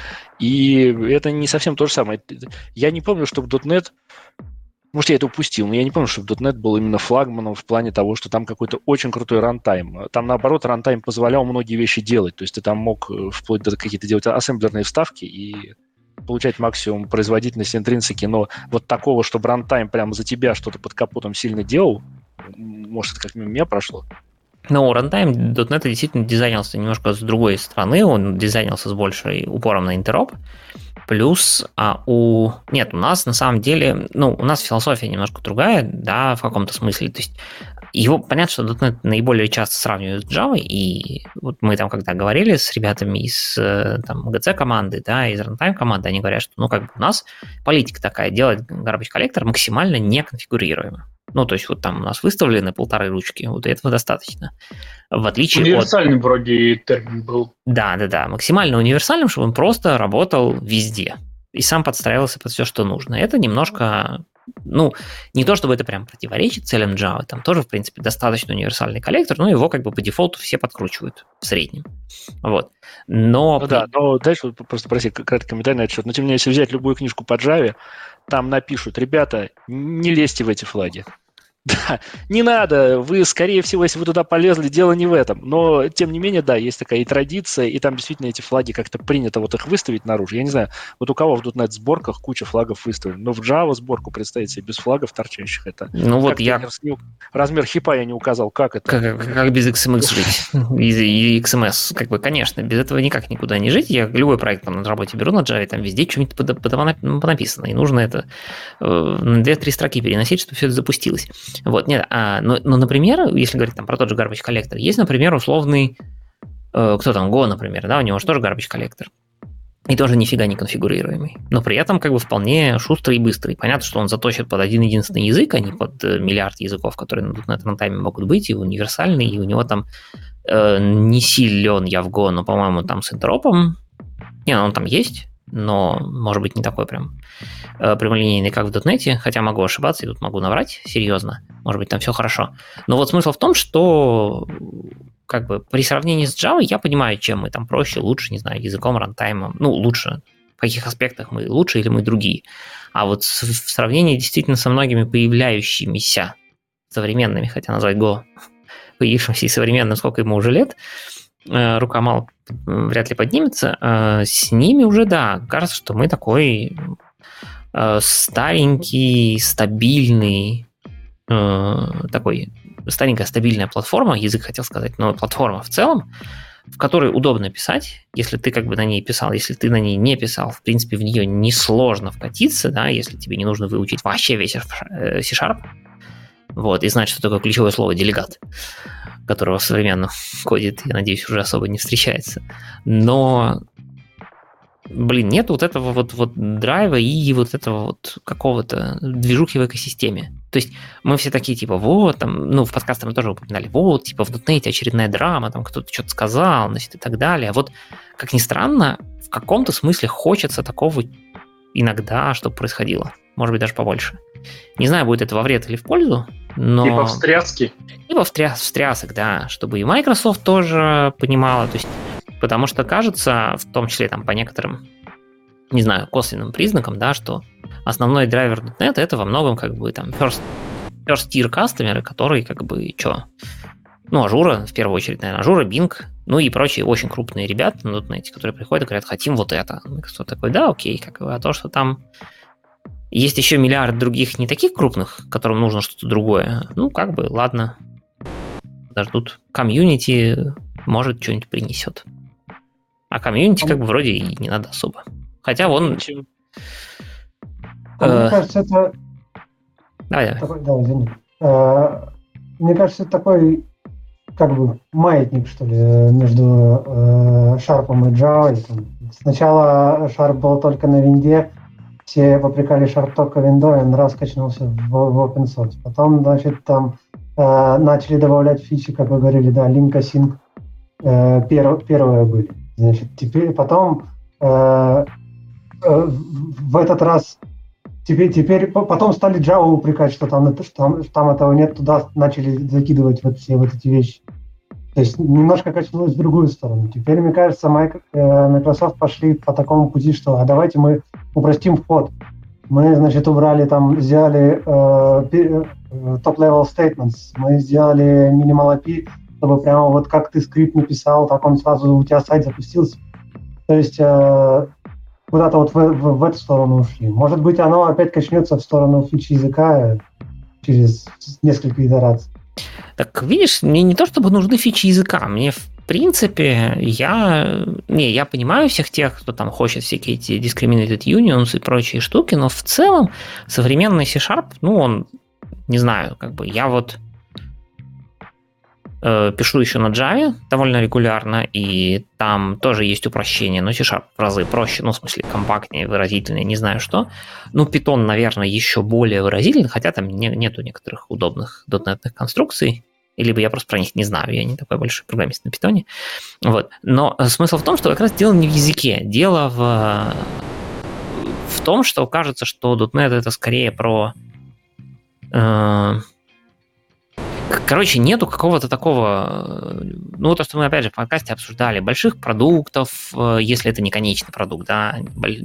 И это не совсем то же самое. Я не помню, что в .NET, может, я это упустил, но я не помню, что в .NET был именно флагманом в плане того, что там какой-то очень крутой рантайм. Там, наоборот, рантайм позволял многие вещи делать. То есть ты там мог вплоть до какие-то делать ассемблерные вставки и получать максимум производительности интринсики, но вот такого, чтобы рантайм прямо за тебя что-то под капотом сильно делал, может, это как мимо меня прошло. Ну, рантайм .NET действительно дизайнился немножко с другой стороны, он дизайнился с большей упором на интероп, плюс а у... Нет, у нас на самом деле, ну, у нас философия немножко другая, да, в каком-то смысле, то есть его, понятно, что .NET наиболее часто сравнивают с Java, и вот мы там когда говорили с ребятами из там, джи си команды, да, из runtime команды, они говорят, что, ну, как бы у нас политика такая, делать garbage коллектор максимально неконфигурируемо. Ну, то есть вот там у нас выставлены полторы ручки, вот этого достаточно. В отличие универсальным от... вроде термин был. Да, да, да, максимально универсальным, чтобы он просто работал везде и сам подстраивался под все, что нужно. Это немножко ну, не то чтобы это прям противоречит целям Java, там тоже, в принципе, достаточно универсальный коллектор, но его как бы по дефолту все подкручивают в среднем. Вот. Но... Ну да, но дальше просто проси краткий комментарий на этот счет. Но тем не менее, если взять любую книжку по Java, там напишут: ребята, не лезьте в эти флаги. Да, не надо, вы, скорее всего, если вы туда полезли, дело не в этом. Но, тем не менее, да, есть такая и традиция, и там действительно эти флаги как-то принято вот их выставить наружу. Я не знаю, вот у кого в .дот нет сборках куча флагов выставлена, но в Java сборку представить себе без флагов торчащих это... Ну вот я... Не... Размер хипа я не указал, как это? Как, как без икс эм экс жить? И, и икс эм эс, как бы, конечно, без этого никак никуда не жить. Я любой проект там на работе беру на Java, там везде что-нибудь понаписано, и нужно это на две-три строки переносить, чтобы все это запустилось. Вот, нет, а, но, но, например, если говорить там про тот же garbage collector, есть, например, условный, э, кто там, Go, например, да, у него же тоже garbage collector, и тоже нифига не конфигурируемый, но при этом как бы вполне шустрый и быстрый. Понятно, что он заточен под один единственный язык, а не под миллиард языков, которые на этом тайме могут быть, и универсальный, и у него там э, не силен я в Go, но, по-моему, там с интеропом, не, он там есть, но, может быть, не такой прям э, прямолинейный, как в .дот нет, хотя могу ошибаться, и тут могу наврать, серьезно, может быть, там все хорошо. Но вот смысл в том, что как бы при сравнении с Java я понимаю, чем мы там проще, лучше, не знаю, языком, рантаймом, ну, лучше, в каких аспектах мы лучше или мы другие. А вот в сравнении действительно со многими появляющимися современными, хотя назвать Go появившимся и современным, сколько ему уже лет, рука мало вряд ли поднимется, с ними уже, да, кажется, что мы такой старенький, стабильный, такой старенькая стабильная платформа, язык хотел сказать, но платформа в целом, в которой удобно писать, если ты как бы на ней писал, если ты на ней не писал, в принципе, в нее несложно вкатиться, да, если тебе не нужно выучить вообще весь C-Sharp, вот, и знать, что такое ключевое слово «делегат», которого в современном коде, я надеюсь, уже особо не встречается. Но, блин, нет вот этого вот, вот драйва и вот этого вот какого-то движухи в экосистеме. То есть мы все такие, типа, вот, там, ну, в подкасте мы тоже упоминали, вот, типа, в .дот нет очередная драма, там кто-то что-то сказал, значит, и так далее. А вот, как ни странно, в каком-то смысле хочется такого иногда, чтобы происходило. Может быть, даже побольше. Не знаю, будет это во вред или в пользу, но... Типа встряски? Типа встряс, встрясок, да, чтобы и Microsoft тоже понимала, то есть, потому что кажется, в том числе там по некоторым, не знаю, косвенным признакам, да, что основной драйвер .дот нет это во многом как бы там first, first tier кастомеры, которые как бы, что, ну, Ажура, в первую очередь, наверное, Ажура, Bing, ну и прочие очень крупные ребята на .дот нет, которые приходят и говорят, хотим вот это. Кто такой, да, окей, как бы, а то, что там есть еще миллиард других не таких крупных, которым нужно что-то другое. Ну, как бы, ладно. Подождут. Комьюнити, может, что-нибудь принесет. А комьюнити, как бы, вроде и не надо особо. Хотя вон... А мне кажется, это... Давай, давай. Такой, да, извини. А, мне кажется, это такой, как бы, маятник, что ли, между э, Sharp и Java. Там. Сначала Sharp был только на винде, все попрекали Sharp только виндой, он раз качнулся в, в open source. Потом, значит, там э, начали добавлять фичи, как вы говорили, да, link async э, перв, первые были. Значит, теперь, потом э, э, в этот раз теперь, теперь потом стали Java упрекать, что там, что там, что там этого нет, туда начали закидывать вот все вот эти вещи. То есть немножко качнулось в другую сторону. Теперь, мне кажется, Microsoft пошли по такому пути, что а давайте мы упростим вход. Мы, значит, убрали там, сделали э, top-level statements, мы сделали minimal эй пи ай, чтобы прямо вот как ты скрипт написал, так он сразу у тебя сайт запустился. То есть э, куда-то вот в, в, в эту сторону ушли. Может быть, оно опять качнется в сторону фичи языка через несколько итераций. Так, видишь, мне не то чтобы нужны фичи языка, мне в принципе, я, не, я понимаю всех тех, кто там хочет всякие эти discriminated unions и прочие штуки, но в целом современный C-Sharp, ну, он, не знаю, как бы, я вот э, пишу еще на Java довольно регулярно, и там тоже есть упрощение, но C-Sharp в разы проще, ну, в смысле, компактнее, выразительнее, не знаю что. Ну, Python, наверное, еще более выразительный, хотя там не, нету некоторых удобных .дот нет-ных конструкций, либо я просто про них не знаю, я не такой большой программист на Python. Вот. Но смысл в том, что как раз дело не в языке, дело в, в том, что кажется, что .дот нет это скорее про Короче, нету какого-то такого, ну, то, что мы, опять же, в подкасте обсуждали, больших продуктов, если это не конечный продукт, да,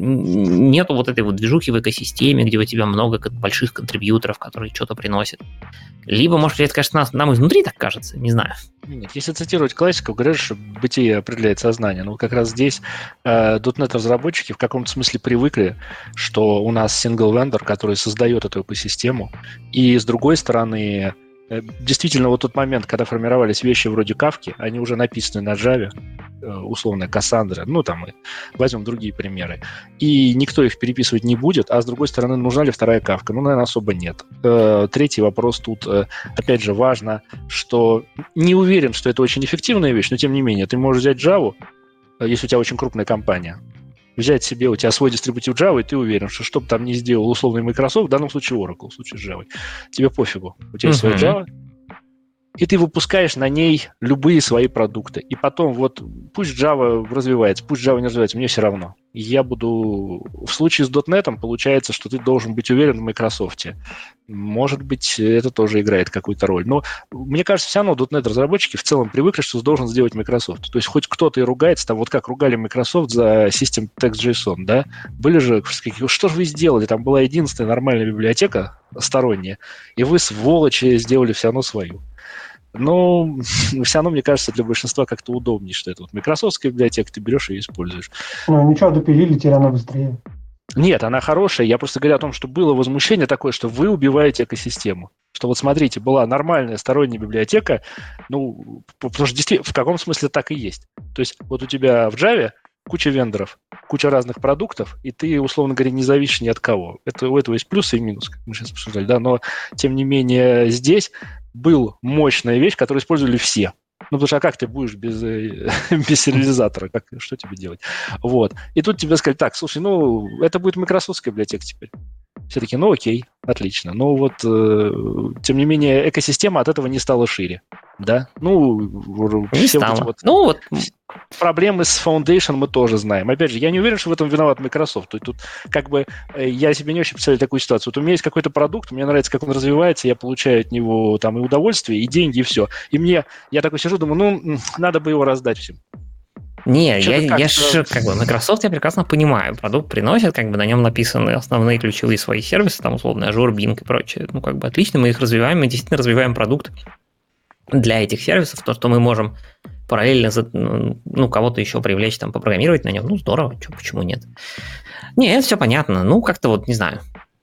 нету вот этой вот движухи в экосистеме, где у тебя много больших контрибьюторов, которые что-то приносят. Либо, может, это, конечно, нам, нам изнутри так кажется, не знаю. Нет, если цитировать классику, говорят, что бытие определяет сознание. Но как раз здесь э, .дот нет-разработчики в каком-то смысле привыкли, что у нас сингл-вендор, который создает эту экосистему, и, с другой стороны, действительно, вот тот момент, когда формировались вещи вроде Kafka, они уже написаны на Java, условно, Cassandra, ну, там, мы возьмем другие примеры, и никто их переписывать не будет, а с другой стороны, нужна ли вторая Kafka? Ну, наверное, особо нет. Третий вопрос тут, опять же, важно, что не уверен, что это очень эффективная вещь, но, тем не менее, ты можешь взять Java, если у тебя очень крупная компания, взять себе, у тебя свой дистрибутив Java, и ты уверен, что что бы там ни сделал условный Microsoft, в данном случае Oracle, в случае с Java, тебе пофигу. У тебя есть uh-huh. своя Java, и ты выпускаешь на ней любые свои продукты. И потом вот пусть Java развивается, пусть Java не развивается, мне все равно. Я буду... В случае с .дот нет получается, что ты должен быть уверен в Microsoft. Может быть, это тоже играет какую-то роль. Но мне кажется, все равно .дот нет-разработчики в целом привыкли, что должен сделать Microsoft. То есть хоть кто-то и ругается, там вот как ругали Microsoft за System Text JSON, да? Были же... Что же вы сделали? Там была единственная нормальная библиотека сторонняя, и вы, сволочи, сделали все равно свою. Но все равно, мне кажется, для большинства как-то удобнее, что это вот микрософтская библиотека, ты берешь и используешь. Ну, ничего, допилили, теперь она быстрее. Нет, она хорошая. Я просто говорю о том, что было возмущение такое, что вы убиваете экосистему. Что вот смотрите, была нормальная сторонняя библиотека, ну, потому что действительно, в каком смысле так и есть. То есть вот у тебя в Java куча вендоров, куча разных продуктов, и ты, условно говоря, не зависишь ни от кого. Это, у этого есть плюсы и минусы, как мы сейчас обсуждали, да, но, тем не менее, здесь была мощная вещь, которую использовали все. Ну, потому что а как ты будешь без, без сериализатора? Как, что тебе делать? Вот. И тут тебе сказали, так, слушай, ну, это будет микрософтская библиотека теперь. Все такие, ну, окей, отлично. Но вот, э, тем не менее, экосистема от этого не стала шире. Да? Ну, не все стало. Вот, ну, вот... Проблемы с Foundation мы тоже знаем. Опять же, я не уверен, что в этом виноват Microsoft. То есть тут как бы я себе не очень представляю такую ситуацию. Вот у меня есть какой-то продукт, мне нравится, как он развивается, я получаю от него там и удовольствие, и деньги, и все. И мне, я такой сижу, думаю, ну, надо бы его раздать всем. Не, я, я же, как бы, Microsoft я прекрасно понимаю. Продукт приносит, как бы на нем написаны основные ключевые свои сервисы, там, условно, Azure, Bing и прочее. Ну, как бы отлично, мы их развиваем, мы действительно развиваем продукт для этих сервисов, то, что мы можем параллельно, ну, кого-то еще привлечь, там, попрограммировать на нем, ну, здорово, чё, почему нет? Не, это все понятно, ну, как-то вот, не знаю,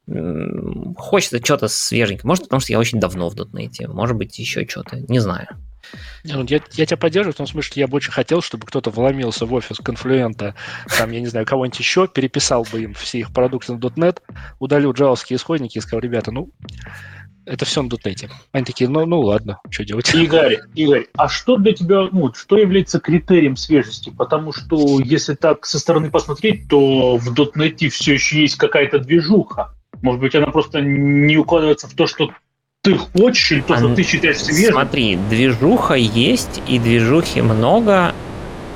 хочется что-то свеженькое, может, потому что я очень давно в .дот нет, может быть, еще что-то, не знаю. Я, я тебя поддерживаю в том смысле, что я бы очень хотел, чтобы кто-то вломился в офис Конфлюента, там, я не знаю, кого-нибудь еще, переписал бы им все их продукты на .дот нет, удалил джавовские исходники и сказал, ребята, ну, это все на .дот нет. Они такие, ну, ну ладно, что делать? Игорь, Игорь, а что для тебя, ну, что является критерием свежести? Потому что, если так со стороны посмотреть, то в .дот нет все еще есть какая-то движуха. Может быть, она просто не укладывается в то, что ты хочешь, или то, а, что ты считаешь свежим. Смотри, движуха есть, и движухи много. От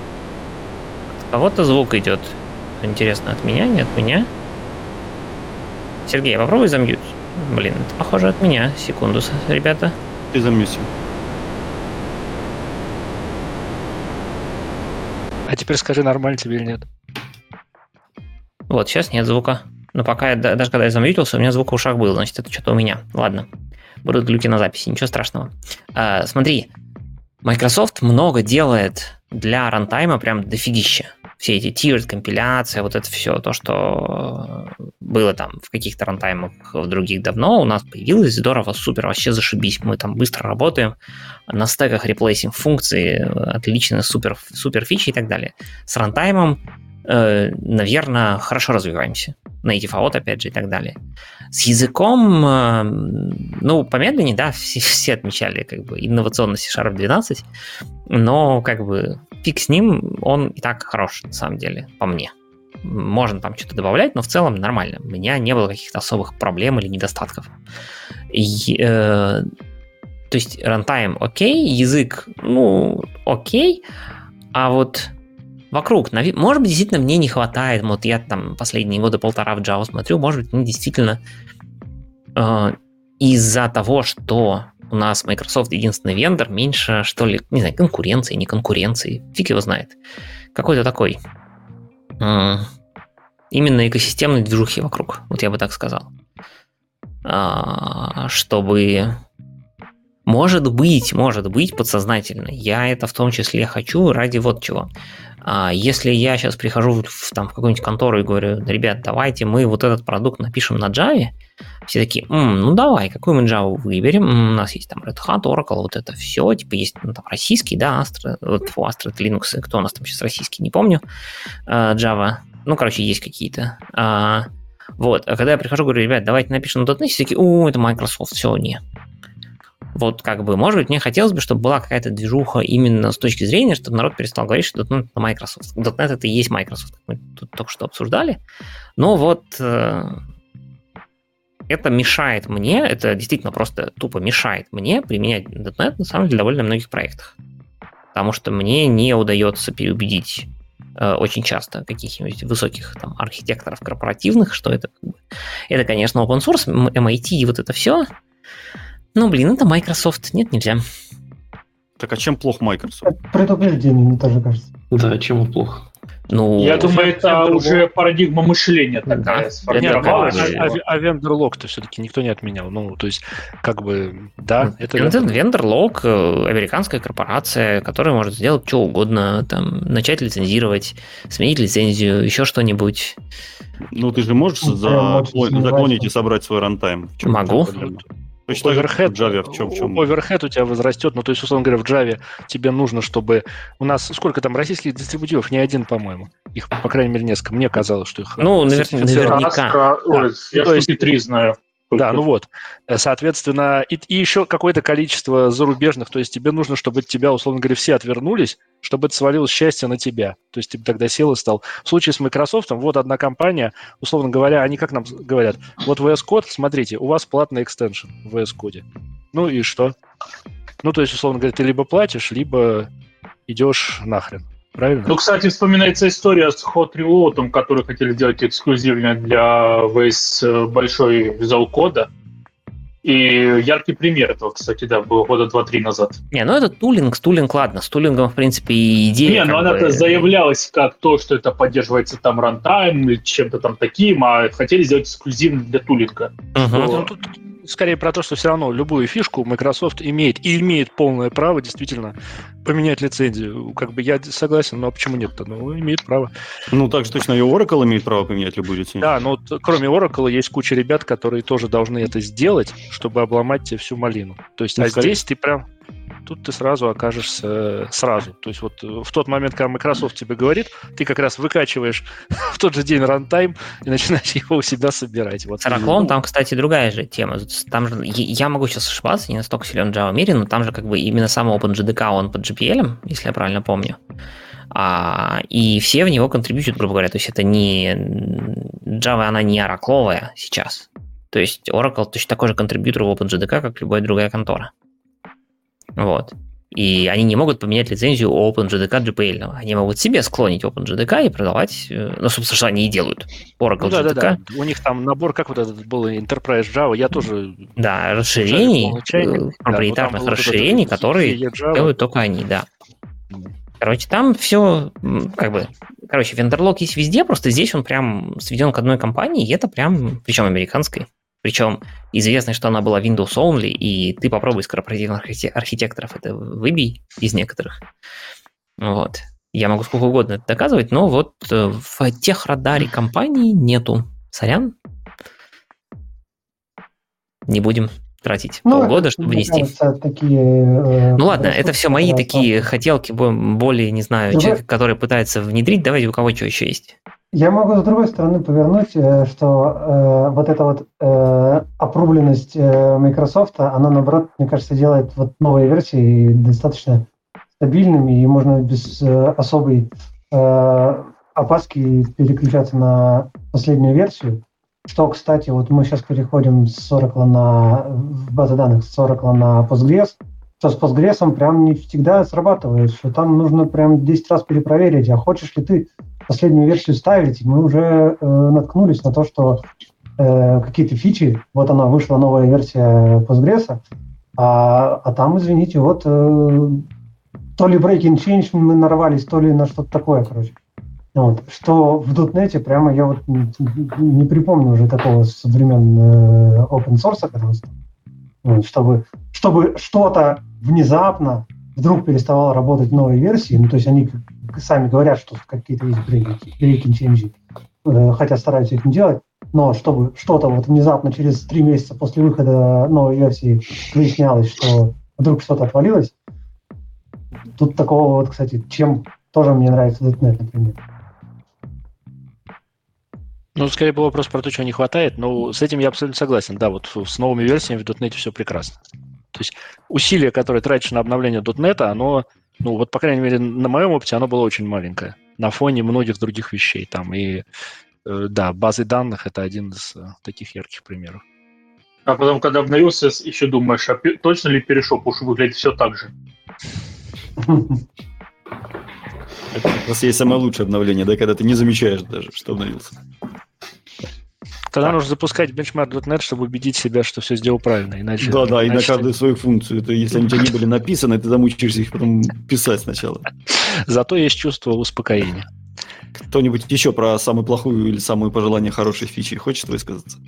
кого-то звук идет. Интересно, от меня, не от меня? Сергей, попробуй замьють. Блин, это похоже от меня. Секунду, ребята. Ты замьюсил. А теперь скажи, нормально тебе или нет? Вот, сейчас нет звука. Но пока я, даже когда я замьютился, у меня звук в ушах был. Значит, это что-то у меня. Ладно. Будут глюки на записи, ничего страшного. А, смотри, Microsoft много делает для рантайма, прям дофигища. Все эти tiered, компиляция, вот это все, то, что было там в каких-то рантаймах, в других давно, у нас появилось здорово, супер, вообще зашибись. Мы там быстро работаем, на стеках реплейсим функции, отлично, супер, супер фичи и так далее. С рантаймом, э, наверное, хорошо развиваемся. Native эй о ти, опять же, и так далее. С языком, э, ну, помедленнее, да, все, все отмечали как бы инновационность си шарп двенадцать, но как бы фиг с ним, он и так хорош, на самом деле, по мне. Можно там что-то добавлять, но в целом нормально. У меня не было каких-то особых проблем или недостатков. И, э, то есть рантайм окей, язык, ну, окей, а вот вокруг, может быть, действительно мне не хватает, вот я там последние годы полтора в Java смотрю, может быть, мне действительно э, из-за того, что у нас Microsoft единственный вендор, меньше, что ли, не знаю, конкуренции, не конкуренции, фиг его знает. Какой-то такой м- именно экосистемной движухи вокруг, вот я бы так сказал. А, чтобы... Может быть, может быть, подсознательно. Я это в том числе хочу ради вот чего. А если я сейчас прихожу в, там, в какую-нибудь контору и говорю, ребят, давайте мы вот этот продукт напишем на Java, все такие, М, ну давай, какую мы Java выберем? М, у нас есть там Red Hat, Oracle, вот это все, типа есть ну, там российский, да, Astra, вот, Astra, Linux, кто у нас там сейчас российский, не помню, Java, ну, короче, есть какие-то. А, вот, а когда я прихожу, говорю, ребят, давайте напишем на .дот нет, все такие, о, это Microsoft, все, не. Вот как бы, может быть, мне хотелось бы, чтобы была какая-то движуха именно с точки зрения, чтобы народ перестал говорить, что .дот нет это Microsoft. .дот нет это и есть Microsoft, как мы тут только что обсуждали. Но вот э, это мешает мне, это действительно просто тупо мешает мне применять .дот нет на самом деле в довольно многих проектах. Потому что мне не удается переубедить э, очень часто каких-нибудь высоких там архитекторов корпоративных, что это, это, конечно, open source, эм ай ти и вот это все. Ну, блин, это Microsoft. Нет, нельзя. Так а чем плох Microsoft? Это предупреждение, мне тоже кажется. Да, чем он плох? Ну, Я думаю, это Vendor уже lock. парадигма мышления Да. такая Это сформировалась. как А, бы- а, а vendor lock-то все-таки никто не отменял. Ну, то есть, как бы, да, это Это vendor lock. вендор-лог, э, американская корпорация, которая может сделать что угодно, там, начать лицензировать, сменить лицензию, еще что-нибудь. Ну, ты же можешь Ну, прям очень закло- сомневаюсь. заклонить и собрать свой рантайм. В чем Могу. проблема? Точно так же, как Overhead, в Java, в чем, в чем? overhead у тебя возрастет, ну, то есть, условно говоря, в Java тебе нужно, чтобы... У нас сколько там российских дистрибутивов? Не один, по-моему. Их, по крайней мере, несколько. Мне казалось, что их... Ну, э, навер- сертифицировано. наверняка. Astra, ой, я То есть- штуки три знаю. Да, ну вот. Э, Соответственно, и, и еще какое-то количество зарубежных, то есть тебе нужно, чтобы от тебя, условно говоря, все отвернулись, чтобы это свалилось счастье на тебя. То есть ты бы тогда сел и стал. В случае с Microsoft, вот одна компания, условно говоря, они как нам говорят, вот ви эс Code, смотрите, у вас платный экстеншн в ви эс Code. Ну и что? Ну, то есть, условно говоря, ты либо платишь, либо идешь нахрен. Правильно? Ну, кстати, вспоминается история с Hot Reload, который хотели сделать эксклюзивно для ви эс большой Visual Code. И яркий пример этого, кстати, да, был года два-три назад. Не, ну это тулинг, с тулинг, ладно, с тулингом, в принципе, и идея... Не, ну как она-то бы- заявлялась как то, что это поддерживается там рантайм или чем-то там таким, а хотели сделать эксклюзивно для тулинга. Мгм. Ну, тут скорее про то, что все равно любую фишку Microsoft имеет и имеет полное право действительно поменять лицензию. Как бы я согласен, но почему нет-то? Ну, имеет право. Ну, так же точно и Oracle имеет право поменять любую лицензию. Да, но вот кроме Oracle есть куча ребят, которые тоже должны это сделать, чтобы обломать тебе всю малину. То есть, Ну, а скорее- здесь ты прям... Тут ты сразу окажешься э, сразу. То есть вот э, в тот момент, когда Microsoft тебе говорит, ты как раз выкачиваешь в тот же день рантайм и начинаешь его у себя собирать. Вот. С Oracle там, кстати, другая же тема. Там же, я я могу сейчас ошибаться, не настолько силен в Java мире, но там же как бы именно сам OpenJDK, он под джи пи эл, если я правильно помню. А, и все в него контрибьютят, грубо говоря. То есть это не... Java, она не оракловая сейчас. То есть Oracle точно такой же контрибьютор в OpenJDK, как любая другая контора. Вот. И они не могут поменять лицензию OpenJDK джи пи эл. Они могут себе склонить OpenJDK и продавать, э, ну, собственно, что они и делают. Oracle Ну, да, джей ди кей. да, да. У них там набор, как вот этот был Enterprise Java, я тоже... Да, расширений, полный чайник. э, Да, проприетарных вот там был вот расширений, этот которые E Java. делают только они, да. Короче, там все, как бы, короче, вендорлог есть везде, просто здесь он прям сведен к одной компании, и это прям, причем американской. Причем известно, что она была Windows only, и ты попробуй из корпоративных архите- архитекторов это выбей из некоторых. Вот. Я могу сколько угодно это доказывать, но вот э, в техрадаре компании нету. Сорян. Не будем тратить Ну, полгода, это, чтобы мне нести. кажется, такие... э, Ну ладно, это ресурсы, все мои которые такие хотелки, бо- более, не знаю, Другой- человек, который пытается внедрить. Давайте, у кого что еще есть. Я могу с другой стороны повернуть, э, что э, вот эта вот э, опрубленность э, Microsoft, она, наоборот, мне кажется, делает вот новые версии достаточно стабильными, и можно без э, особой э, опаски переключаться на последнюю версию. Что, кстати, вот мы сейчас переходим с Oracle на в базы данных с Oracle на Postgres, что с Postgres прям не всегда срабатывает, что там нужно прям десять раз перепроверить, а хочешь ли ты последнюю версию ставить. Мы уже э, наткнулись на то, что э, какие-то фичи, вот она вышла новая версия Postgres, а, а там, извините, вот э, то ли breaking change мы нарвались, то ли на что-то такое, короче. Вот. Что в .NET прямо я вот не, не припомню уже такого со времен э, open source, вот, чтобы, чтобы что-то внезапно вдруг переставало работать в новой версии, ну, то есть они сами говорят, что какие-то есть breaking change, э, хотя стараются их не делать, но чтобы что-то вот внезапно через три месяца после выхода новой версии выяснялось, что вдруг что-то отвалилось, тут такого вот, кстати, чем тоже мне нравится .NET, например. Ну, скорее был вопрос про то, чего не хватает, но с этим я абсолютно согласен. Да, вот с новыми версиями в .NET все прекрасно. То есть усилие, которое тратишь на обновление .NET, оно, ну вот, по крайней мере, на моем опыте оно было очень маленькое. На фоне многих других вещей. Там и, э, да, базы данных – это один из э, таких ярких примеров. А потом, когда обновился, еще думаешь, а пи- точно ли перешел, потому что выглядит все так же. Это как раз есть самое лучшее обновление, да, когда ты не замечаешь даже, что обновился. Тогда нужно запускать бенчмарк точка нет, чтобы убедить себя, что все сделал правильно. Иначе, Да, да, и на иначе каждую свою функцию. Это, если они у тебя не были написаны, ты замучаешься их потом писать сначала. Зато есть чувство успокоения. Кто-нибудь еще про самую плохую или самую пожелание хорошей фичи хочет высказаться?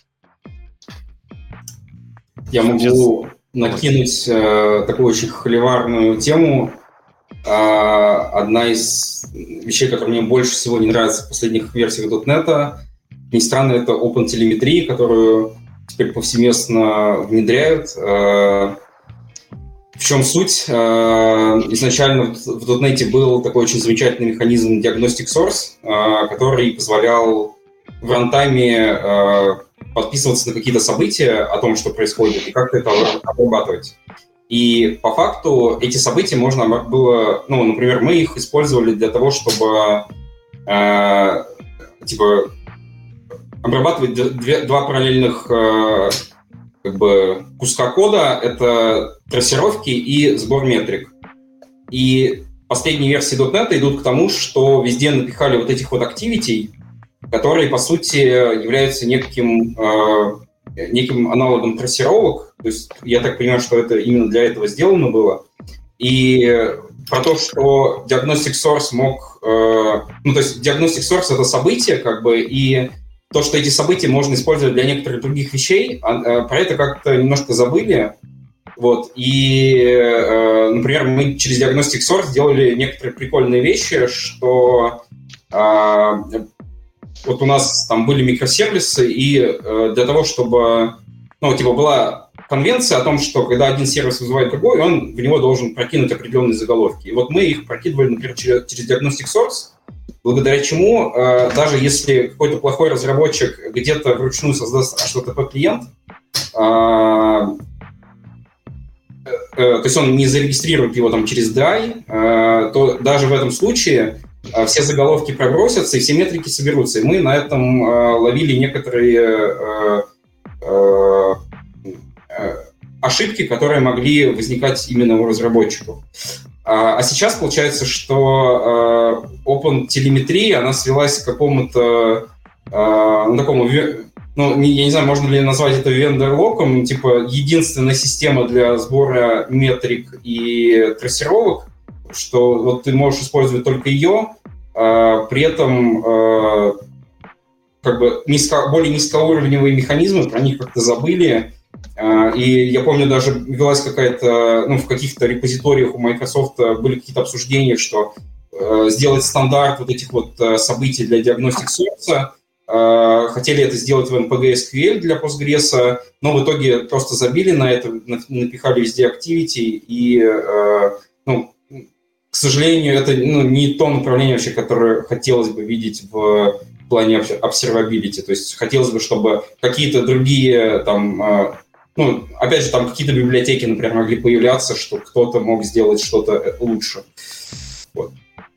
Я могу накинуть э, такую очень холиварную тему. Э, одна из вещей, которая мне больше всего не нравится в последних версиях .NET, не странно, это OpenTelemetry, которую теперь повсеместно внедряют. Э, в чем суть? Э, изначально в .NET был такой очень замечательный механизм Diagnostic Source, э, который позволял в рантайме э, подписываться на какие-то события о том, что происходит, и как-то это обрабатывать. И по факту эти события можно было... Ну, например, мы их использовали для того, чтобы э, типа обрабатывать две, два параллельных э, как бы куска кода. Это трассировки и сбор метрик. И последние версии .NET идут к тому, что везде напихали вот этих вот активитей, которые, по сути, являются неким, э, неким аналогом трассировок. То есть я так понимаю, что это именно для этого сделано было. И про то, что Diagnostic Source мог... Э, ну, то есть Diagnostic Source — это событие, как бы, и то, что эти события можно использовать для некоторых других вещей, а, э, про это как-то немножко забыли. Вот. И, э, например, мы через Diagnostic Source сделали некоторые прикольные вещи, что... Э, Вот у нас там были микросервисы, и э, для того, чтобы... Ну, типа, была конвенция о том, что когда один сервис вызывает другой, он в него должен прокинуть определенные заголовки. И вот мы их прокидывали, например, через, через Diagnostic Source, благодаря чему, э, даже если какой-то плохой разработчик где-то вручную создаст эйч ти ти пи-клиент, э, э, то есть он не зарегистрирует его там через ди ай, э, то даже в этом случае... все заголовки пробросятся, и все метрики соберутся. И мы на этом э, ловили некоторые э, э, э, ошибки, которые могли возникать именно у разработчиков. А, а сейчас получается, что э, OpenTelemetry, она свелась к какому-то э, ну, такому... Ну, не, я не знаю, можно ли назвать это вендор-локом, типа единственная система для сбора метрик и трассировок, что вот ты можешь использовать только ее, э, при этом э, как бы низко, более низкоуровневые механизмы, про них как-то забыли. Э, и я помню, даже велась какая-то, ну, в каких-то репозиториях у Microsoft были какие-то обсуждения, что э, сделать стандарт вот этих вот э, событий для Diagnostic Source. Э, хотели это сделать в эн пи джи эс кью эль для Postgres, но в итоге просто забили на это, напихали везде activity, и э, ну, к сожалению, это ну, не то направление вообще, которое хотелось бы видеть в плане observability. То есть хотелось бы, чтобы какие-то другие, там, ну, опять же, там какие-то библиотеки, например, могли появляться, что кто-то мог сделать что-то лучше. Вот.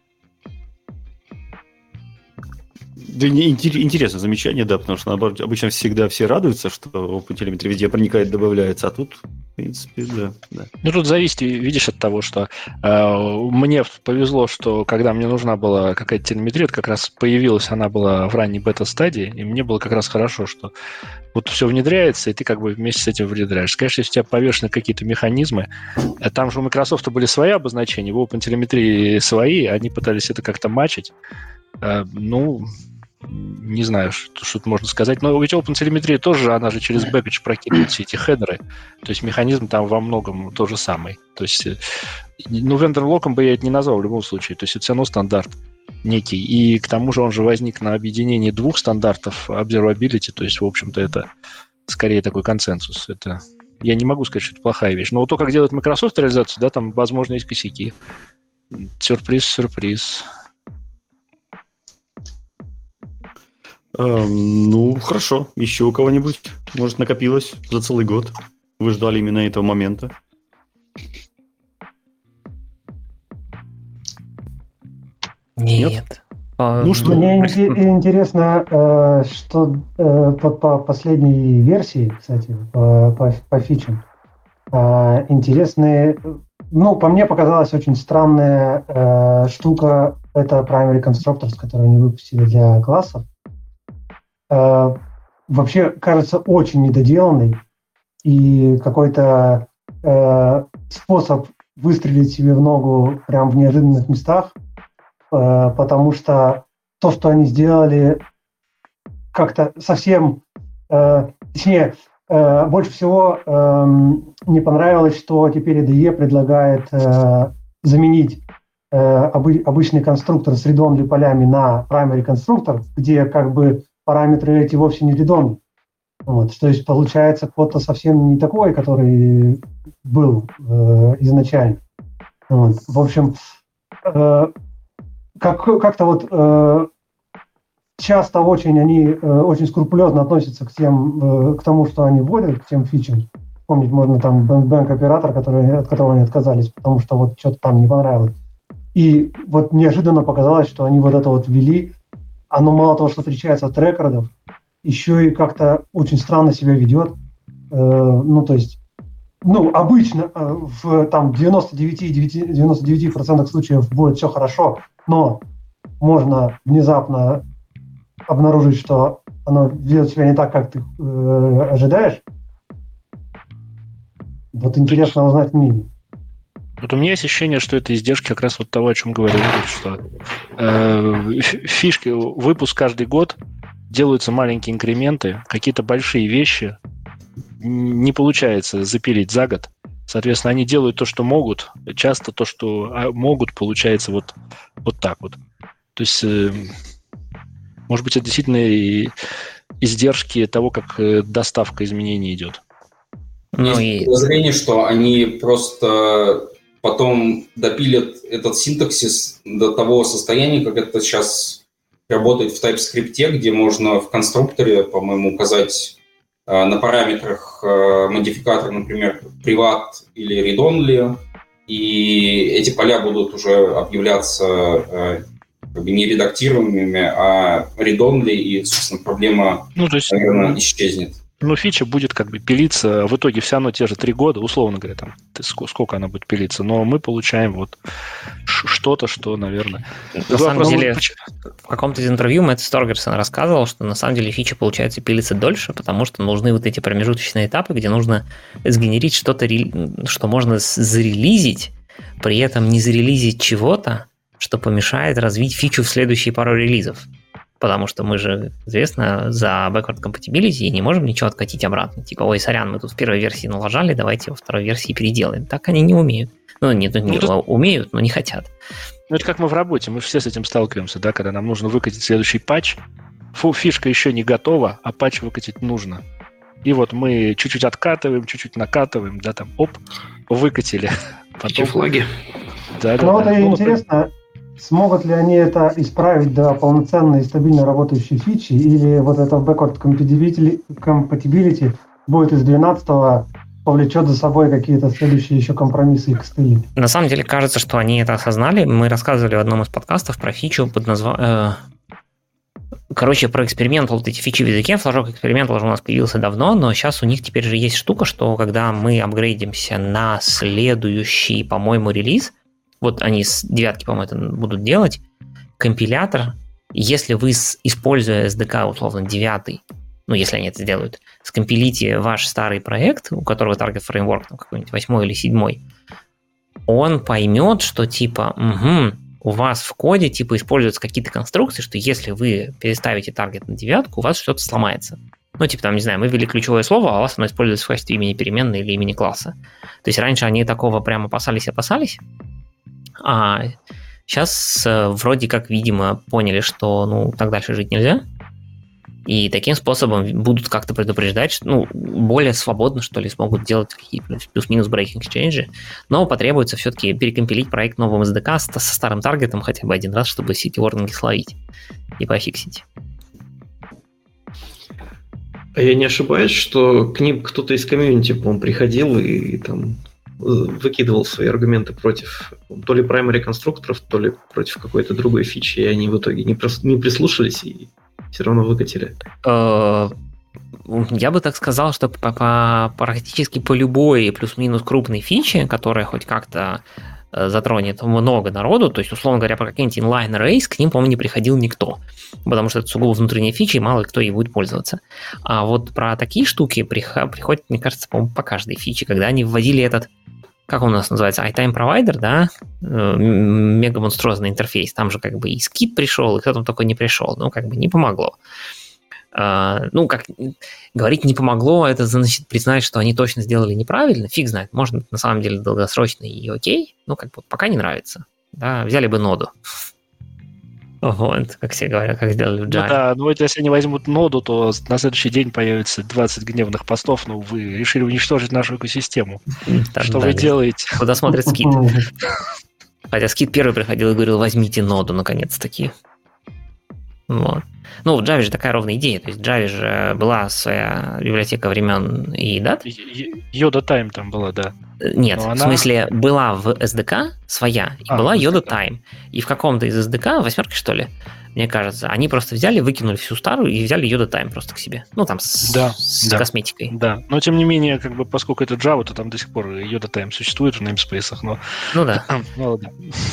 Да, интересное замечание, да, потому что наоборот, обычно всегда все радуются, что OpenTelemetry везде проникает, добавляется, а тут В принципе, да. да. Ну, тут зависит, видишь, от того, что э, мне повезло, что когда мне нужна была какая-то телеметрия, как раз появилась, она была в ранней бета-стадии, и мне было как раз хорошо, что вот все внедряется, и ты как бы вместе с этим внедряешь. Конечно, если у тебя повешены какие-то механизмы, там же у Microsoft были свои обозначения, в OpenTelemetry свои, они пытались это как-то матчить. Э, ну... Не знаю, что, что можно сказать. Но ведь OpenTelemetry тоже, она же через бэкэдж прокидывает все эти хедеры. То есть механизм там во многом тот же самый. То есть, ну, вендор-локом бы я это не назвал в любом случае. То есть это все равно стандарт некий. И к тому же он же возник на объединении двух стандартов observability. То есть, в общем-то, это скорее такой консенсус. Это... Я не могу сказать, что это плохая вещь. Но вот то, как делает Microsoft реализацию, да, там, возможно, есть косяки. Сюрприз, сюрприз. Эм, ну, хорошо. Еще у кого-нибудь, может, накопилось за целый год? Вы ждали именно этого момента? Нет. Нет? А, Ну что? Мне интересно, э, что э, по, по последней версии, кстати, по, по, по фичам, э, интересные, ну, по мне показалась очень странная э, штука, это Primary Constructors, который они выпустили для классов. Э, вообще, кажется, очень недоделанный, и какой-то э, способ выстрелить себе в ногу прям в неожиданных местах, э, потому что то, что они сделали, как-то совсем, э, точнее, э, больше всего э, не понравилось, что теперь ай ди и предлагает э, заменить э, обы- обычный конструктор с read-only полями на primary конструктор, где как бы параметры эти вовсе не read-only. Вот, то есть получается код-то совсем не такой, который был э, изначально. Вот. В общем, э, как, как-то вот э, часто очень они э, очень скрупулезно относятся к тем, э, к тому, что они вводят, к тем фичам. Помнить можно там бэнк-оператор, который, от которого они отказались, потому что вот что-то там не понравилось. И вот неожиданно показалось, что они вот это вот ввели. Оно мало того, что отличается от рекордов, еще и как-то очень странно себя ведет. Э, ну, то есть, ну, обычно э, в там девяносто девять процентов случаев будет все хорошо, но можно внезапно обнаружить, что оно ведет себя не так, как ты э, ожидаешь. Вот интересно узнать мнение. Вот у меня есть ощущение, что это издержки как раз вот того, о чем говорил, что э, фишки, выпуск каждый год, делаются маленькие инкременты, какие-то большие вещи не получается запилить за год. Соответственно, они делают то, что могут. Часто то, что могут, получается вот, вот так вот. То есть, э, может быть, это действительно и издержки того, как доставка изменений идет. Ну, есть и... подозрение, что они просто потом допилят этот синтаксис до того состояния, как это сейчас работает в TypeScript, где можно в конструкторе, по-моему, указать э, на параметрах э, модификатор, например, privat или read-only, и эти поля будут уже объявляться э, как бы не редактируемыми, а read-only, и, собственно, проблема, ну, то есть, наверное, исчезнет. Ну, фича будет как бы пилиться, в итоге все равно те же три года, условно говоря, там, сколько она будет пилиться, но мы получаем вот что-то, что, наверное... На самом деле, в каком-то из интервью Мэтт Сторгерсон рассказывал, что на самом деле фича, получается, пилится дольше, потому что нужны вот эти промежуточные этапы, где нужно сгенерить что-то, что можно зарелизить, при этом не зарелизить чего-то, что помешает развить фичу в следующие пару релизов. Потому что мы же, известно, за backward compatibility не можем ничего откатить обратно. Типа, ой, сорян, мы тут в первой версии налажали, давайте во второй версии переделаем. Так они не умеют. Ну, нет, не, ну, умеют, но не хотят. Ну, это как мы в работе, мы все с этим сталкиваемся, да, когда нам нужно выкатить следующий патч, фу, фишка еще не готова, а патч выкатить нужно. И вот мы чуть-чуть откатываем, чуть-чуть накатываем, да, там, оп, выкатили. Потом флаги. Да, да, ну, да. Это ну, интересно. Смогут ли они это исправить до полноценной и стабильно работающей фичи, или вот это backward compatibility будет из двенадцатого повлечет за собой какие-то следующие еще компромиссы и костыли? На самом деле, кажется, что они это осознали. Мы рассказывали в одном из подкастов про фичу под названием... короче, про эксперимент, вот эти фичи в языке, флажок эксперимента уже у нас появился давно, но сейчас у них теперь же есть штука, что когда мы апгрейдимся на следующий, по-моему, релиз, вот они с девятки, по-моему, это будут делать, компилятор, если вы, используя эс ди кей, условно, девятый, ну, если они это сделают, скомпилите ваш старый проект, у которого Target Framework, ну, какой-нибудь восьмой или седьмой, он поймет, что типа, угу, у вас в коде типа используются какие-то конструкции, что если вы переставите таргет на девятку, у вас что-то сломается. Ну, типа, там, не знаю, мы ввели ключевое слово, а у вас оно используется в качестве имени переменной или имени класса. То есть раньше они такого прямо опасались-опасались, а сейчас вроде как, видимо, поняли, что, ну, так дальше жить нельзя. И таким способом будут как-то предупреждать, что, ну, более свободно, что ли, смогут делать какие-то плюс-минус breaking exchange, но потребуется все-таки перекомпилить проект новым эс ди кей со старым таргетом хотя бы один раз, чтобы все эти ворнинги словить и пофиксить. А я не ошибаюсь, что к ним кто-то из комьюнити, по-моему, приходил и, и там выкидывал свои аргументы против то ли primary конструкторов, то ли против какой-то другой фичи, и они в итоге не, прос- не прислушались и все равно выкатили. Я бы так сказал, что по, по, практически по любой плюс-минус крупной фиче, которая хоть как-то затронет много народу, то есть, условно говоря, про какие-нибудь inline arrays к ним, по-моему, не приходил никто, потому что это сугубо внутренние фичи, и мало кто ей будет пользоваться. А вот про такие штуки приходят, мне кажется, по-моему, по каждой фиче, когда они вводили этот, как он у нас называется, iTime Provider, да, мега монструозный интерфейс, там же как бы и скид пришел, и кто там только не пришел, ну, как бы не помогло. Uh, ну, как говорить не помогло, это значит признать, что они точно сделали неправильно, фиг знает, может, на самом деле долгосрочно и окей, ну, как бы пока не нравится, да, взяли бы ноду. Вот, как все говорят, как сделали в Java. Ну да, ну вот если они возьмут ноду, то на следующий день появится двадцать гневных постов, ну вы решили уничтожить нашу экосистему. Там, что да, вы делаете? Куда смотрит скид? Хотя скид первый приходил и говорил, возьмите ноду, наконец-таки. Вот. Ну, в Java же такая ровная идея. То есть в Java же была своя библиотека времен и дат. Yoda Time там была, да. Нет, Но в она... смысле, была в эс ди кей своя, и а, была Yoda Time. И в каком-то из эс ди кей, восьмерки, что ли, мне кажется, они просто взяли, выкинули всю старую и взяли Yoda Time просто к себе. Ну, там с, да, с да, косметикой. Да, но тем не менее, как бы, поскольку это Java, то там до сих пор Yoda Time существует в namespace, но... Ну да. Ну ладно.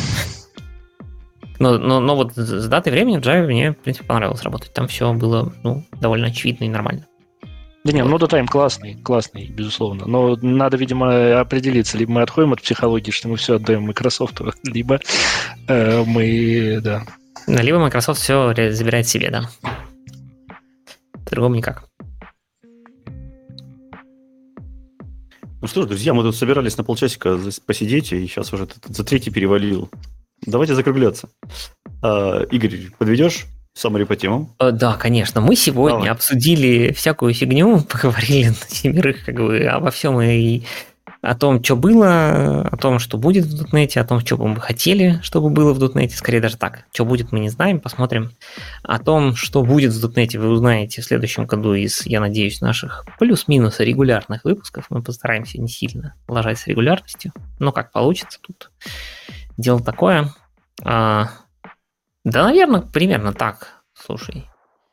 Но, но, но вот с датой времени в Java мне, в принципе, понравилось работать. Там все было, ну, довольно очевидно и нормально. Да не, Node Time классный, классный, безусловно. Но надо, видимо, определиться. Либо мы отходим от психологии, что мы все отдаем Microsoft, либо э, мы, да. Либо Microsoft все забирает себе, да. По-другому никак. Ну что ж, друзья, мы тут собирались на полчасика посидеть, и сейчас уже за третий перевалил. Давайте закругляться. А, Игорь, подведешь summary по темам? Да, конечно. Мы сегодня Давай. обсудили всякую фигню, поговорили на семерых как бы обо всем и о том, что было, о том, что будет в дотнете, о том, что бы мы хотели, чтобы было в дотнете. Скорее даже так. Что будет, мы не знаем, посмотрим. О том, что будет в дотнете, вы узнаете в следующем году из, я надеюсь, наших плюс-минус регулярных выпусков. Мы постараемся не сильно лажать с регулярностью. Но как получится тут. Дело такое. А, да, наверное, примерно так. Слушай.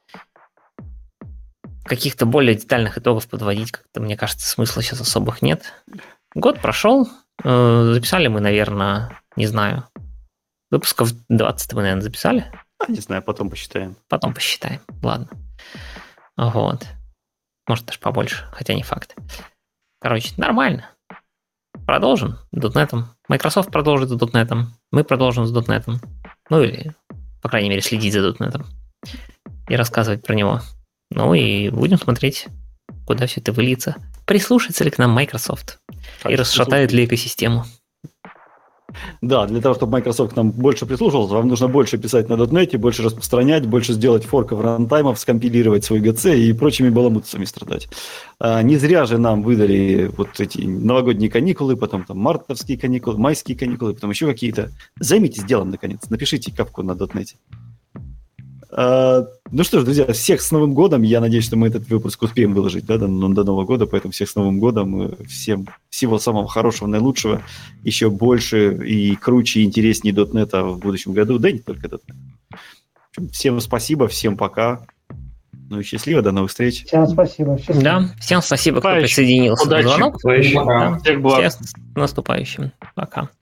Каких-то более детальных итогов подводить, как-то, мне кажется, смысла сейчас особых нет. Год прошел. Э, записали мы, наверное, не знаю, выпусков двадцать мы, наверное, записали. А, не знаю, потом посчитаем. Потом посчитаем. Ладно. Вот. Может, даже побольше, хотя не факт. Короче, нормально. Продолжим с дотнетом. Microsoft продолжит с дотнетом. Мы продолжим с дотнетом. Ну или, по крайней мере, следить за дотнетом. И рассказывать про него. Ну и будем смотреть, куда все это выльется. Прислушается ли к нам Microsoft? И расшатает ли экосистему? Да, для того, чтобы Microsoft к нам больше прислушивался, вам нужно больше писать на дотнете, больше распространять, больше сделать форков, рантаймов, скомпилировать свой джи си и прочими баламутцами страдать. А, не зря же нам выдали вот эти новогодние каникулы, потом там мартовские каникулы, майские каникулы, потом еще какие-то. Займитесь делом, наконец. Напишите капку на дотнете. А, ну что ж, друзья, всех с Новым годом. Я надеюсь, что мы этот выпуск успеем выложить, да, до, до Нового года, поэтому всех с Новым годом. Всем всего самого хорошего, наилучшего. Еще больше и круче, и интереснее дотнета в будущем году. Да и не только дотнет. общем, всем спасибо, всем пока. Ну и счастливо, до новых встреч. Всем спасибо. Счастливо. Да, всем спасибо, кто Удачи. присоединился Удачи. к звонок. Удачи. Пока. Да. Всех благ. Всех с наступающим. Пока.